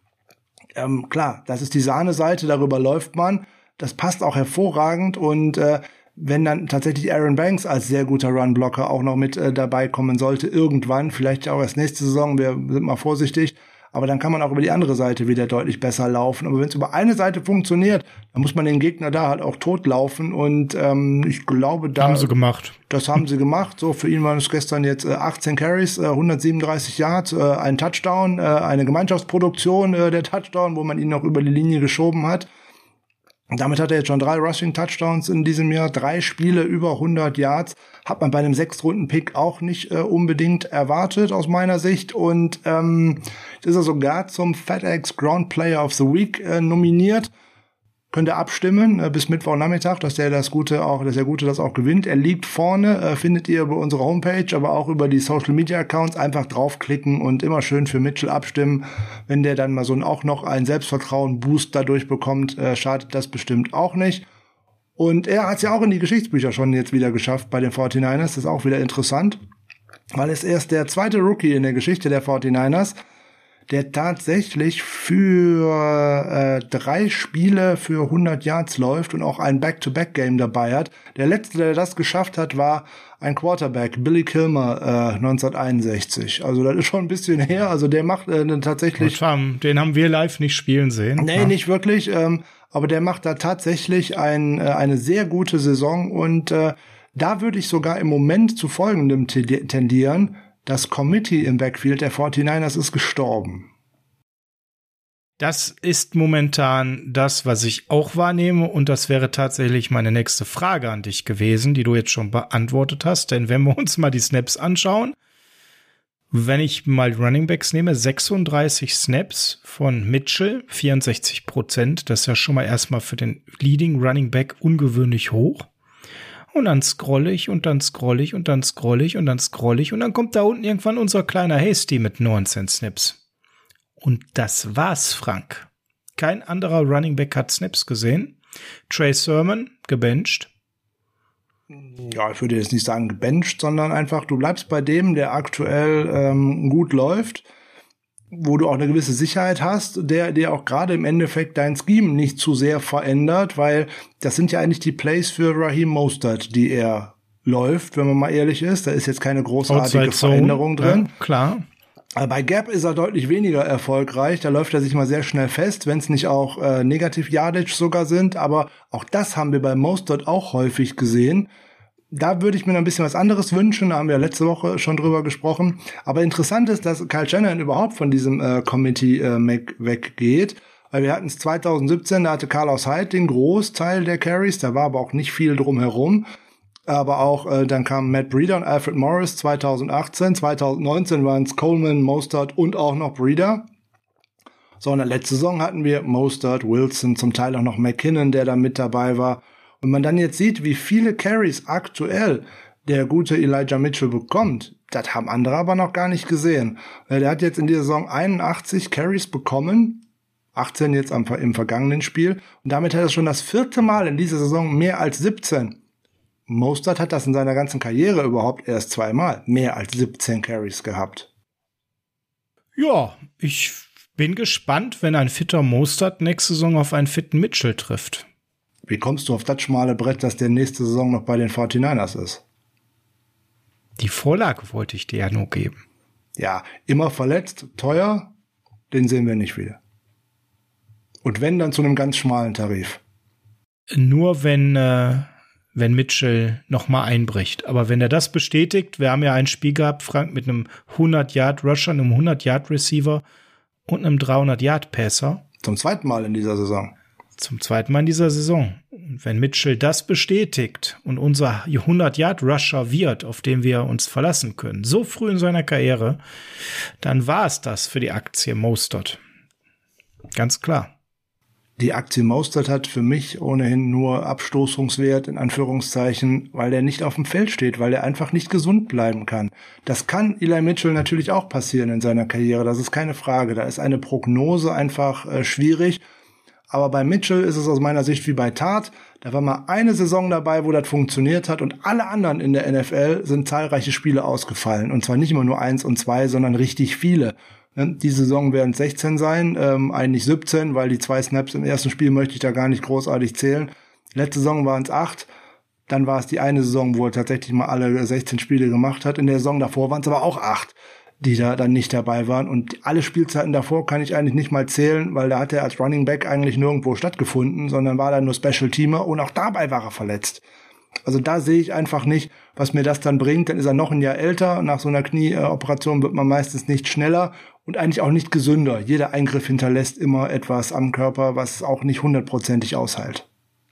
Speaker 2: Klar, das ist die Sahneseite, darüber läuft man. Das passt auch hervorragend und wenn dann tatsächlich Aaron Banks als sehr guter Run-Blocker auch noch mit dabei kommen sollte, irgendwann, vielleicht auch erst nächste Saison, wir sind mal vorsichtig, aber dann kann man auch über die andere Seite wieder deutlich besser laufen. Aber wenn es über eine Seite funktioniert, dann muss man den Gegner da halt auch totlaufen und ich glaube, da
Speaker 1: haben sie gemacht.
Speaker 2: Das haben sie gemacht. So, für ihn waren es gestern jetzt 18 Carries, 137 Yards, ein Touchdown, eine Gemeinschaftsproduktion der Touchdown, wo man ihn noch über die Linie geschoben hat. Damit hat er jetzt schon 3 Rushing-Touchdowns in diesem Jahr, 3 Spiele über 100 Yards. Hat man bei einem 6-Runden-Pick auch nicht unbedingt erwartet aus meiner Sicht. Und ist er sogar zum FedEx Ground Player of the Week nominiert. könnt ihr abstimmen bis Mittwochnachmittag, dass der Gute das auch gewinnt. Er liegt vorne, findet ihr über unsere Homepage, aber auch über die Social Media Accounts. Einfach draufklicken und immer schön für Mitchell abstimmen. Wenn der dann mal auch noch einen Selbstvertrauen-Boost dadurch bekommt, schadet das bestimmt auch nicht. Und er hat es ja auch in die Geschichtsbücher schon jetzt wieder geschafft bei den 49ers. Das ist auch wieder interessant, weil es erst der zweite Rookie in der Geschichte der 49ers, der tatsächlich für 3 Spiele für 100 Yards läuft und auch ein Back-to-Back-Game dabei hat. Der letzte, der das geschafft hat, war ein Quarterback, Billy Kilmer, 1961. Also das ist schon ein bisschen her. Also der macht tatsächlich...
Speaker 1: Den haben wir live nicht spielen sehen.
Speaker 2: Nee, nicht wirklich. Aber der macht da tatsächlich eine sehr gute Saison. Und da würde ich sogar im Moment zu Folgendem tendieren. Das Committee im Backfield der 49ers ist gestorben.
Speaker 1: Das ist momentan das, was ich auch wahrnehme. Und das wäre tatsächlich meine nächste Frage an dich gewesen, die du jetzt schon beantwortet hast. Denn wenn wir uns mal die Snaps anschauen, wenn ich mal Running Backs nehme, 36 Snaps von Mitchell, 64%. Das ist ja schon mal erstmal für den Leading Running Back ungewöhnlich hoch. Und dann scrolle ich und dann scrolle ich und dann scrolle ich und dann scrolle ich und dann kommt da unten irgendwann unser kleiner Hasty mit 19 Snaps. Und das war's, Frank. Kein anderer Running Back hat Snaps gesehen. Trey Sermon, gebencht.
Speaker 2: Ja, ich würde jetzt nicht sagen gebencht, sondern einfach, du bleibst bei dem, der aktuell gut läuft, wo du auch eine gewisse Sicherheit hast, der auch gerade im Endeffekt dein Scheme nicht zu sehr verändert, weil das sind ja eigentlich die Plays für Raheem Mostert, die er läuft, wenn man mal ehrlich ist. Da ist jetzt keine großartige Veränderung drin.
Speaker 1: Ja, klar.
Speaker 2: Aber bei Gap ist er deutlich weniger erfolgreich. Da läuft er sich mal sehr schnell fest, wenn es nicht auch Negative Yardage sogar sind. Aber auch das haben wir bei Mostert auch häufig gesehen. Da würde ich mir noch ein bisschen was anderes wünschen. Da haben wir letzte Woche schon drüber gesprochen. Aber interessant ist, dass Kyle Shanahan überhaupt von diesem Committee weggeht. Weil wir hatten es 2017, da hatte Carlos Hyde den Großteil der Carries. Da war aber auch nicht viel drumherum. Aber auch dann kamen Matt Breida und Alfred Morris 2018. 2019 waren es Coleman, Mostert und auch noch Breida. So, in der letzten Saison hatten wir Mostert, Wilson, zum Teil auch noch McKinnon, der da mit dabei war. Und man dann jetzt sieht, wie viele Carries aktuell der gute Elijah Mitchell bekommt, das haben andere aber noch gar nicht gesehen. Der hat jetzt in dieser Saison 81 Carries bekommen, 18 jetzt im vergangenen Spiel. Und damit hat er schon das 4. Mal in dieser Saison mehr als 17. Mostert hat das in seiner ganzen Karriere überhaupt erst 2 Mal mehr als 17 Carries gehabt.
Speaker 1: Ja, ich bin gespannt, wenn ein fitter Mostert nächste Saison auf einen fitten Mitchell trifft.
Speaker 2: Wie kommst du auf das schmale Brett, dass der nächste Saison noch bei den 49ers ist?
Speaker 1: Die Vorlage wollte ich dir ja nur geben.
Speaker 2: Ja, immer verletzt, teuer, den sehen wir nicht wieder. Und wenn, dann zu einem ganz schmalen Tarif.
Speaker 1: Nur wenn Mitchell nochmal einbricht. Aber wenn er das bestätigt, wir haben ja ein Spiel gehabt, Frank, mit einem 100-Yard-Rusher, einem 100-Yard-Receiver und einem 300-Yard-Passer.
Speaker 2: Zum 2. Mal in dieser Saison.
Speaker 1: Zum 2. Mal in dieser Saison. Und wenn Mitchell das bestätigt und unser 100-Yard-Rusher wird, auf den wir uns verlassen können, so früh in seiner Karriere, dann war es das für die Aktie Mostert. Ganz klar.
Speaker 2: Die Aktie Mostert hat für mich ohnehin nur Abstoßungswert, in Anführungszeichen, weil der nicht auf dem Feld steht, weil er einfach nicht gesund bleiben kann. Das kann Eli Mitchell natürlich auch passieren in seiner Karriere, das ist keine Frage. Da ist eine Prognose einfach schwierig. Aber bei Mitchell ist es aus meiner Sicht wie bei Tat. Da war mal eine Saison dabei, wo das funktioniert hat und alle anderen in der NFL sind zahlreiche Spiele ausgefallen. Und zwar nicht immer nur 1 und 2, sondern richtig viele. Die Saison werden 16 sein, eigentlich 17, weil die 2 Snaps im ersten Spiel möchte ich da gar nicht großartig zählen. Letzte Saison waren es 8. Dann war es die eine Saison, wo er tatsächlich mal alle 16 Spiele gemacht hat. In der Saison davor waren es aber auch 8. Die da dann nicht dabei waren. Und alle Spielzeiten davor kann ich eigentlich nicht mal zählen, weil da hat er als Running Back eigentlich nirgendwo stattgefunden, sondern war dann nur Special Teamer und auch dabei war er verletzt. Also da sehe ich einfach nicht, was mir das dann bringt. Dann ist er noch ein Jahr älter. Nach so einer Knieoperation wird man meistens nicht schneller und eigentlich auch nicht gesünder. Jeder Eingriff hinterlässt immer etwas am Körper, was auch nicht 100%ig aushält.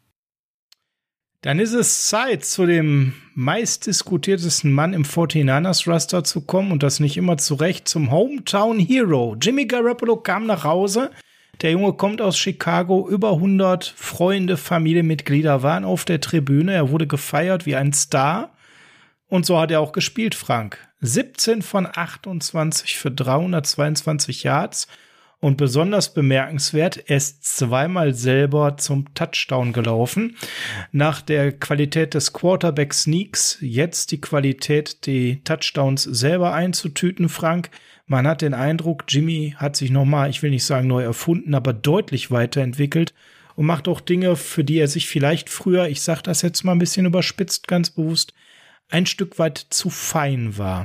Speaker 1: Dann ist es Zeit, zu dem meistdiskutiertesten Mann im 49ers-Roster zu kommen und das nicht immer zu Recht, zum Hometown Hero. Jimmy Garoppolo kam nach Hause, Der Junge kommt aus Chicago, über 100 Freunde, Familienmitglieder waren auf der Tribüne. Er wurde gefeiert wie ein Star. Und so hat er auch gespielt, Frank. 17 von 28 für 322 Yards. Und besonders bemerkenswert, er ist zweimal selber zum Touchdown gelaufen. Nach der Qualität des Quarterback-Sneaks jetzt die Qualität, die Touchdowns selber einzutüten, Frank. Man hat den Eindruck, Jimmy hat sich nochmal, ich will nicht sagen neu erfunden, aber deutlich weiterentwickelt und macht auch Dinge, für die er sich vielleicht früher, ich sag das jetzt mal ein bisschen überspitzt, ganz bewusst, ein Stück weit zu fein war.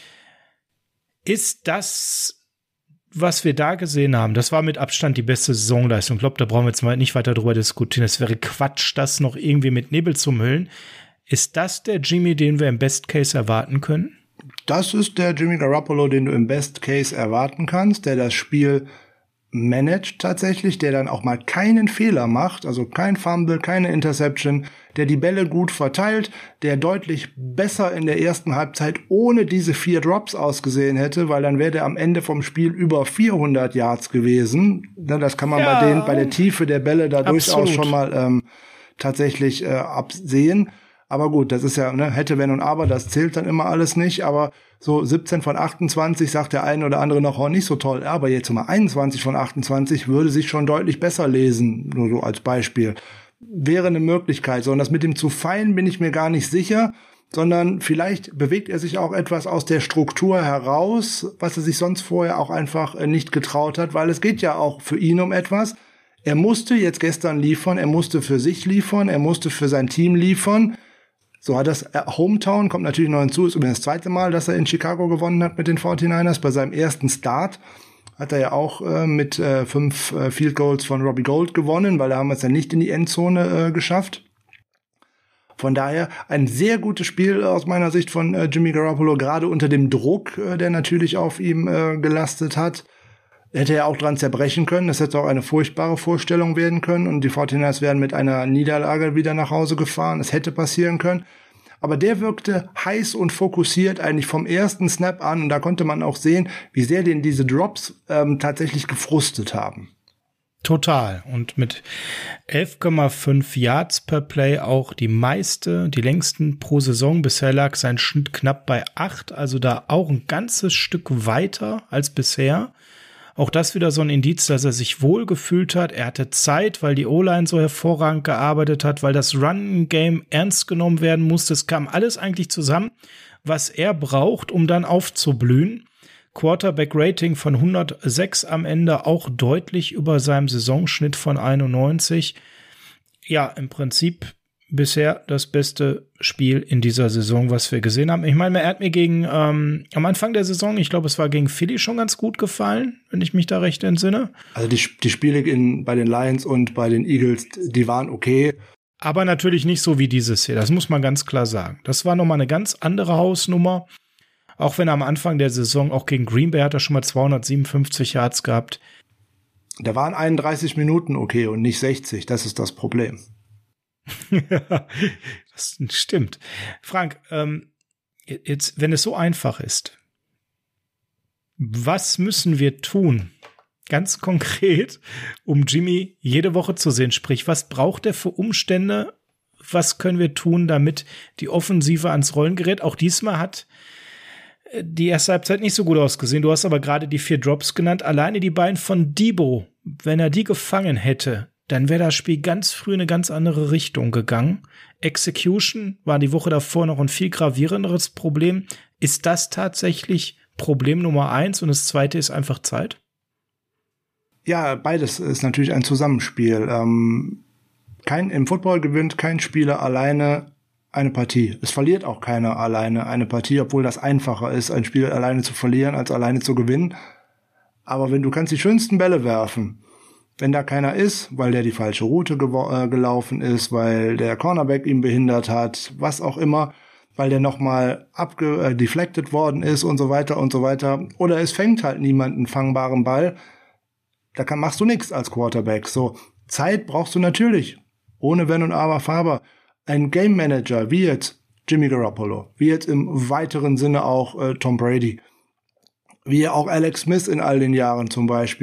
Speaker 1: Ist das, was wir da gesehen haben, das war mit Abstand die beste Saisonleistung. Ich glaube, da brauchen wir jetzt mal nicht weiter drüber diskutieren. Es wäre Quatsch, das noch irgendwie mit Nebel zu müllen. Ist das der Jimmy, den wir im Best Case erwarten können?
Speaker 2: Das ist der Jimmy Garoppolo, den du im Best Case erwarten kannst, der das Spiel managt tatsächlich, der dann auch mal keinen Fehler macht, also kein Fumble, keine Interception, der die Bälle gut verteilt, der deutlich besser in der ersten Halbzeit ohne diese 4 Drops ausgesehen hätte, weil dann wäre der am Ende vom Spiel über 400 Yards gewesen. Das kann man bei der Tiefe der Bälle da durchaus schon mal tatsächlich absehen. Aber gut, das ist ja, hätte, wenn und aber, das zählt dann immer alles nicht. Aber so 17 von 28 sagt der eine oder andere noch, nicht so toll. Aber jetzt mal 21 von 28 würde sich schon deutlich besser lesen, nur so als Beispiel. Wäre eine Möglichkeit. So, und das mit dem zu fein bin ich mir gar nicht sicher, sondern vielleicht bewegt er sich auch etwas aus der Struktur heraus, was er sich sonst vorher auch einfach nicht getraut hat, weil es geht ja auch für ihn um etwas. Er musste jetzt gestern liefern, er musste für sich liefern, er musste für sein Team liefern. So hat das Hometown, kommt natürlich noch hinzu, ist übrigens das zweite Mal, dass er in Chicago gewonnen hat mit den 49ers. Bei seinem ersten Start hat er ja auch mit 5 Field Goals von Robbie Gould gewonnen, weil da haben wir es ja nicht in die Endzone geschafft. Von daher ein sehr gutes Spiel aus meiner Sicht von Jimmy Garoppolo, gerade unter dem Druck, der natürlich auf ihm gelastet hat. Hätte er auch dran zerbrechen können. Das hätte auch eine furchtbare Vorstellung werden können. Und die 49ers wären mit einer Niederlage wieder nach Hause gefahren. Es hätte passieren können. Aber der wirkte heiß und fokussiert eigentlich vom ersten Snap an. Und da konnte man auch sehen, wie sehr den diese Drops tatsächlich gefrustet haben.
Speaker 1: Total. Und mit 11,5 Yards per Play auch die längsten pro Saison. Bisher lag sein Schnitt knapp bei 8. Also da auch ein ganzes Stück weiter als bisher. Auch das wieder so ein Indiz, dass er sich wohl gefühlt hat. Er hatte Zeit, weil die O-Line so hervorragend gearbeitet hat, weil das Run-Game ernst genommen werden musste. Es kam alles eigentlich zusammen, was er braucht, um dann aufzublühen. Quarterback-Rating von 106 am Ende, auch deutlich über seinem Saisonschnitt von 91. Ja, im Prinzip bisher das beste Spiel in dieser Saison, was wir gesehen haben. Ich meine, er hat mir am Anfang der Saison, ich glaube, es war gegen Philly schon ganz gut gefallen, wenn ich mich da recht entsinne.
Speaker 2: Also die Spiele bei den Lions und bei den Eagles, die waren okay.
Speaker 1: Aber natürlich nicht so wie dieses hier, das muss man ganz klar sagen. Das war nochmal eine ganz andere Hausnummer. Auch wenn er am Anfang der Saison, auch gegen Green Bay hat er schon mal 257 Yards gehabt.
Speaker 2: Da waren 31 Minuten okay und nicht 60, das ist das Problem.
Speaker 1: Das stimmt. Frank, jetzt, wenn es so einfach ist, was müssen wir tun, ganz konkret, um Jimmy jede Woche zu sehen? Sprich, was braucht er für Umstände? Was können wir tun, damit die Offensive ans Rollen gerät? Auch diesmal hat die erste Halbzeit nicht so gut ausgesehen. Du hast aber gerade die 4 Drops genannt. Alleine die beiden von Debo, wenn er die gefangen hätte, dann wäre das Spiel ganz früh in eine ganz andere Richtung gegangen. Execution war die Woche davor noch ein viel gravierenderes Problem. Ist das tatsächlich Problem Nummer 1 und das zweite ist einfach Zeit?
Speaker 2: Ja, beides ist natürlich ein Zusammenspiel. Im Football gewinnt kein Spieler alleine eine Partie. Es verliert auch keiner alleine eine Partie, obwohl das einfacher ist, ein Spiel alleine zu verlieren, als alleine zu gewinnen. Aber wenn du kannst die schönsten Bälle werfen, wenn da keiner ist, weil der die falsche Route gelaufen ist, weil der Cornerback ihn behindert hat, was auch immer, weil der nochmal deflected worden ist und so weiter und so weiter. Oder es fängt halt niemand einen fangbaren Ball. Da machst du nichts als Quarterback. So, Zeit brauchst du natürlich. Ohne Wenn und Aber Faber. Ein Game Manager wie jetzt Jimmy Garoppolo, wie jetzt im weiteren Sinne auch Tom Brady, wie auch Alex Smith in all den Jahren zum Beispiel,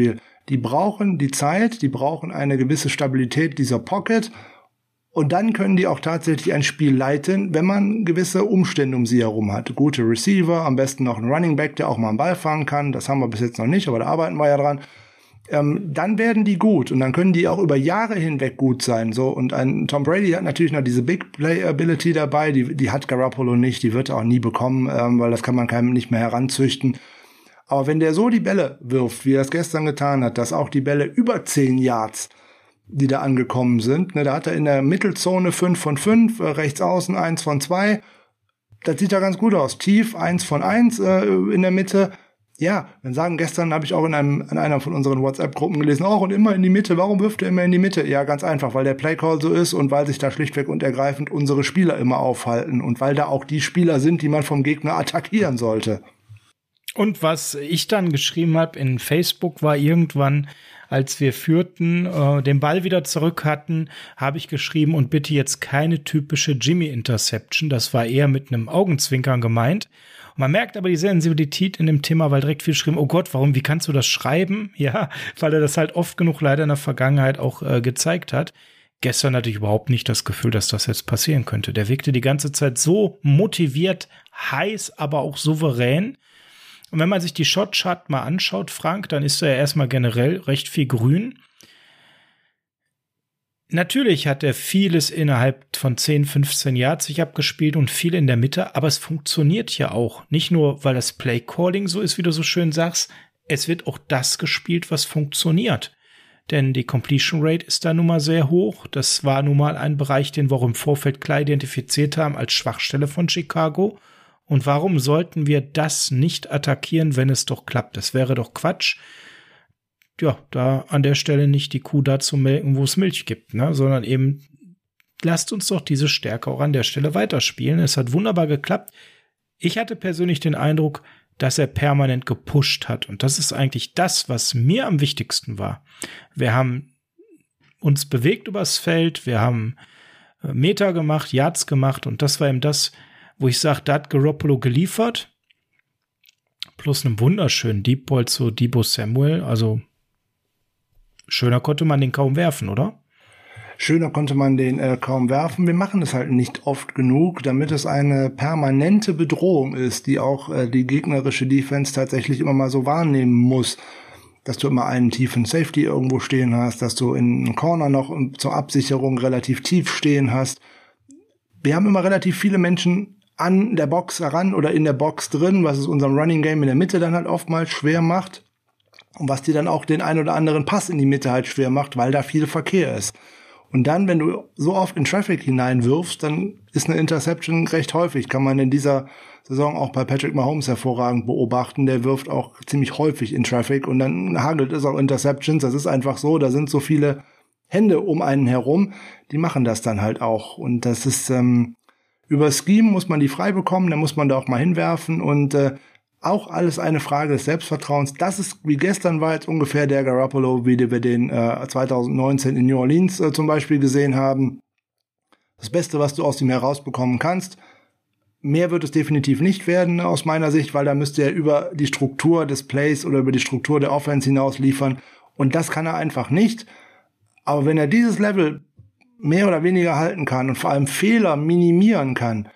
Speaker 2: Die brauchen die Zeit, die brauchen eine gewisse Stabilität dieser Pocket und dann können die auch tatsächlich ein Spiel leiten, wenn man gewisse Umstände um sie herum hat. Gute Receiver, am besten noch ein Running Back, der auch mal einen Ball fangen kann. Das haben wir bis jetzt noch nicht, aber da arbeiten wir ja dran. Dann werden die gut und dann können die auch über Jahre hinweg gut sein. So, und ein Tom Brady hat natürlich noch diese Big Play Ability dabei, die hat Garoppolo nicht, die wird er auch nie bekommen, weil das kann man keinem nicht mehr heranzüchten. Aber wenn der so die Bälle wirft, wie er es gestern getan hat, dass auch die Bälle über 10 Yards, die da angekommen sind, ne, da hat er in der Mittelzone 5 von 5, rechts außen 1 von 2, das sieht ja ganz gut aus. Tief 1 von 1 in der Mitte. Ja, dann sagen, gestern habe ich auch in einer von unseren WhatsApp-Gruppen gelesen, auch und immer in die Mitte. Warum wirft er immer in die Mitte? Ja, ganz einfach, weil der Playcall so ist und weil sich da schlichtweg und ergreifend unsere Spieler immer aufhalten und weil da auch die Spieler sind, die man vom Gegner attackieren sollte.
Speaker 1: Und was ich dann geschrieben habe in Facebook war irgendwann, als wir führten, den Ball wieder zurück hatten, habe ich geschrieben und bitte jetzt keine typische Jimmy-Interception. Das war eher mit einem Augenzwinkern gemeint. Man merkt aber die Sensibilität in dem Thema, weil direkt viel schreiben, oh Gott, wie kannst du das schreiben? Ja, weil er das halt oft genug leider in der Vergangenheit auch gezeigt hat. Gestern hatte ich überhaupt nicht das Gefühl, dass das jetzt passieren könnte. Der wirkte die ganze Zeit so motiviert, heiß, aber auch souverän. Und wenn man sich die Shot-Chart mal anschaut, Frank, dann ist er ja erstmal generell recht viel grün. Natürlich hat er vieles innerhalb von 10, 15 Yards sich abgespielt und viel in der Mitte, aber es funktioniert ja auch. Nicht nur, weil das Play-Calling so ist, wie du so schön sagst, es wird auch das gespielt, was funktioniert. Denn die Completion Rate ist da nun mal sehr hoch. Das war nun mal ein Bereich, den wir auch im Vorfeld klar identifiziert haben als Schwachstelle von Chicago. Und warum sollten wir das nicht attackieren, wenn es doch klappt? Das wäre doch Quatsch. Ja, da an der Stelle nicht die Kuh da zu melken, wo es Milch gibt, ne? Sondern eben, lasst uns doch diese Stärke auch an der Stelle weiterspielen. Es hat wunderbar geklappt. Ich hatte persönlich den Eindruck, dass er permanent gepusht hat. Und das ist eigentlich das, was mir am wichtigsten war. Wir haben uns bewegt übers Feld, wir haben Meter gemacht, Yards gemacht und das war eben das, wo ich sage, da hat Garoppolo geliefert. Plus einem wunderschönen Deep Ball zu Deebo Samuel, also schöner konnte man den kaum werfen, oder?
Speaker 2: Schöner konnte man den kaum werfen. Wir machen es halt nicht oft genug, damit es eine permanente Bedrohung ist, die auch die gegnerische Defense tatsächlich immer mal so wahrnehmen muss. Dass du immer einen tiefen Safety irgendwo stehen hast, dass du in einem Corner noch zur Absicherung relativ tief stehen hast. Wir haben immer relativ viele Menschen an der Box heran oder in der Box drin, was es unserem Running Game in der Mitte dann halt oftmals schwer macht. Und was dir dann auch den ein oder anderen Pass in die Mitte halt schwer macht, weil da viel Verkehr ist. Und dann, wenn du so oft in Traffic hineinwirfst, dann ist eine Interception recht häufig. Kann man in dieser Saison auch bei Patrick Mahomes hervorragend beobachten. Der wirft auch ziemlich häufig in Traffic und dann hagelt es auch Interceptions. Das ist einfach so, da sind so viele Hände um einen herum, die machen das dann halt auch. Und das ist, über Scheme muss man die frei bekommen, da muss man da auch mal hinwerfen und auch alles eine Frage des Selbstvertrauens. Das ist, wie gestern war jetzt ungefähr der Garoppolo, wie wir den 2019 in New Orleans zum Beispiel gesehen haben. Das Beste, was du aus ihm herausbekommen kannst. Mehr wird es definitiv nicht werden aus meiner Sicht, weil da müsste er über die Struktur des Plays oder über die Struktur der Offense hinaus liefern. Und das kann er einfach nicht. Aber wenn er dieses Level mehr oder weniger halten kann und vor allem Fehler minimieren kann,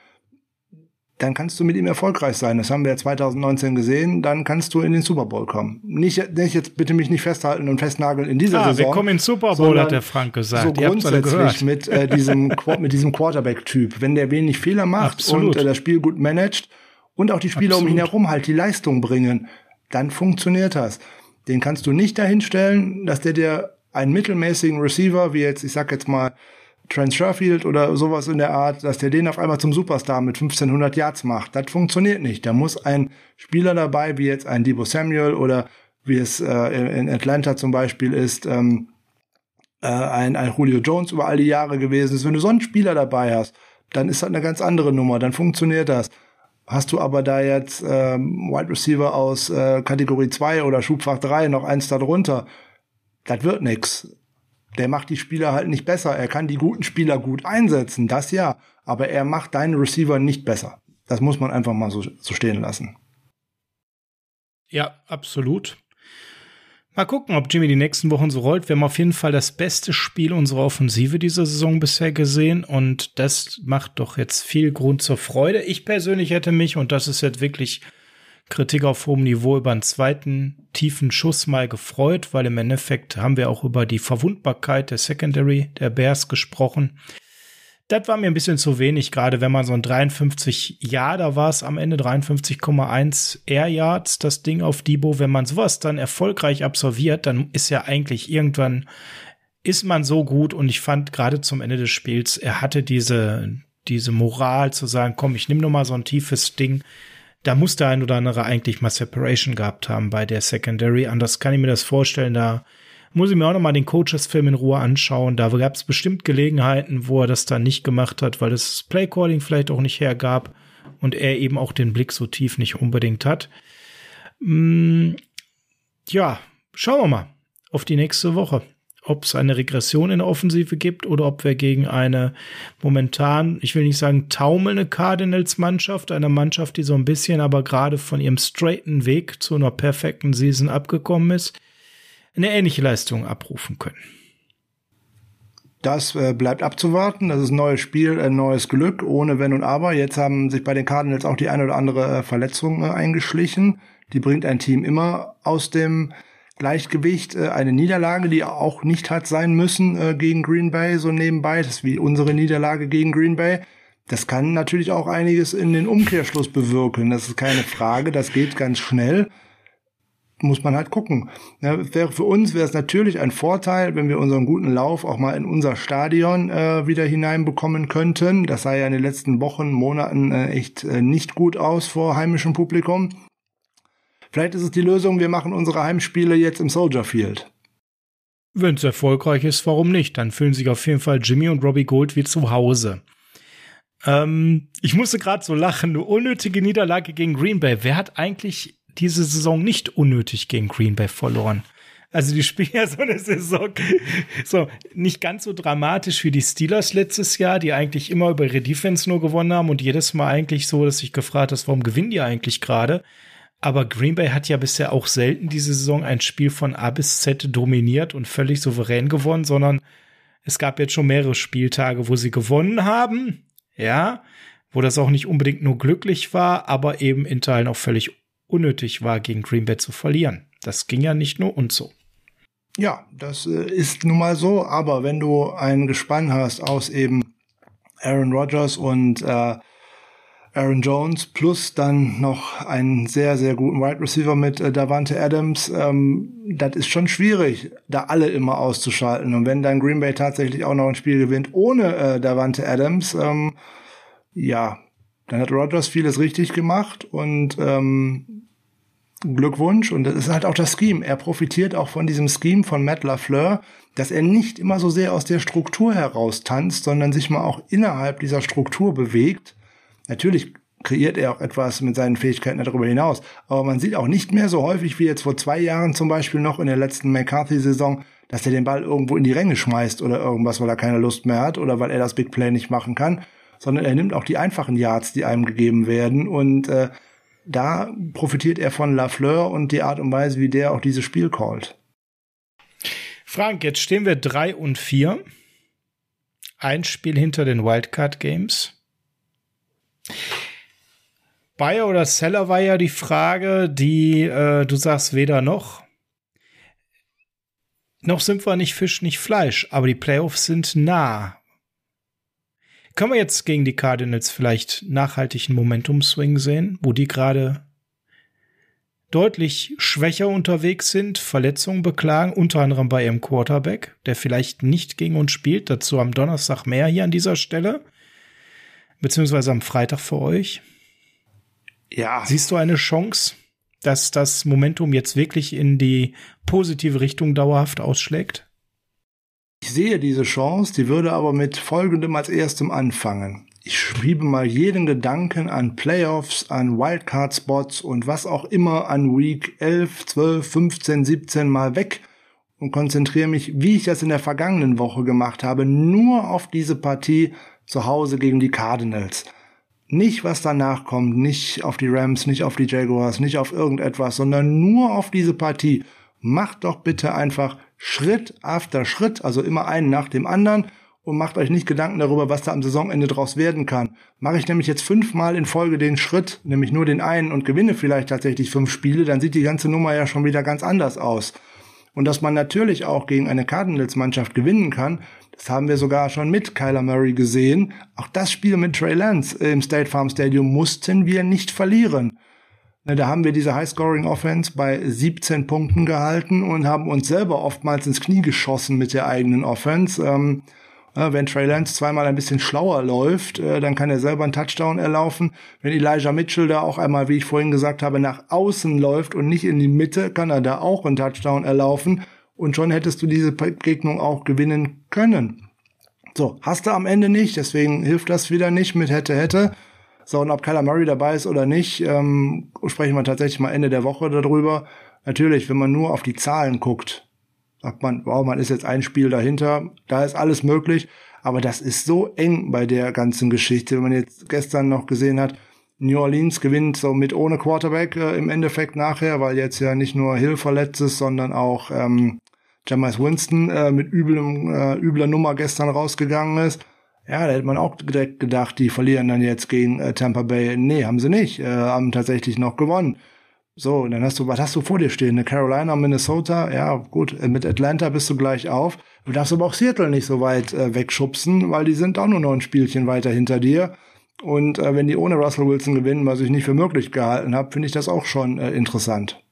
Speaker 2: dann kannst du mit ihm erfolgreich sein. Das haben wir 2019 gesehen. Dann kannst du in den Super Bowl kommen. Nicht jetzt bitte mich nicht festhalten und festnageln in dieser Saison.
Speaker 1: Wir kommen in den Super Bowl, hat der Frank gesagt.
Speaker 2: So grundsätzlich mit diesem Quarterback-Typ. Wenn der wenig Fehler macht
Speaker 1: Absolut.
Speaker 2: Und das Spiel gut managt und auch die Spieler um ihn herum halt die Leistung bringen, dann funktioniert das. Den kannst du nicht dahin stellen, dass der dir einen mittelmäßigen Receiver, wie jetzt, ich sag jetzt mal, Trent Sherfield oder sowas in der Art, dass der den auf einmal zum Superstar mit 1500 Yards macht. Das funktioniert nicht. Da muss ein Spieler dabei, wie jetzt ein Deebo Samuel oder wie es in Atlanta zum Beispiel ist, ein Julio Jones über all die Jahre gewesen ist. Wenn du so einen Spieler dabei hast, dann ist das eine ganz andere Nummer, dann funktioniert das. Hast du aber da jetzt Wide Receiver aus Kategorie 2 oder Schubfach 3, noch eins da drunter, das wird nix. Der macht die Spieler halt nicht besser. Er kann die guten Spieler gut einsetzen, das ja. Aber er macht deinen Receiver nicht besser. Das muss man einfach mal so stehen lassen.
Speaker 1: Ja, absolut. Mal gucken, ob Jimmy die nächsten Wochen so rollt. Wir haben auf jeden Fall das beste Spiel unserer Offensive dieser Saison bisher gesehen und das macht doch jetzt viel Grund zur Freude. Ich persönlich hätte mich, und das ist jetzt wirklich Kritik auf hohem Niveau, über einen zweiten tiefen Schuss mal gefreut, weil im Endeffekt haben wir auch über die Verwundbarkeit der Secondary der Bears gesprochen. Das war mir ein bisschen zu wenig, gerade wenn man so ein 53 da war es am Ende 53,1 Air Yards, das Ding auf Debo. Wenn man sowas dann erfolgreich absolviert, dann ist ja eigentlich irgendwann, ist man so gut. Und ich fand gerade zum Ende des Spiels, er hatte diese Moral zu sagen, komm, ich nehme noch mal so ein tiefes Ding. Da muss der ein oder andere eigentlich mal Separation gehabt haben bei der Secondary. Anders kann ich mir das vorstellen, da muss ich mir auch noch mal den Coaches-Film in Ruhe anschauen. Da gab es bestimmt Gelegenheiten, wo er das dann nicht gemacht hat, weil das Playcalling vielleicht auch nicht hergab und er eben auch den Blick so tief nicht unbedingt hat. Ja, schauen wir mal auf die nächste Woche, ob es eine Regression in der Offensive gibt oder ob wir gegen eine momentan, ich will nicht sagen taumelnde Cardinals-Mannschaft, eine Mannschaft, die so ein bisschen aber gerade von ihrem straighten Weg zu einer perfekten Season abgekommen ist, eine ähnliche Leistung abrufen können.
Speaker 2: Das bleibt abzuwarten. Das ist ein neues Spiel, ein neues Glück, ohne Wenn und Aber. Jetzt haben sich bei den Cardinals auch die eine oder andere Verletzung eingeschlichen. Die bringt ein Team immer aus dem Gleichgewicht. Eine Niederlage, die auch nicht hat sein müssen gegen Green Bay, so nebenbei. Das ist wie unsere Niederlage gegen Green Bay. Das kann natürlich auch einiges in den Umkehrschluss bewirken. Das ist keine Frage. Das geht ganz schnell. Muss man halt gucken. Ja, für uns wäre es natürlich ein Vorteil, wenn wir unseren guten Lauf auch mal in unser Stadion wieder hineinbekommen könnten. Das sah ja in den letzten Wochen, Monaten echt nicht gut aus vor heimischem Publikum. Vielleicht ist es die Lösung, wir machen unsere Heimspiele jetzt im Soldier Field.
Speaker 1: Wenn es erfolgreich ist, warum nicht? Dann fühlen sich auf jeden Fall Jimmy und Robbie Gould wie zu Hause. Ich musste gerade so lachen, eine unnötige Niederlage gegen Green Bay. Wer hat eigentlich diese Saison nicht unnötig gegen Green Bay verloren? Also die spielen ja so eine Saison so nicht ganz so dramatisch wie die Steelers letztes Jahr, die eigentlich immer über ihre Defense nur gewonnen haben und jedes Mal eigentlich so, dass ich gefragt habe, warum gewinnen die eigentlich gerade? Aber Green Bay hat ja bisher auch selten diese Saison ein Spiel von A bis Z dominiert und völlig souverän gewonnen, sondern es gab jetzt schon mehrere Spieltage, wo sie gewonnen haben, ja, wo das auch nicht unbedingt nur glücklich war, aber eben in Teilen auch völlig unnötig war, gegen Green Bay zu verlieren. Das ging ja nicht nur uns so.
Speaker 2: Ja, das ist nun mal so, aber wenn du ein Gespann hast aus eben Aaron Rodgers und Aaron Jones plus dann noch einen sehr, sehr guten Wide Receiver mit Davante Adams, das ist schon schwierig, da alle immer auszuschalten. Und wenn dann Green Bay tatsächlich auch noch ein Spiel gewinnt ohne Davante Adams, ja, dann hat Rodgers vieles richtig gemacht und Glückwunsch. Und das ist halt auch das Scheme. Er profitiert auch von diesem Scheme von Matt LaFleur, dass er nicht immer so sehr aus der Struktur heraus tanzt, sondern sich mal auch innerhalb dieser Struktur bewegt. Natürlich kreiert er auch etwas mit seinen Fähigkeiten darüber hinaus. Aber man sieht auch nicht mehr so häufig wie jetzt vor 2 Jahren zum Beispiel noch in der letzten McCarthy-Saison, dass er den Ball irgendwo in die Ränge schmeißt oder irgendwas, weil er keine Lust mehr hat oder weil er das Big Play nicht machen kann, sondern er nimmt auch die einfachen Yards, die einem gegeben werden. Und da profitiert er von LaFleur und die Art und Weise, wie der auch dieses Spiel callt.
Speaker 1: Frank, jetzt stehen wir 3-4. Ein Spiel hinter den Wildcard Games. Buyer oder Seller war ja die Frage, die du sagst weder noch. Noch sind wir nicht Fisch, nicht Fleisch, aber die Playoffs sind nah. Können wir jetzt gegen die Cardinals vielleicht nachhaltig einen Momentum-Swing sehen, wo die gerade deutlich schwächer unterwegs sind, Verletzungen beklagen, unter anderem bei ihrem Quarterback, der vielleicht nicht gegen uns spielt, dazu am Donnerstag mehr hier an dieser Stelle, beziehungsweise am Freitag für euch.
Speaker 2: Ja.
Speaker 1: Siehst du eine Chance, dass das Momentum jetzt wirklich in die positive Richtung dauerhaft ausschlägt?
Speaker 2: Ich sehe diese Chance, die würde aber mit Folgendem als erstem anfangen. Ich schiebe mal jeden Gedanken an Playoffs, an Wildcard-Spots und was auch immer an Week 11, 12, 15, 17 mal weg und konzentriere mich, wie ich das in der vergangenen Woche gemacht habe, nur auf diese Partie zu Hause gegen die Cardinals. Nicht, was danach kommt, nicht auf die Rams, nicht auf die Jaguars, nicht auf irgendetwas, sondern nur auf diese Partie. macht doch bitte einfach Schritt after Schritt, also immer einen nach dem anderen und macht euch nicht Gedanken darüber, was da am Saisonende draus werden kann. Mache ich nämlich jetzt 5-mal in Folge den Schritt, nämlich nur den einen und gewinne vielleicht tatsächlich 5 Spiele, dann sieht die ganze Nummer ja schon wieder ganz anders aus. Und dass man natürlich auch gegen eine Cardinals-Mannschaft gewinnen kann, das haben wir sogar schon mit Kyler Murray gesehen. Auch das Spiel mit Trey Lance im State Farm Stadium mussten wir nicht verlieren. Da haben wir diese High-Scoring-Offense bei 17 Punkten gehalten und haben uns selber oftmals ins Knie geschossen mit der eigenen Offense. Wenn Trey Lance zweimal ein bisschen schlauer läuft, dann kann er selber einen Touchdown erlaufen. Wenn Elijah Mitchell da auch einmal, wie ich vorhin gesagt habe, nach außen läuft und nicht in die Mitte, kann er da auch einen Touchdown erlaufen. Und schon hättest du diese Begegnung auch gewinnen können. So, hast du am Ende nicht, deswegen hilft das wieder nicht mit hätte. So, und ob Kyler Murray dabei ist oder nicht, sprechen wir tatsächlich mal Ende der Woche darüber. Natürlich, wenn man nur auf die Zahlen guckt, sagt man, wow, man ist jetzt ein Spiel dahinter, da ist alles möglich. Aber das ist so eng bei der ganzen Geschichte. Wenn man jetzt gestern noch gesehen hat, New Orleans gewinnt so mit ohne Quarterback im Endeffekt nachher, weil jetzt ja nicht nur Hill verletzt ist, sondern auch Jameis Winston mit übler Nummer gestern rausgegangen ist. Ja, da hätte man auch direkt gedacht, die verlieren dann jetzt gegen Tampa Bay. Nee, haben sie nicht. Haben tatsächlich noch gewonnen. So, dann was hast du vor dir stehen? Eine Carolina, Minnesota? Ja, gut, mit Atlanta bist du gleich auf. Du darfst aber auch Seattle nicht so weit wegschubsen, weil die sind auch nur noch ein Spielchen weiter hinter dir. Und wenn die ohne Russell Wilson gewinnen, was ich nicht für möglich gehalten habe, finde ich das auch schon interessant.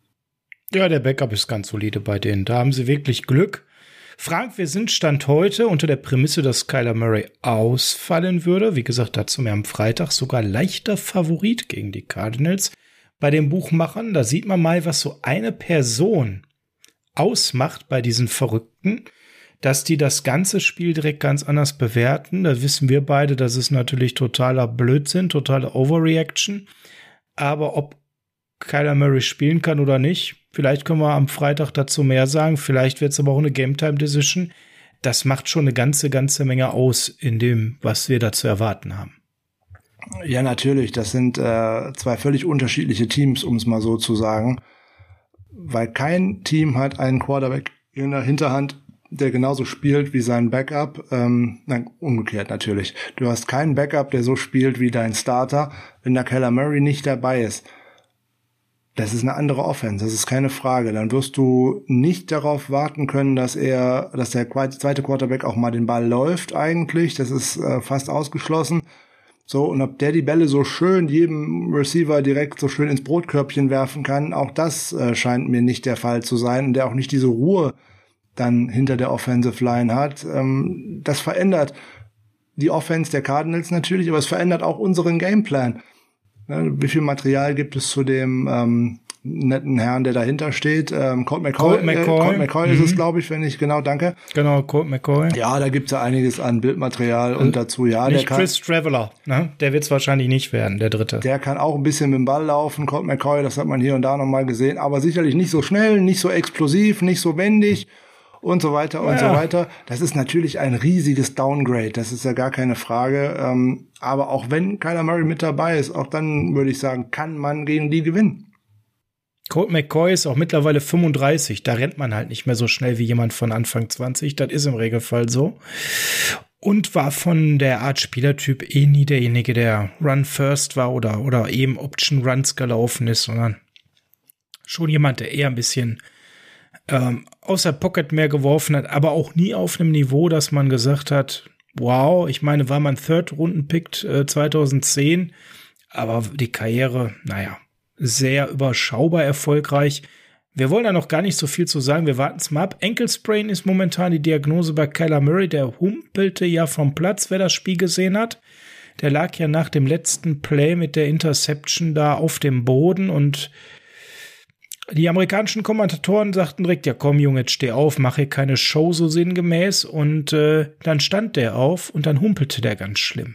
Speaker 1: Ja, der Backup ist ganz solide bei denen. Da haben sie wirklich Glück. Frank, wir sind Stand heute unter der Prämisse, dass Kyler Murray ausfallen würde. Wie gesagt, dazu mir am Freitag sogar leichter Favorit gegen die Cardinals. Bei den Buchmachern, da sieht man mal, was so eine Person ausmacht bei diesen Verrückten, dass die das ganze Spiel direkt ganz anders bewerten. Da wissen wir beide, das ist natürlich totaler Blödsinn, totale Overreaction. Aber ob Kyler Murray spielen kann oder nicht, vielleicht können wir am Freitag dazu mehr sagen. Vielleicht wird es aber auch eine Game-Time-Decision. Das macht schon eine ganze Menge aus in dem, was wir da zu erwarten haben.
Speaker 2: Ja, natürlich. Das sind zwei völlig unterschiedliche Teams, um es mal so zu sagen. Weil kein Team hat einen Quarterback in der Hinterhand, der genauso spielt wie sein Backup. Nein, umgekehrt natürlich. Du hast keinen Backup, der so spielt wie dein Starter, wenn der Kyler Murray nicht dabei ist. Das ist eine andere Offense, das ist keine Frage. Dann wirst du nicht darauf warten können, dass der zweite Quarterback auch mal den Ball läuft eigentlich. Das ist fast ausgeschlossen. So, und ob der die Bälle so schön jedem Receiver direkt so schön ins Brotkörbchen werfen kann, auch das scheint mir nicht der Fall zu sein. Und der auch nicht diese Ruhe dann hinter der Offensive Line hat. Das verändert die Offense der Cardinals natürlich, aber es verändert auch unseren Gameplan. Wie viel Material gibt es zu dem netten Herrn, der dahinter steht? Colt McCoy ist es, glaube ich, wenn ich genau, danke.
Speaker 1: Genau, Colt McCoy.
Speaker 2: Ja, da gibt's ja einiges an Bildmaterial und dazu, ja.
Speaker 1: Nicht Chris Traveler, ne? Der wird's wahrscheinlich nicht werden, der Dritte.
Speaker 2: Der kann auch ein bisschen mit dem Ball laufen, Colt McCoy, das hat man hier und da nochmal gesehen, aber sicherlich nicht so schnell, nicht so explosiv, nicht so wendig und so weiter und so weiter. Das ist natürlich ein riesiges Downgrade, das ist ja gar keine Frage. Aber auch wenn Kyler Murray mit dabei ist, auch dann würde ich sagen, kann man gegen die gewinnen.
Speaker 1: Colt McCoy ist auch mittlerweile 35. Da rennt man halt nicht mehr so schnell wie jemand von Anfang 20. Das ist im Regelfall so. Und war von der Art Spielertyp nie derjenige, der Run First war oder eben Option Runs gelaufen ist, sondern schon jemand, der eher ein bisschen aus der Pocket mehr geworfen hat, aber auch nie auf einem Niveau, dass man gesagt hat, wow, ich meine, war man Third-Runden-Pick 2010, aber die Karriere, sehr überschaubar erfolgreich. Wir wollen da noch gar nicht so viel zu sagen, wir warten es mal ab. Ankle Sprain ist momentan die Diagnose bei Kyler Murray, der humpelte ja vom Platz, wer das Spiel gesehen hat. Der lag ja nach dem letzten Play mit der Interception da auf dem Boden und die amerikanischen Kommentatoren sagten direkt, ja komm Junge, jetzt steh auf, mach hier keine Show so sinngemäß. Und dann stand der auf und dann humpelte der ganz schlimm.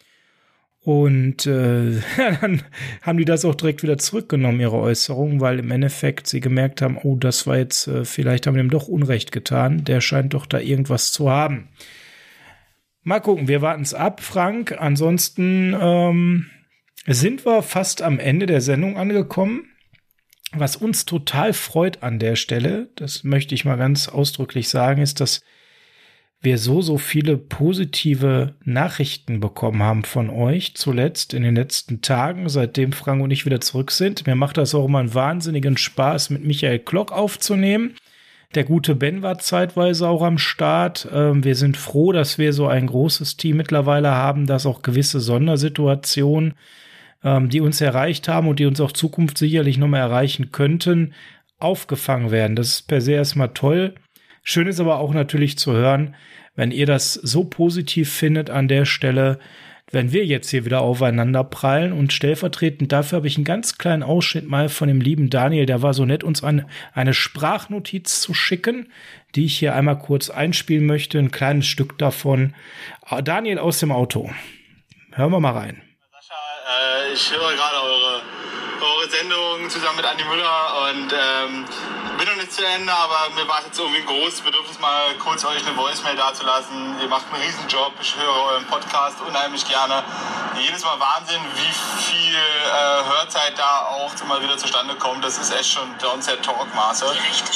Speaker 1: Und dann haben die das auch direkt wieder zurückgenommen, ihre Äußerung, weil im Endeffekt sie gemerkt haben, oh, das war jetzt, vielleicht haben wir ihm doch Unrecht getan. Der scheint doch da irgendwas zu haben. Mal gucken, wir warten es ab, Frank. Ansonsten sind wir fast am Ende der Sendung angekommen. Was uns total freut an der Stelle, das möchte ich mal ganz ausdrücklich sagen, ist, dass wir so viele positive Nachrichten bekommen haben von euch zuletzt in den letzten Tagen, seitdem Frank und ich wieder zurück sind. Mir macht das auch immer einen wahnsinnigen Spaß, mit Michael Klock aufzunehmen. Der gute Ben war zeitweise auch am Start. Wir sind froh, dass wir so ein großes Team mittlerweile haben, dass auch gewisse Sondersituationen, die uns erreicht haben und die uns auch Zukunft sicherlich noch mal erreichen könnten, aufgefangen werden. Das ist per se erstmal toll. Schön ist aber auch natürlich zu hören, wenn ihr das so positiv findet an der Stelle, wenn wir jetzt hier wieder aufeinander prallen. Und stellvertretend dafür habe ich einen ganz kleinen Ausschnitt mal von dem lieben Daniel, der war so nett, uns eine Sprachnotiz zu schicken, die ich hier einmal kurz einspielen möchte, ein kleines Stück davon. Daniel aus dem Auto. Hören wir mal rein.
Speaker 3: Sascha, ich höre gerade eure Sendung zusammen mit Andi Müller und bin noch nicht zu Ende, aber mir war jetzt irgendwie ein großes Bedürfnis, mal kurz euch eine Voicemail dazulassen. Ihr macht einen Riesen-Job, ich höre euren Podcast unheimlich gerne. Jedes Mal Wahnsinn, wie viel Hörzeit da auch mal wieder zustande kommt. Das ist echt schon bei uns der Talkmaße.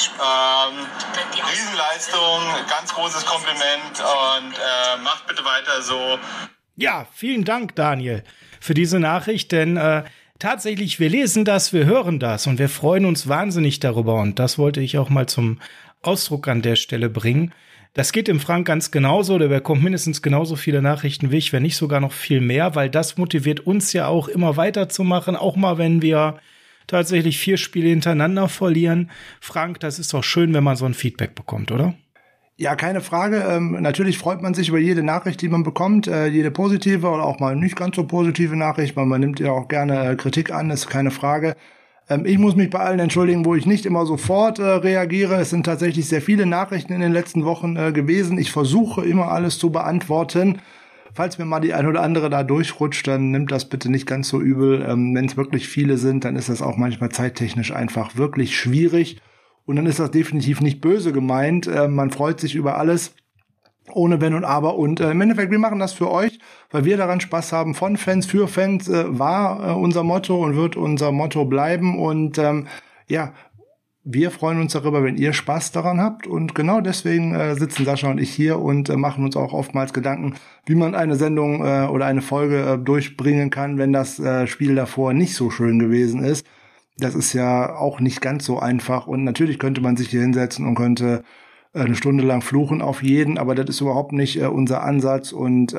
Speaker 3: Riesenleistung, ganz großes Kompliment und macht bitte weiter so.
Speaker 1: Ja, vielen Dank, Daniel, für diese Nachricht, denn tatsächlich, wir lesen das, wir hören das und wir freuen uns wahnsinnig darüber. Und das wollte ich auch mal zum Ausdruck an der Stelle bringen. Das geht dem Frank ganz genauso. Der bekommt mindestens genauso viele Nachrichten wie ich, wenn nicht sogar noch viel mehr, weil das motiviert uns ja auch immer weiterzumachen, auch mal wenn wir tatsächlich 4 Spiele hintereinander verlieren. Frank, das ist doch schön, wenn man so ein Feedback bekommt, oder?
Speaker 2: Ja, keine Frage. Natürlich freut man sich über jede Nachricht, die man bekommt, jede positive oder auch mal nicht ganz so positive Nachricht. Man nimmt ja auch gerne Kritik an, ist keine Frage. Ich muss mich bei allen entschuldigen, wo ich nicht immer sofort reagiere. Es sind tatsächlich sehr viele Nachrichten in den letzten Wochen gewesen. Ich versuche immer alles zu beantworten. Falls mir mal die ein oder andere da durchrutscht, dann nimmt das bitte nicht ganz so übel. Wenn es wirklich viele sind, dann ist das auch manchmal zeittechnisch einfach wirklich schwierig. Und dann ist das definitiv nicht böse gemeint. Man freut sich über alles, ohne Wenn und Aber. Und im Endeffekt, wir machen das für euch, weil wir daran Spaß haben. Von Fans für Fans war unser Motto und wird unser Motto bleiben. Und ja, wir freuen uns darüber, wenn ihr Spaß daran habt. Und genau deswegen sitzen Sascha und ich hier und machen uns auch oftmals Gedanken, wie man eine Sendung oder eine Folge durchbringen kann, wenn das Spiel davor nicht so schön gewesen ist. Das ist ja auch nicht ganz so einfach. Und natürlich könnte man sich hier hinsetzen und könnte eine Stunde lang fluchen auf jeden, aber das ist überhaupt nicht unser Ansatz. Und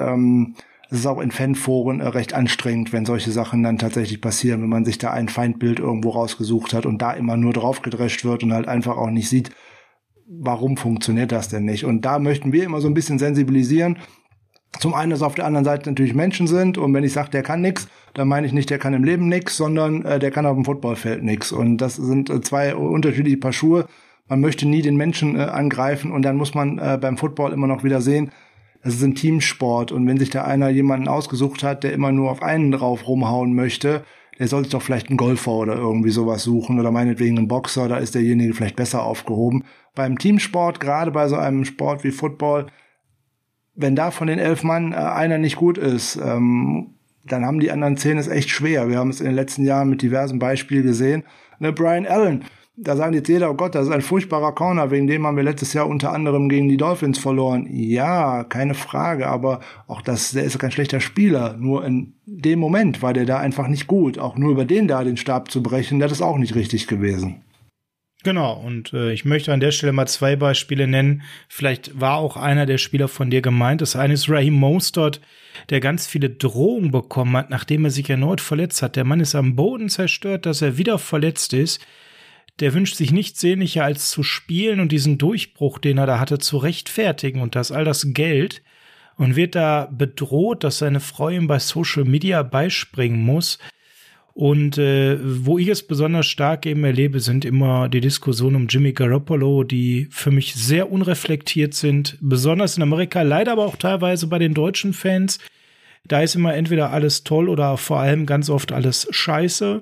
Speaker 2: es ist auch in Fanforen recht anstrengend, wenn solche Sachen dann tatsächlich passieren, wenn man sich da ein Feindbild irgendwo rausgesucht hat und da immer nur drauf gedrescht wird und halt einfach auch nicht sieht, warum funktioniert das denn nicht. Und da möchten wir immer so ein bisschen sensibilisieren. Zum einen, dass auf der anderen Seite natürlich Menschen sind und wenn ich sage, der kann nix, dann meine ich nicht, der kann im Leben nix, sondern der kann auf dem Footballfeld nix. Und das sind 2 unterschiedliche Paar Schuhe. Man möchte nie den Menschen angreifen und dann muss man beim Football immer noch wieder sehen, es ist ein Teamsport und wenn sich da einer jemanden ausgesucht hat, der immer nur auf einen drauf rumhauen möchte, der sollte doch vielleicht einen Golfer oder irgendwie sowas suchen oder meinetwegen einen Boxer, da ist derjenige vielleicht besser aufgehoben. Beim Teamsport, gerade bei so einem Sport wie Football, wenn da von den 11 Mann einer nicht gut ist, dann haben die anderen 10 es echt schwer. Wir haben es in den letzten Jahren mit diversen Beispielen gesehen. Brian Allen, da sagen jetzt jeder, oh Gott, das ist ein furchtbarer Corner, wegen dem haben wir letztes Jahr unter anderem gegen die Dolphins verloren. Ja, keine Frage, aber auch der ist kein schlechter Spieler. Nur in dem Moment war der da einfach nicht gut. Auch nur über den da den Stab zu brechen, das ist auch nicht richtig gewesen.
Speaker 1: Genau, und ich möchte an der Stelle mal 2 Beispiele nennen. Vielleicht war auch einer der Spieler von dir gemeint. Das eine ist Raheem Mostert, der ganz viele Drohungen bekommen hat, nachdem er sich erneut verletzt hat. Der Mann ist am Boden zerstört, dass er wieder verletzt ist. Der wünscht sich nichts sehnlicher als zu spielen und diesen Durchbruch, den er da hatte, zu rechtfertigen und all das Geld. Und wird da bedroht, dass seine Frau ihm bei Social Media beispringen muss. Und wo ich es besonders stark eben erlebe, sind immer die Diskussionen um Jimmy Garoppolo, die für mich sehr unreflektiert sind, besonders in Amerika, leider aber auch teilweise bei den deutschen Fans. Da ist immer entweder alles toll oder vor allem ganz oft alles scheiße.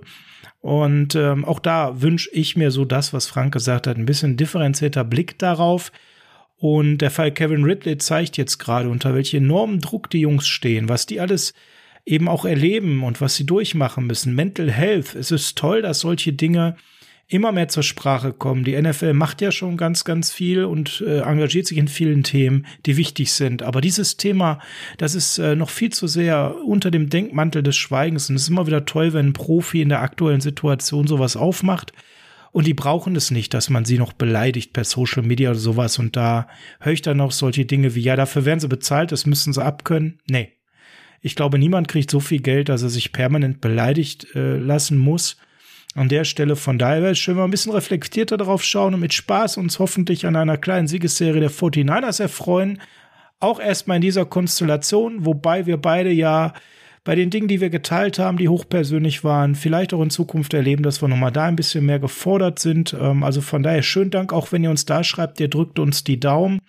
Speaker 1: Und auch da wünsche ich mir so das, was Frank gesagt hat, ein bisschen differenzierter Blick darauf. Und der Fall Kevin Ridley zeigt jetzt gerade, unter welchem enormen Druck die Jungs stehen, was die alles eben auch erleben und was sie durchmachen müssen. Mental Health. Es ist toll, dass solche Dinge immer mehr zur Sprache kommen. Die NFL macht ja schon ganz, ganz viel und engagiert sich in vielen Themen, die wichtig sind. Aber dieses Thema, das ist noch viel zu sehr unter dem Denkmantel des Schweigens. Und es ist immer wieder toll, wenn ein Profi in der aktuellen Situation sowas aufmacht. Und die brauchen es nicht, dass man sie noch beleidigt per Social Media oder sowas. Und da höre ich dann auch solche Dinge wie, ja, dafür werden sie bezahlt, das müssen sie abkönnen. Nee. Ich glaube, niemand kriegt so viel Geld, dass er sich permanent beleidigt lassen muss. An der Stelle von daher wäre es schön, mal ein bisschen reflektierter darauf schauen und mit Spaß uns hoffentlich an einer kleinen Siegesserie der 49ers erfreuen. Auch erstmal in dieser Konstellation, wobei wir beide ja bei den Dingen, die wir geteilt haben, die hochpersönlich waren, vielleicht auch in Zukunft erleben, dass wir nochmal da ein bisschen mehr gefordert sind. Also von daher schönen Dank, auch wenn ihr uns da schreibt, ihr drückt uns die Daumen.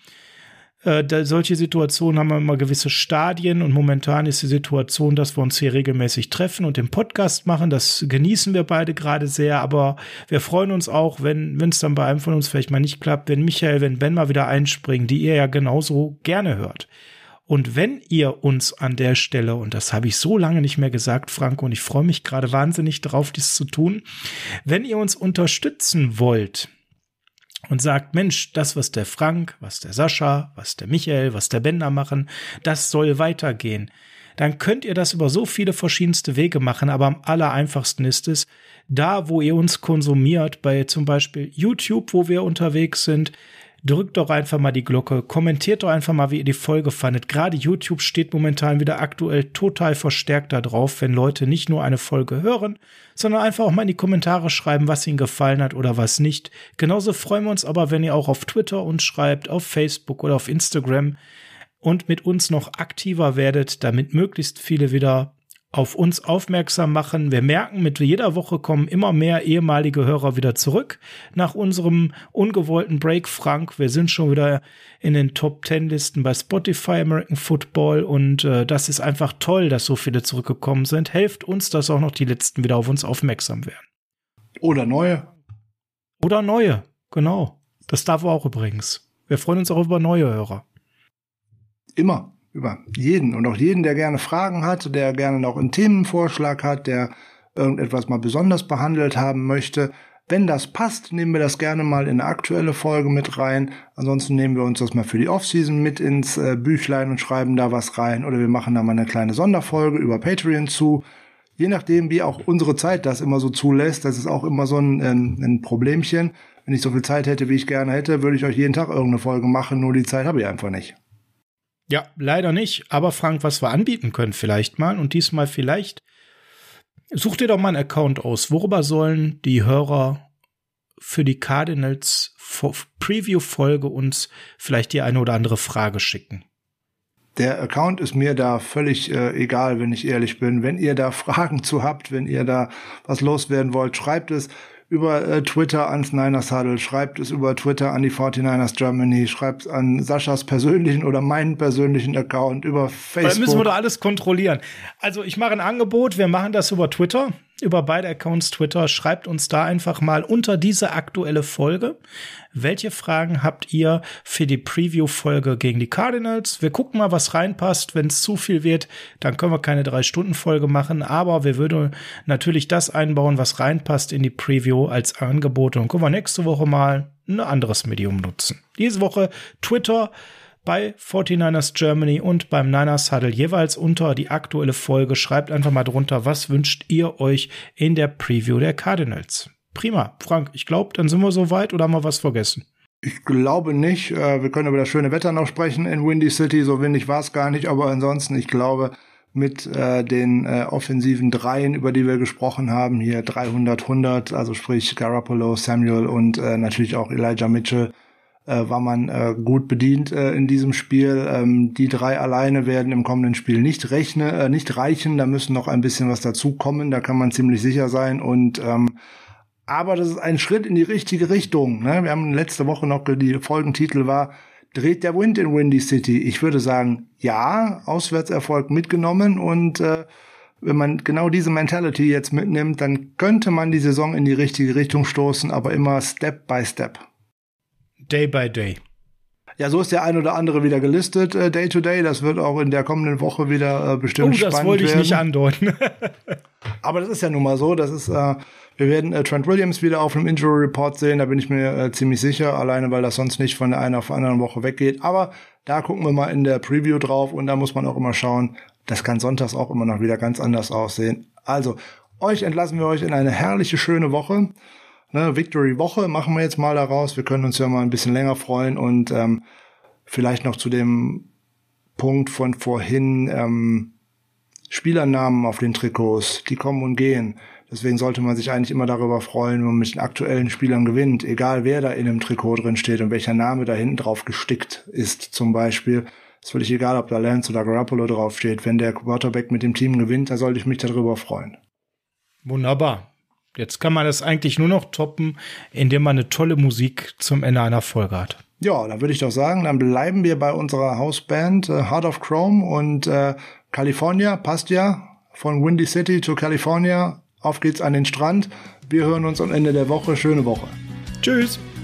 Speaker 1: Solche Situationen haben immer gewisse Stadien und momentan ist die Situation, dass wir uns hier regelmäßig treffen und den Podcast machen. Das genießen wir beide gerade sehr, aber wir freuen uns auch, wenn es dann bei einem von uns vielleicht mal nicht klappt, wenn Michael, wenn Ben mal wieder einspringen, die ihr ja genauso gerne hört. Und wenn ihr uns an der Stelle, und das habe ich so lange nicht mehr gesagt, Franco, und ich freue mich gerade wahnsinnig drauf, dies zu tun, wenn ihr uns unterstützen wollt, und sagt, Mensch, das, was der Frank, was der Sascha, was der Michael, was der Ben da machen, das soll weitergehen. Dann könnt ihr das über so viele verschiedenste Wege machen, aber am allereinfachsten ist es, da, wo ihr uns konsumiert, bei zum Beispiel YouTube, wo wir unterwegs sind, drückt doch einfach mal die Glocke, kommentiert doch einfach mal, wie ihr die Folge fandet. Gerade YouTube steht momentan wieder aktuell total verstärkt da drauf, wenn Leute nicht nur eine Folge hören, sondern einfach auch mal in die Kommentare schreiben, was ihnen gefallen hat oder was nicht. Genauso freuen wir uns aber, wenn ihr auch auf Twitter uns schreibt, auf Facebook oder auf Instagram und mit uns noch aktiver werdet, damit möglichst viele wieder auf uns aufmerksam machen. Wir merken, mit jeder Woche kommen immer mehr ehemalige Hörer wieder zurück nach unserem ungewollten Break, Frank. Wir sind schon wieder in den Top-10-Listen bei Spotify American Football und das ist einfach toll, dass so viele zurückgekommen sind. Helft uns, dass auch noch die Letzten wieder auf uns aufmerksam werden.
Speaker 2: Oder neue.
Speaker 1: Oder neue, genau. Das darf auch übrigens. Wir freuen uns auch über neue Hörer.
Speaker 2: Immer. Über jeden und auch jeden, der gerne Fragen hat, der gerne noch einen Themenvorschlag hat, der irgendetwas mal besonders behandelt haben möchte. Wenn das passt, nehmen wir das gerne mal in eine aktuelle Folge mit rein. Ansonsten nehmen wir uns das mal für die Offseason mit ins Büchlein und schreiben da was rein. Oder wir machen da mal eine kleine Sonderfolge über Patreon zu. Je nachdem, wie auch unsere Zeit das immer so zulässt. Das ist auch immer so ein Problemchen. Wenn ich so viel Zeit hätte, wie ich gerne hätte, würde ich euch jeden Tag irgendeine Folge machen. Nur die Zeit habe ich einfach nicht.
Speaker 1: Ja, leider nicht. Aber Frank, was wir anbieten können vielleicht mal und diesmal vielleicht, such dir doch mal einen Account aus. Worüber sollen die Hörer für die Cardinals Preview-Folge uns vielleicht die eine oder andere Frage schicken?
Speaker 2: Der Account ist mir da völlig egal, wenn ich ehrlich bin. Wenn ihr da Fragen zu habt, wenn ihr da was loswerden wollt, schreibt es über Twitter ans Niners Huddle, schreibt es über Twitter an die 49ers Germany, schreibt es an Saschas persönlichen oder meinen persönlichen Account über Facebook.
Speaker 1: Da müssen wir doch alles kontrollieren. Also ich mache ein Angebot, wir machen das über Twitter, über beide Accounts Twitter. Schreibt uns da einfach mal unter diese aktuelle Folge, welche Fragen habt ihr für die Preview-Folge gegen die Cardinals? Wir gucken mal, was reinpasst. Wenn es zu viel wird, dann können wir keine 3-Stunden-Folge machen. Aber wir würden natürlich das einbauen, was reinpasst in die Preview als Angebot. Und können wir nächste Woche mal ein anderes Medium nutzen. Diese Woche Twitter bei 49ers Germany und beim Niners Huddle jeweils unter die aktuelle Folge. Schreibt einfach mal drunter, was wünscht ihr euch in der Preview der Cardinals? Prima. Frank, ich glaube, dann sind wir soweit oder haben wir was vergessen?
Speaker 2: Ich glaube nicht. Wir können über das schöne Wetter noch sprechen in Windy City. So windig war es gar nicht. Aber ansonsten, ich glaube, mit den offensiven Dreien, über die wir gesprochen haben, hier 300, also sprich Garoppolo, Samuel und natürlich auch Elijah Mitchell, war man gut bedient in diesem Spiel. Die drei alleine werden im kommenden Spiel nicht reichen. Da müssen noch ein bisschen was dazukommen. Da kann man ziemlich sicher sein. Und aber das ist ein Schritt in die richtige Richtung. Ne? Wir haben letzte Woche noch, die Folgentitel war, dreht der Wind in Windy City? Ich würde sagen, ja, Auswärtserfolg mitgenommen. Und wenn man genau diese Mentality jetzt mitnimmt, dann könnte man die Saison in die richtige Richtung stoßen, aber immer Step by Step.
Speaker 1: Day by day.
Speaker 2: Ja, so ist der ein oder andere wieder gelistet, Day to Day. Das wird auch in der kommenden Woche wieder bestimmt spannend werden.
Speaker 1: Das wollte ich nicht andeuten.
Speaker 2: Aber das ist ja nun mal so. Das ist, Wir werden Trent Williams wieder auf einem Injury Report sehen, da bin ich mir ziemlich sicher, alleine weil das sonst nicht von der einen auf die andere Woche weggeht. Aber da gucken wir mal in der Preview drauf und da muss man auch immer schauen, das kann sonntags auch immer noch wieder ganz anders aussehen. Also, euch entlassen wir euch in eine herrliche, schöne Woche. Ne, Victory-Woche machen wir jetzt mal daraus. Wir können uns ja mal ein bisschen länger freuen und vielleicht noch zu dem Punkt von vorhin, Spielernamen auf den Trikots, die kommen und gehen. Deswegen sollte man sich eigentlich immer darüber freuen, wenn man mit den aktuellen Spielern gewinnt, egal wer da in einem Trikot drin steht und welcher Name da hinten drauf gestickt ist zum Beispiel. Es ist völlig egal, ob da Lance oder Garoppolo draufsteht. Wenn der Quarterback mit dem Team gewinnt, da sollte ich mich darüber freuen.
Speaker 1: Wunderbar. Jetzt kann man das eigentlich nur noch toppen, indem man eine tolle Musik zum Ende einer Folge hat.
Speaker 2: Ja, dann würde ich doch sagen, dann bleiben wir bei unserer Hausband Heart of Chrome und California, passt ja, von Windy City to California. Auf geht's an den Strand. Wir hören uns am Ende der Woche. Schöne Woche.
Speaker 1: Tschüss.